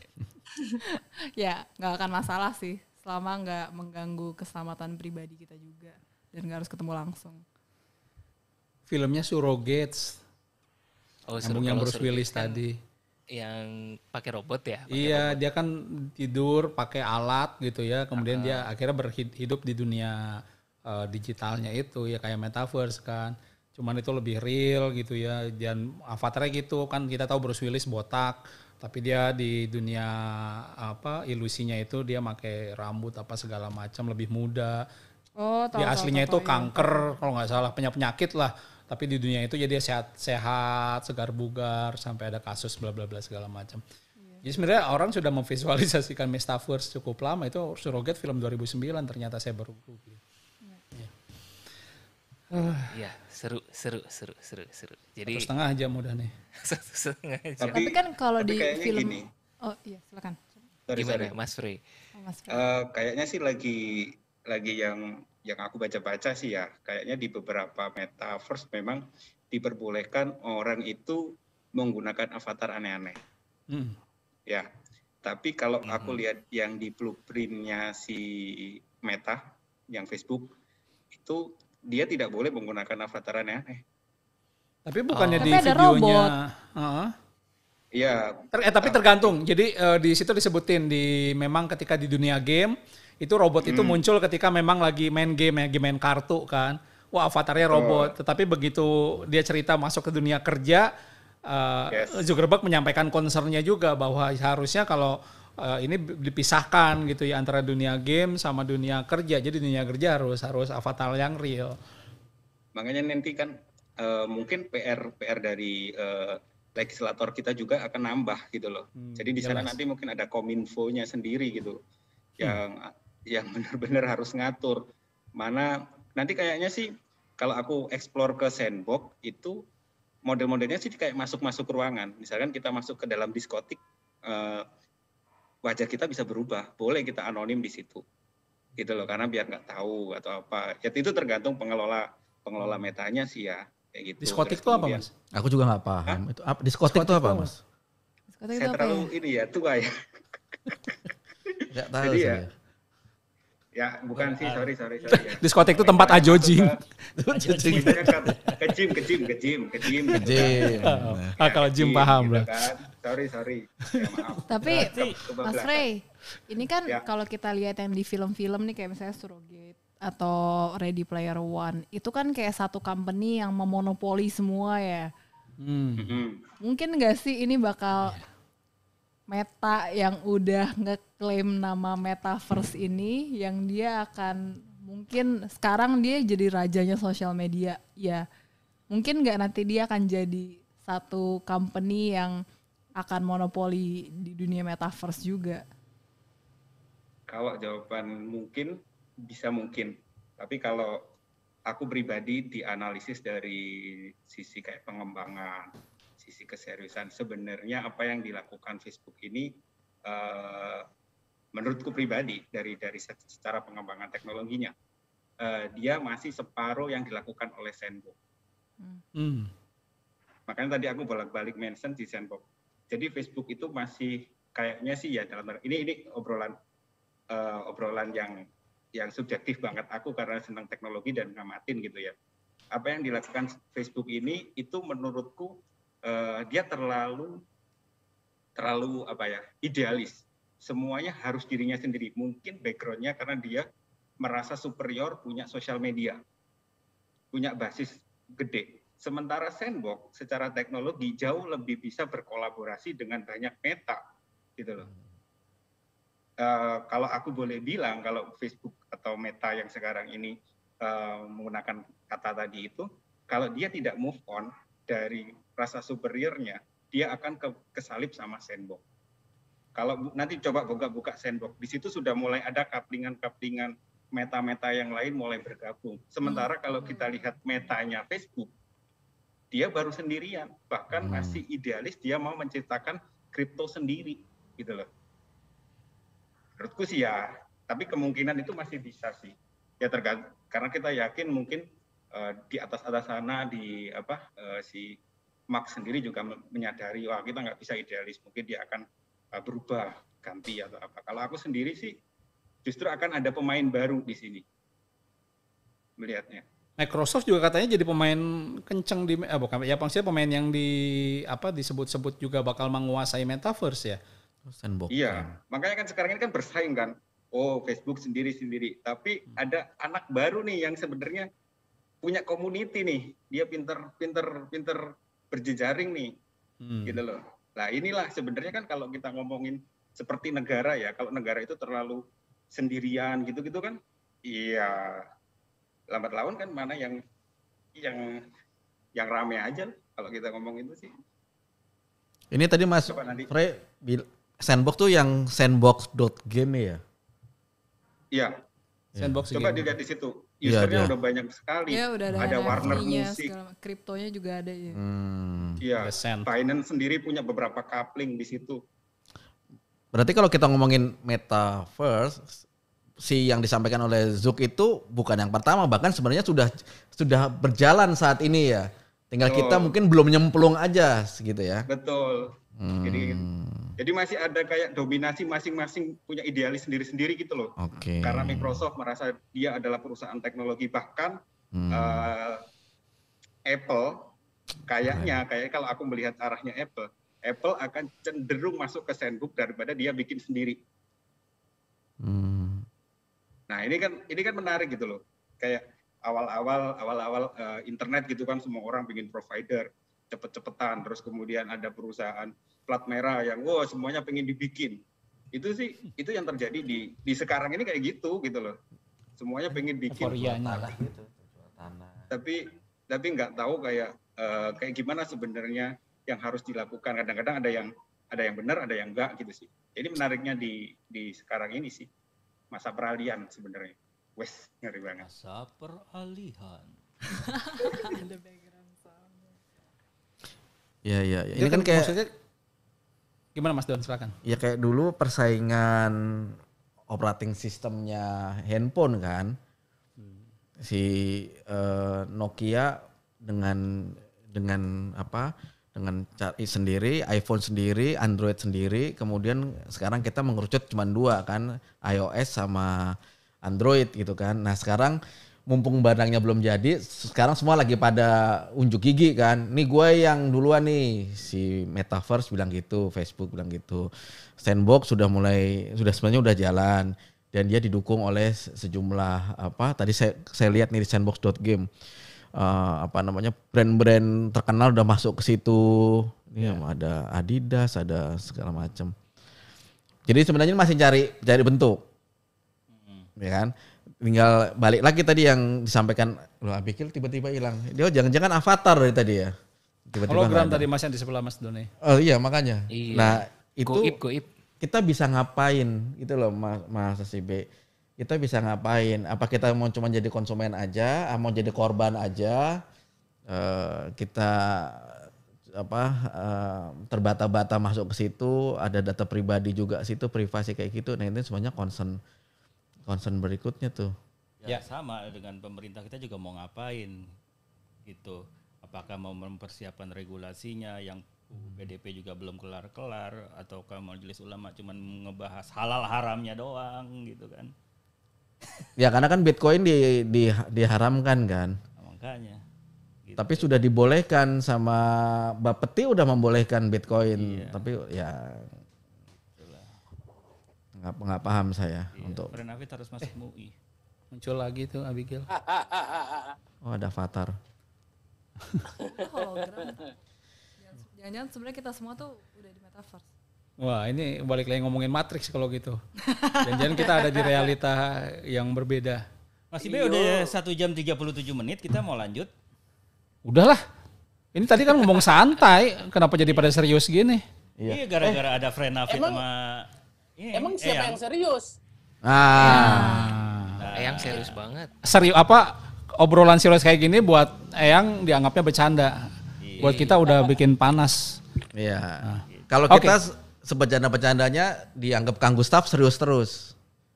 ya nggak akan masalah sih. Selama nggak mengganggu keselamatan pribadi kita juga dan nggak harus ketemu langsung. Filmnya Surrogates, oh, yang yang Bruce Willis kan tadi, yang pakai robot ya? Pake iya, robot. dia kan tidur pakai alat gitu ya, kemudian uh-huh. dia akhirnya berhidup di dunia uh, digitalnya itu ya kayak metaverse kan. Cuman itu lebih real gitu ya, dan avatarnya gitu kan, kita tahu Bruce Willis botak. Tapi dia di dunia apa ilusinya itu dia pakai rambut apa segala macam lebih muda. Oh, tahu, dia aslinya tahu, itu tahu, kanker tahu. Kalau nggak salah punya penyakit lah. Tapi di dunia itu jadi sehat-sehat, segar bugar sampai ada kasus bla bla bla segala macam. Yeah. Jadi sebenarnya orang sudah memvisualisasikan metaverse cukup lama. Itu Surrogate film dua ribu sembilan ternyata saya baru Google. Iya, seru, seru, seru, seru, seru. Jadi satu setengah jam udah nih. Satu setengah jam. Tapi, tapi kan kalau di film, gini. oh iya silakan. Sorry, Gimana, sorry. Mas Frey? Oh, Mas Frey. Uh, kayaknya sih lagi, lagi yang, yang aku baca-baca sih ya. Kayaknya di beberapa metaverse memang diperbolehkan orang itu menggunakan avatar aneh-aneh. Hmm. Ya. Tapi kalau hmm. aku lihat yang di blueprint-nya si Meta, yang Facebook itu dia tidak boleh menggunakan avatar aneh-aneh. Tapi bukannya oh. di tapi videonya, iya. Uh-huh. Ter- eh, tapi tergantung. Jadi uh, di situ disebutin di memang ketika di dunia game itu robot hmm. itu muncul ketika memang lagi main game ya, game main kartu kan. Wah avatarnya robot. Oh. Tetapi begitu dia cerita masuk ke dunia kerja, uh, yes. Zuckerberg menyampaikan concernnya juga bahwa harusnya kalau Uh, ini dipisahkan gitu ya antara dunia game sama dunia kerja. Jadi dunia kerja harus harus avatar yang real. Makanya nanti kan uh, mungkin P R P R dari uh, legislator kita juga akan nambah gitu loh. Hmm, Jadi di sana jelas. Nanti mungkin ada kominfo-nya sendiri gitu. Yang hmm. yang benar-benar harus ngatur mana nanti kayaknya sih kalau aku explore ke sandbox itu model-modelnya sih kayak masuk-masuk ruangan. Misalkan kita masuk ke dalam diskotik uh, wajah kita bisa berubah, boleh kita anonim di situ, gitu loh, karena biar nggak tahu atau apa. Ya itu tergantung pengelola pengelola metanya sih ya, kayak gitu. Diskotik itu apa mas? Aku juga nggak paham. Hah? Itu apa? Diskotik itu apa mas? Diskotik saya itu terlalu apa ya? ini ya tua ya. Nggak tahu Jadi saya. ya, ya bukan sih, sorry sorry sorry. Ya. Diskotik itu tempat ajojing. Ajojing. Ke gym, ke gym, ke gym, ke gym. Ke gym. Ah kalau gym paham lah. Sorry, sorry. Ya, maaf. Tapi Berarti, Mas Frey, ini kan ya. Kalau kita lihat yang di film-film nih kayak misalnya Surrogate atau Ready Player One itu kan kayak satu company yang memonopoli semua ya. Hmm. Mm-mm. Mungkin nggak sih ini bakal Meta yang udah ngeklaim nama Metaverse ini yang dia akan mungkin sekarang dia jadi rajanya sosial media ya. Mungkin nggak nanti dia akan jadi satu company yang akan monopoli di dunia Metaverse juga. Kalau jawaban mungkin, bisa mungkin. Tapi kalau aku pribadi dianalisis dari sisi kayak pengembangan, sisi keseriusan, sebenarnya apa yang dilakukan Facebook ini uh, menurutku pribadi dari dari secara pengembangan teknologinya uh, dia masih separuh yang dilakukan oleh Sandbox. Hmm. Makanya tadi aku bolak-balik mention di Sandbox. Jadi Facebook itu masih kayaknya sih ya dalam ini ini obrolan uh, obrolan yang yang subjektif banget aku karena senang teknologi dan ngamatin gitu ya. Apa yang dilakukan Facebook ini itu menurutku Uh, dia terlalu terlalu apa ya idealis, semuanya harus dirinya sendiri. Mungkin backgroundnya karena dia merasa superior, punya sosial media, punya basis gede. Sementara Sandbox secara teknologi jauh lebih bisa berkolaborasi dengan banyak meta gitu loh. Uh, kalau aku boleh bilang kalau Facebook atau Meta yang sekarang ini uh, menggunakan kata tadi itu, kalau dia tidak move on dari rasa superiornya, dia akan ke, kesalip sama Sandbox. Kalau nanti coba buka-buka Sandbox, di situ sudah mulai ada kaplingan-kaplingan meta-meta yang lain mulai bergabung. Sementara hmm. kalau kita lihat metanya Facebook, dia baru sendirian, bahkan hmm. masih idealis dia mau menciptakan kripto sendiri, gitu loh. Menurutku sih ya, tapi kemungkinan itu masih bisa sih. Ya tergantung, karena kita yakin mungkin uh, di atas-atas sana di apa uh, si Mark sendiri juga menyadari, wah kita nggak bisa idealis, mungkin dia akan uh, berubah, ganti atau apa. Kalau aku sendiri sih, justru akan ada pemain baru di sini, melihatnya. Microsoft juga katanya jadi pemain kenceng di, eh bukan ya maksudnya pemain yang di apa disebut-sebut juga bakal menguasai Metaverse ya. Sandbox. Iya, makanya kan sekarang ini kan bersaing kan. Oh Facebook sendiri-sendiri, tapi ada anak baru nih yang sebenarnya punya community nih, dia pinter, pinter, pinter berjejaring nih, hmm. gitu loh. Nah inilah sebenarnya kan kalau kita ngomongin seperti negara ya, kalau negara itu terlalu sendirian gitu-gitu kan, iya lambat laun kan mana yang yang yang rame aja kalau kita ngomong itu sih. Ini tadi Mas Frey, Sandbox tuh yang sandbox.game ya? Iya. Sandbox coba game. Dilihat di situ. Usernya ya, udah banyak sekali. Ya, udah ada, ada Warner Music, kriptonya juga ada ya. Hmm. Iya. Binance sendiri punya beberapa coupling di situ. Berarti kalau kita ngomongin Metaverse, si yang disampaikan oleh Zuk itu bukan yang pertama, bahkan sebenarnya sudah sudah berjalan saat ini ya. Tinggal Betul. Kita mungkin belum nyemplung aja gitu ya. Betul. Hmm. Jadi jadi masih ada kayak dominasi masing-masing punya idealis sendiri-sendiri gitu loh. Oke. Okay. Karena Microsoft merasa dia adalah perusahaan teknologi, bahkan hmm. uh, Apple kayaknya kayak kalau aku melihat arahnya Apple, Apple akan cenderung masuk ke Sandbox daripada dia bikin sendiri. Hmm. Nah, ini kan ini kan menarik gitu loh. Kayak awal-awal awal-awal uh, internet gitu kan semua orang bikin provider cepet-cepetan, terus kemudian ada perusahaan plat merah yang wow semuanya pengen dibikin. Itu sih itu yang terjadi di di sekarang ini kayak gitu gitu loh. Semuanya pengen bikin tanah gitu, tanah. Tapi tapi nggak tahu kayak uh, kayak gimana sebenarnya yang harus dilakukan. Kadang-kadang ada yang ada yang benar, ada yang enggak gitu sih. Jadi menariknya di di sekarang ini sih masa peralihan sebenarnya. Wes ngeri banget. Masa peralihan. Ada background sound. Ya ya, ya. Ini Ini kan kayak maksudnya gimana Mas Don, silakan. Ya kayak dulu persaingan operating sistemnya handphone kan. Hmm. Si uh, Nokia dengan dengan apa? Dengan cari sendiri, iPhone sendiri, Android sendiri, kemudian sekarang kita mengerucut cuma dua kan, iOS sama Android gitu kan. Nah sekarang mumpung barangnya belum jadi, sekarang semua lagi pada unjuk gigi kan. Nih gue yang duluan nih, si Metaverse bilang gitu, Facebook bilang gitu. Sandbox sudah mulai, sudah sebenarnya udah jalan. dan dia didukung oleh sejumlah apa tadi saya saya lihat nih di sandbox dot game uh, apa namanya brand-brand terkenal udah masuk ke situ. Ini yeah. ada Adidas, ada segala macam. Jadi sebenarnya masih cari cari bentuk. Hmm. Ya kan? Tinggal balik lagi tadi yang disampaikan loh Abikil tiba-tiba hilang. Dia jangan-jangan avatar dari tadi ya. Tiba-tiba hologram tadi Mas yang di sebelah Mas Doni. Oh iya makanya. Iya. Nah, itu Goib, goib. Kita bisa ngapain gitu loh Mas Mas S I B. Kita bisa ngapain? Apa kita mau cuma jadi konsumen aja, mau jadi korban aja? Uh, kita apa uh, terbata-bata masuk ke situ, ada data pribadi juga situ, privasi kayak gitu. Nah, itu semuanya concern concern berikutnya tuh. Ya, ya sama dengan pemerintah kita juga mau ngapain gitu. Apakah mau mempersiapkan regulasinya yang U U P D P juga belum kelar-kelar ataukah Majelis Ulama cuman ngebahas halal haramnya doang gitu kan. Ya karena kan Bitcoin di, di diharamkan kan. Makanya. Gitu. Tapi sudah dibolehkan sama Bapeti udah membolehkan Bitcoin, iya. Tapi ya nggak nggak paham saya iya. Untuk. Renafit harus masuk eh, M U I. Muncul lagi tuh Abigail. Oh ada avatar. Hologram. Jangan-jangan sebenarnya kita semua tuh udah di metaverse. Wah ini balik lagi ngomongin Matrix kalau gitu. Jangan-jangan kita ada di realita yang berbeda. Masih be udah satu jam tiga puluh tujuh menit, kita mau lanjut? Udahlah. Ini tadi kan ngomong santai, kenapa jadi pada serius gini? Iya gara-gara eh, ada Frenafit sama... Ini, emang siapa yang serius? Ah. Nah, Eyang serius banget. Serius apa obrolan serius kayak gini buat Eyang dianggapnya bercanda. Buat kita udah bikin panas. Iya. Nah. Kalau okay. kita sebecanda-becandanya dianggap Kang Gustaf serius terus.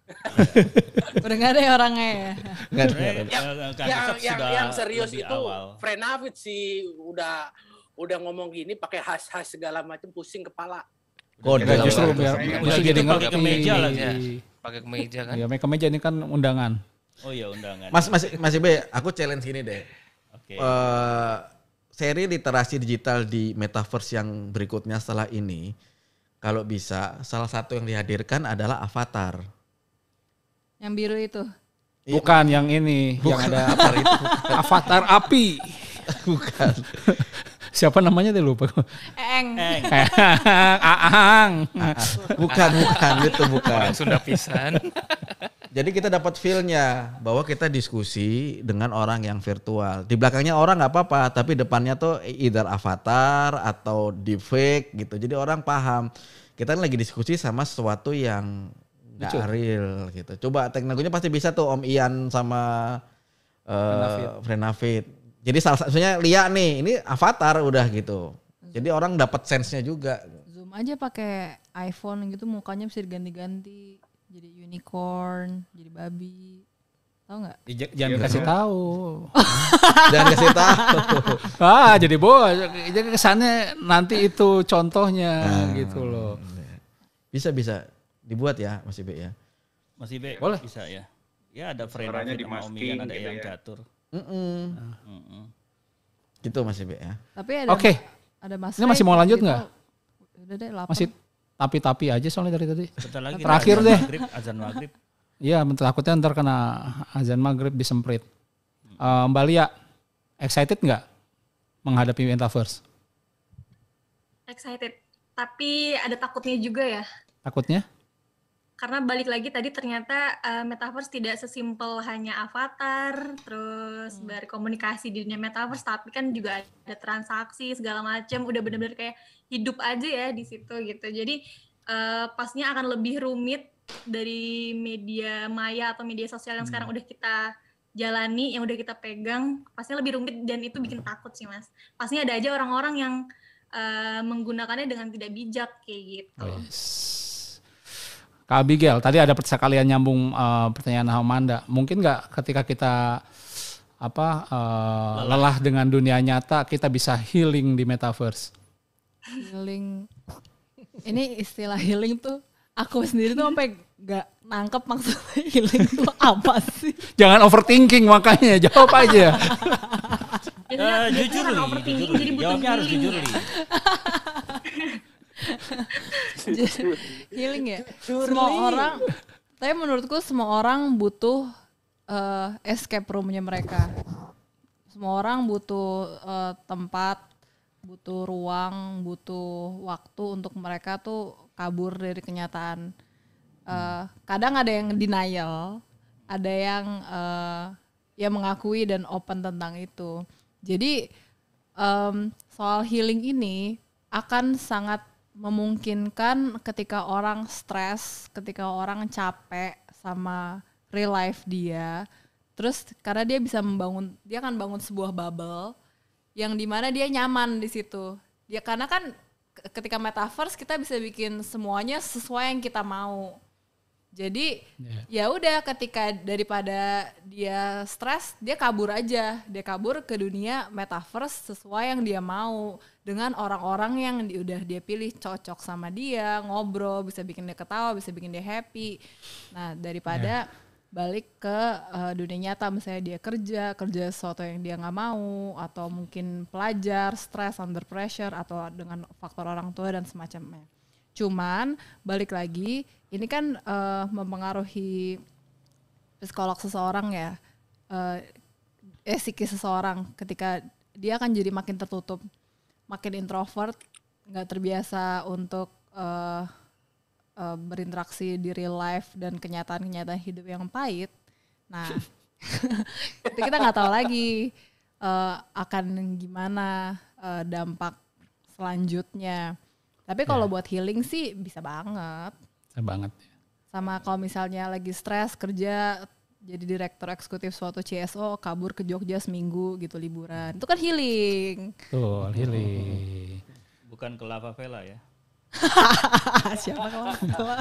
Udah gak ada ya orangnya ya. Gak ada. Yang, yang, yang, yang serius itu Frenafit sih udah udah ngomong gini pakai has-has segala macam pusing kepala. Kode ya, justru biar justru jadi pakai kemeja lagi. Pakai kemeja kan. Iya, kemeja ini kan undangan. Oh iya undangan. Mas masih masih be, aku challenge gini deh. Oke. Okay. Uh, seri literasi digital di metaverse yang berikutnya setelah ini, kalau bisa salah satu yang dihadirkan adalah avatar. Yang biru itu? Bukan yang ini, bukan. Yang ada avatar itu. Avatar api. Bukan. Siapa namanya deh lupa. Eng. Eng. Aang. Bukan, bukan itu bukan. Orang Sunda pisan. Jadi kita dapat feel-nya bahwa kita diskusi dengan orang yang virtual. Di belakangnya orang nggak apa-apa, tapi depannya tuh either avatar atau deepfake gitu. Jadi orang paham kita lagi diskusi sama sesuatu yang nggak real gitu. Coba teknologinya pasti bisa tuh Om Ian sama uh, Frenafit. Jadi salah satunya Lia nih, ini avatar udah gitu. Jadi orang dapat sense-nya juga. Zoom aja pakai iPhone gitu mukanya bisa diganti-ganti. Jadi unicorn, jadi babi, tahu nggak? Jangan kasih tahu. Jangan kasih tahu. Ah, jadi boh, jadi kesannya nanti itu contohnya nah, gitu loh. Bisa bisa dibuat ya, Mas Ibe ya. Mas Ibe boleh bisa ya. Ya ada Frenafit sama Om Ian, ada yang catur. Mm-mm. Mm-mm. Gitu Mas Ibe ya. Tapi ada. Oke. Okay. Ada Mas. Ini masih mau lanjut nggak? Gitu. Udah deh, lapar. Masih. Tapi-tapi aja soalnya dari tadi. Lagi terakhir deh. Maghrib, azan maghrib. Iya, takutnya ntar kena azan maghrib disemprit. Uh, Mbak Lia, excited nggak menghadapi metaverse? Excited, tapi ada takutnya juga ya. Takutnya? Karena balik lagi tadi ternyata uh, metaverse tidak sesimpel hanya avatar, terus hmm. berkomunikasi di dunia metaverse, tapi kan juga ada transaksi segala macam, udah benar-benar kayak hidup aja ya di situ gitu. Jadi uh, pastinya akan lebih rumit dari media maya atau media sosial yang hmm. sekarang udah kita jalani, yang udah kita pegang, pastinya lebih rumit dan itu bikin takut sih Mas. Pastinya ada aja orang-orang yang uh, menggunakannya dengan tidak bijak kayak gitu. Oh, yes. Kak Abigail, tadi ada sekalian nyambung uh, pertanyaan Amanda. Mungkin nggak ketika kita apa uh, lelah dengan dunia nyata, kita bisa healing di metaverse? Healing, ini istilah healing tuh aku sendiri tuh sampai nggak nangkep maksudnya healing tuh apa sih? Jangan overthinking makanya, jawab aja. uh, jujur li, jujur li. Jawabnya harus jujur li. Healing ya, semua orang Tapi menurutku semua orang butuh uh, escape room-nya mereka. Semua orang butuh uh, tempat, butuh ruang, butuh waktu untuk mereka tuh kabur dari kenyataan. Uh, kadang ada yang denial, ada yang uh, ya mengakui dan open tentang itu. Jadi um, soal healing ini akan sangat memungkinkan ketika orang stres, ketika orang capek sama real life dia, terus karena dia bisa membangun, dia akan bangun sebuah bubble yang dimana dia nyaman di situ. Dia karena kan ketika metaverse kita bisa bikin semuanya sesuai yang kita mau. Jadi yeah. ya udah ketika daripada dia stres, dia kabur aja, dia kabur ke dunia metaverse sesuai yang dia mau dengan orang-orang yang di, udah dia pilih cocok sama dia, ngobrol, bisa bikin dia ketawa, bisa bikin dia happy. Nah daripada yeah. balik ke uh, dunia nyata, misalnya dia kerja, kerja sesuatu yang dia nggak mau, atau mungkin pelajar, stres, under pressure, atau dengan faktor orang tua dan semacamnya. Cuman balik lagi, ini kan uh, mempengaruhi psikolog seseorang ya, uh, eh psikis seseorang ketika dia akan jadi makin tertutup, makin introvert, nggak terbiasa untuk uh, uh, berinteraksi di real life dan kenyataan-kenyataan hidup yang pahit. Nah, itu kita nggak tahu lagi uh, akan gimana uh, dampak selanjutnya. Tapi kalau yeah. buat healing sih bisa banget. Bisa banget. Sama kalau misalnya lagi stres kerja jadi direktur eksekutif suatu C S O, kabur ke Jogja seminggu gitu liburan. Itu kan healing. Betul, healing. Bukan ke Lava Vela ya. Siapa Lava Vela?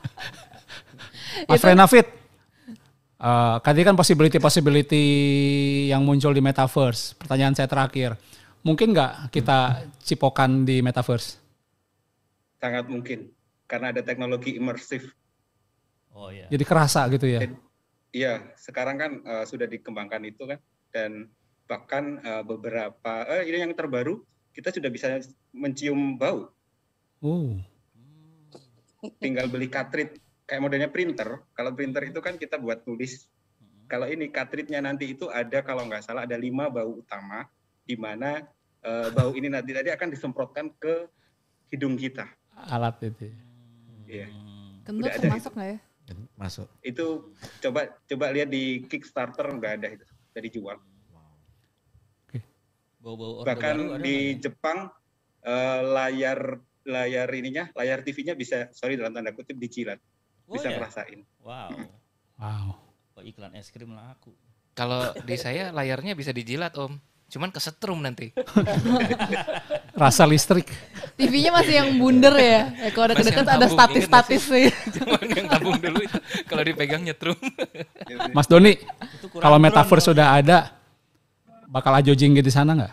Mas Renafit, uh, tadi kan possibility-possibility yang muncul di metaverse. Pertanyaan saya terakhir, mungkin nggak kita cipokan di metaverse? Sangat mungkin, karena ada teknologi imersif. Oh iya. Jadi kerasa gitu ya? Iya, sekarang kan uh, sudah dikembangkan itu kan, dan bahkan uh, beberapa, eh, ini yang terbaru, kita sudah bisa mencium bau. Oh. Tinggal beli cartridge, kayak modelnya printer. Kalau printer itu kan kita buat tulis. Kalau ini cartridge-nya nanti itu ada, kalau nggak salah ada lima bau utama, di mana uh, bau ini nanti tadi akan disemprotkan ke hidung kita. Alat itu. Iya. Kentut termasuk nggak ya? Masuk. Itu coba coba lihat di Kickstarter, nggak ada itu, udah dijual. Oke. Bau-bau Bahkan di ada Jepang uh, layar layar ininya, layar T V-nya bisa, sorry dalam tanda kutip, dijilat, oh, bisa ya? ngerasain. Wow. Wow. Oh, iklan es krim lah aku. Kalau di saya layarnya bisa dijilat Om, cuman kesetrum nanti. Rasa listrik. T V-nya masih yang bundar ya? Ya kalau deket-deket ada statis-statis sih. Cuman yang tabung dulu itu, kalau dipegang nyetrum. Mas Doni, kalau metaverse sudah ada, bakal ajo jinggi di sana nggak?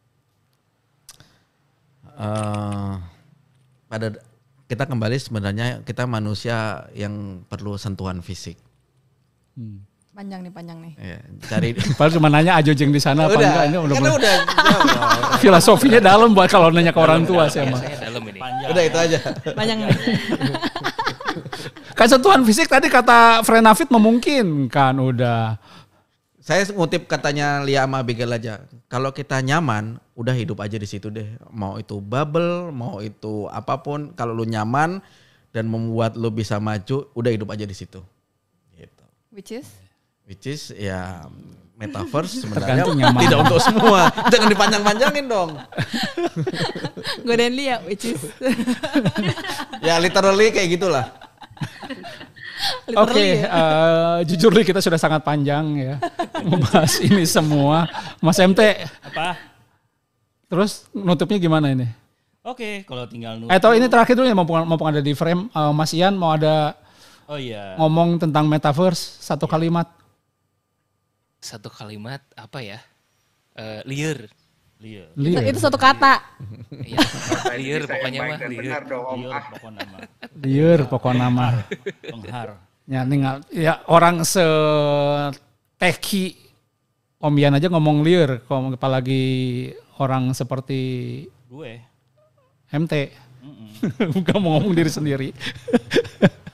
Uh, pada kita kembali sebenarnya kita manusia yang perlu sentuhan fisik. Hmm. Panjang nih, panjang nih. Ya, cari. Padahal cuma nanya ajo jeng di sana apa udah, enggak ini udah. Karena udah. Filosofinya dalam buat kalau nanya ke orang tua sih emang. Dalam ini. Panjang. Udah itu aja. Panjang nih. Kan sentuhan fisik tadi kata Frenafit memungkinkan udah. Saya ngutip katanya Lia sama Abigail aja. Kalau kita nyaman, udah hidup aja di situ deh. Mau itu bubble, mau itu apapun, kalau lu nyaman dan membuat lu bisa maju, udah hidup aja di situ. Gitu. Which is? Which is ya metaverse sebenarnya nyaman. Tidak untuk semua. Jangan dipanjang-panjangin dong. Godain Lia, which is? Ya literally kayak gitulah. Oke, okay, ya? uh, jujur nih kita sudah sangat panjang ya membahas ini semua. Mas M T, apa? Terus nutupnya gimana ini? Oke, okay, kalau tinggal nutup. Eh, atau ini terakhir dulu ya, mumpung, mumpung ada di frame, uh, Mas Ian mau ada oh, iya. ngomong tentang metaverse satu iya. kalimat. Satu kalimat apa ya? Uh, liar. Liar. Itu, itu satu kata. Iya, liar pokoknya mah liar. Liar pokoknya mah. Liar pokoknya mah. Penghar. Ya, tinggal, ya orang se teki Om Ian aja ngomong liar, apalagi orang seperti gue M T. Bukan mau ngomong diri sendiri.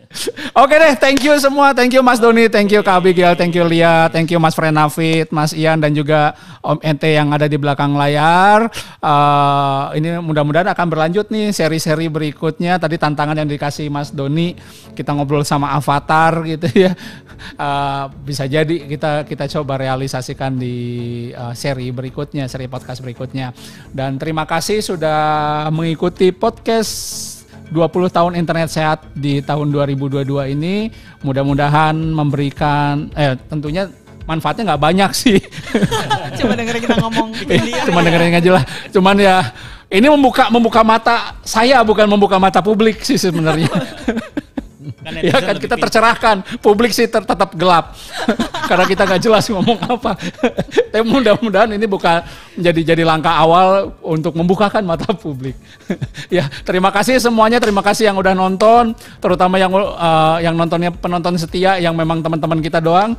Oke deh, thank you semua, thank you Mas Doni, thank you Kak Abigail, thank you Lia, thank you Mas Frenafit, Mas Ian dan juga Om Ente yang ada di belakang layar. Uh, ini mudah-mudahan akan berlanjut nih seri-seri berikutnya. Tadi tantangan yang dikasih Mas Doni, kita ngobrol sama avatar gitu ya. Uh, bisa jadi kita kita coba realisasikan di uh, seri berikutnya, seri podcast berikutnya. Dan terima kasih sudah mengikuti podcast dua puluh tahun internet sehat di tahun dua ribu dua puluh dua ini. Mudah-mudahan memberikan eh tentunya manfaatnya nggak banyak sih. Cuma dengerin kita ngomong. Cuma dengerin aja lah. Cuman ya ini membuka membuka mata saya, bukan membuka mata publik sih sebenarnya. Kan ya kan kita tercerahkan, publik sih ter- tetap gelap karena kita nggak jelas ngomong apa. Tapi mudah-mudahan ini bukan menjadi jadi langkah awal untuk membukakan mata publik. Ya terima kasih semuanya, terima kasih yang udah nonton, terutama yang uh, yang nontonnya penonton setia yang memang teman-teman kita doang.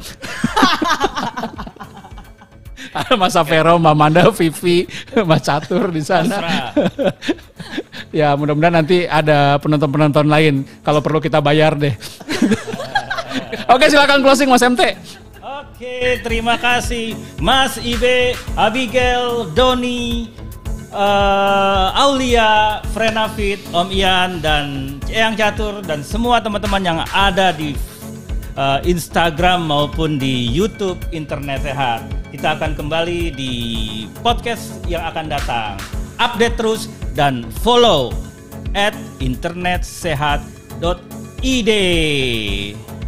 Mas Avero, Mbak Manda, Vivi, Mas Catur di sana. Ya mudah-mudahan nanti ada penonton-penonton lain. Kalau perlu kita bayar deh. Oke silakan closing Mas M T. Oke terima kasih Mas Ibe, Abigail, Doni, uh, Aulia, Frenafit, Om Ian dan Eyang Catur dan semua teman-teman yang ada di uh, Instagram maupun di YouTube Internet Sehat. Kita akan kembali di podcast yang akan datang. Update terus dan follow at internetsehat dot i d.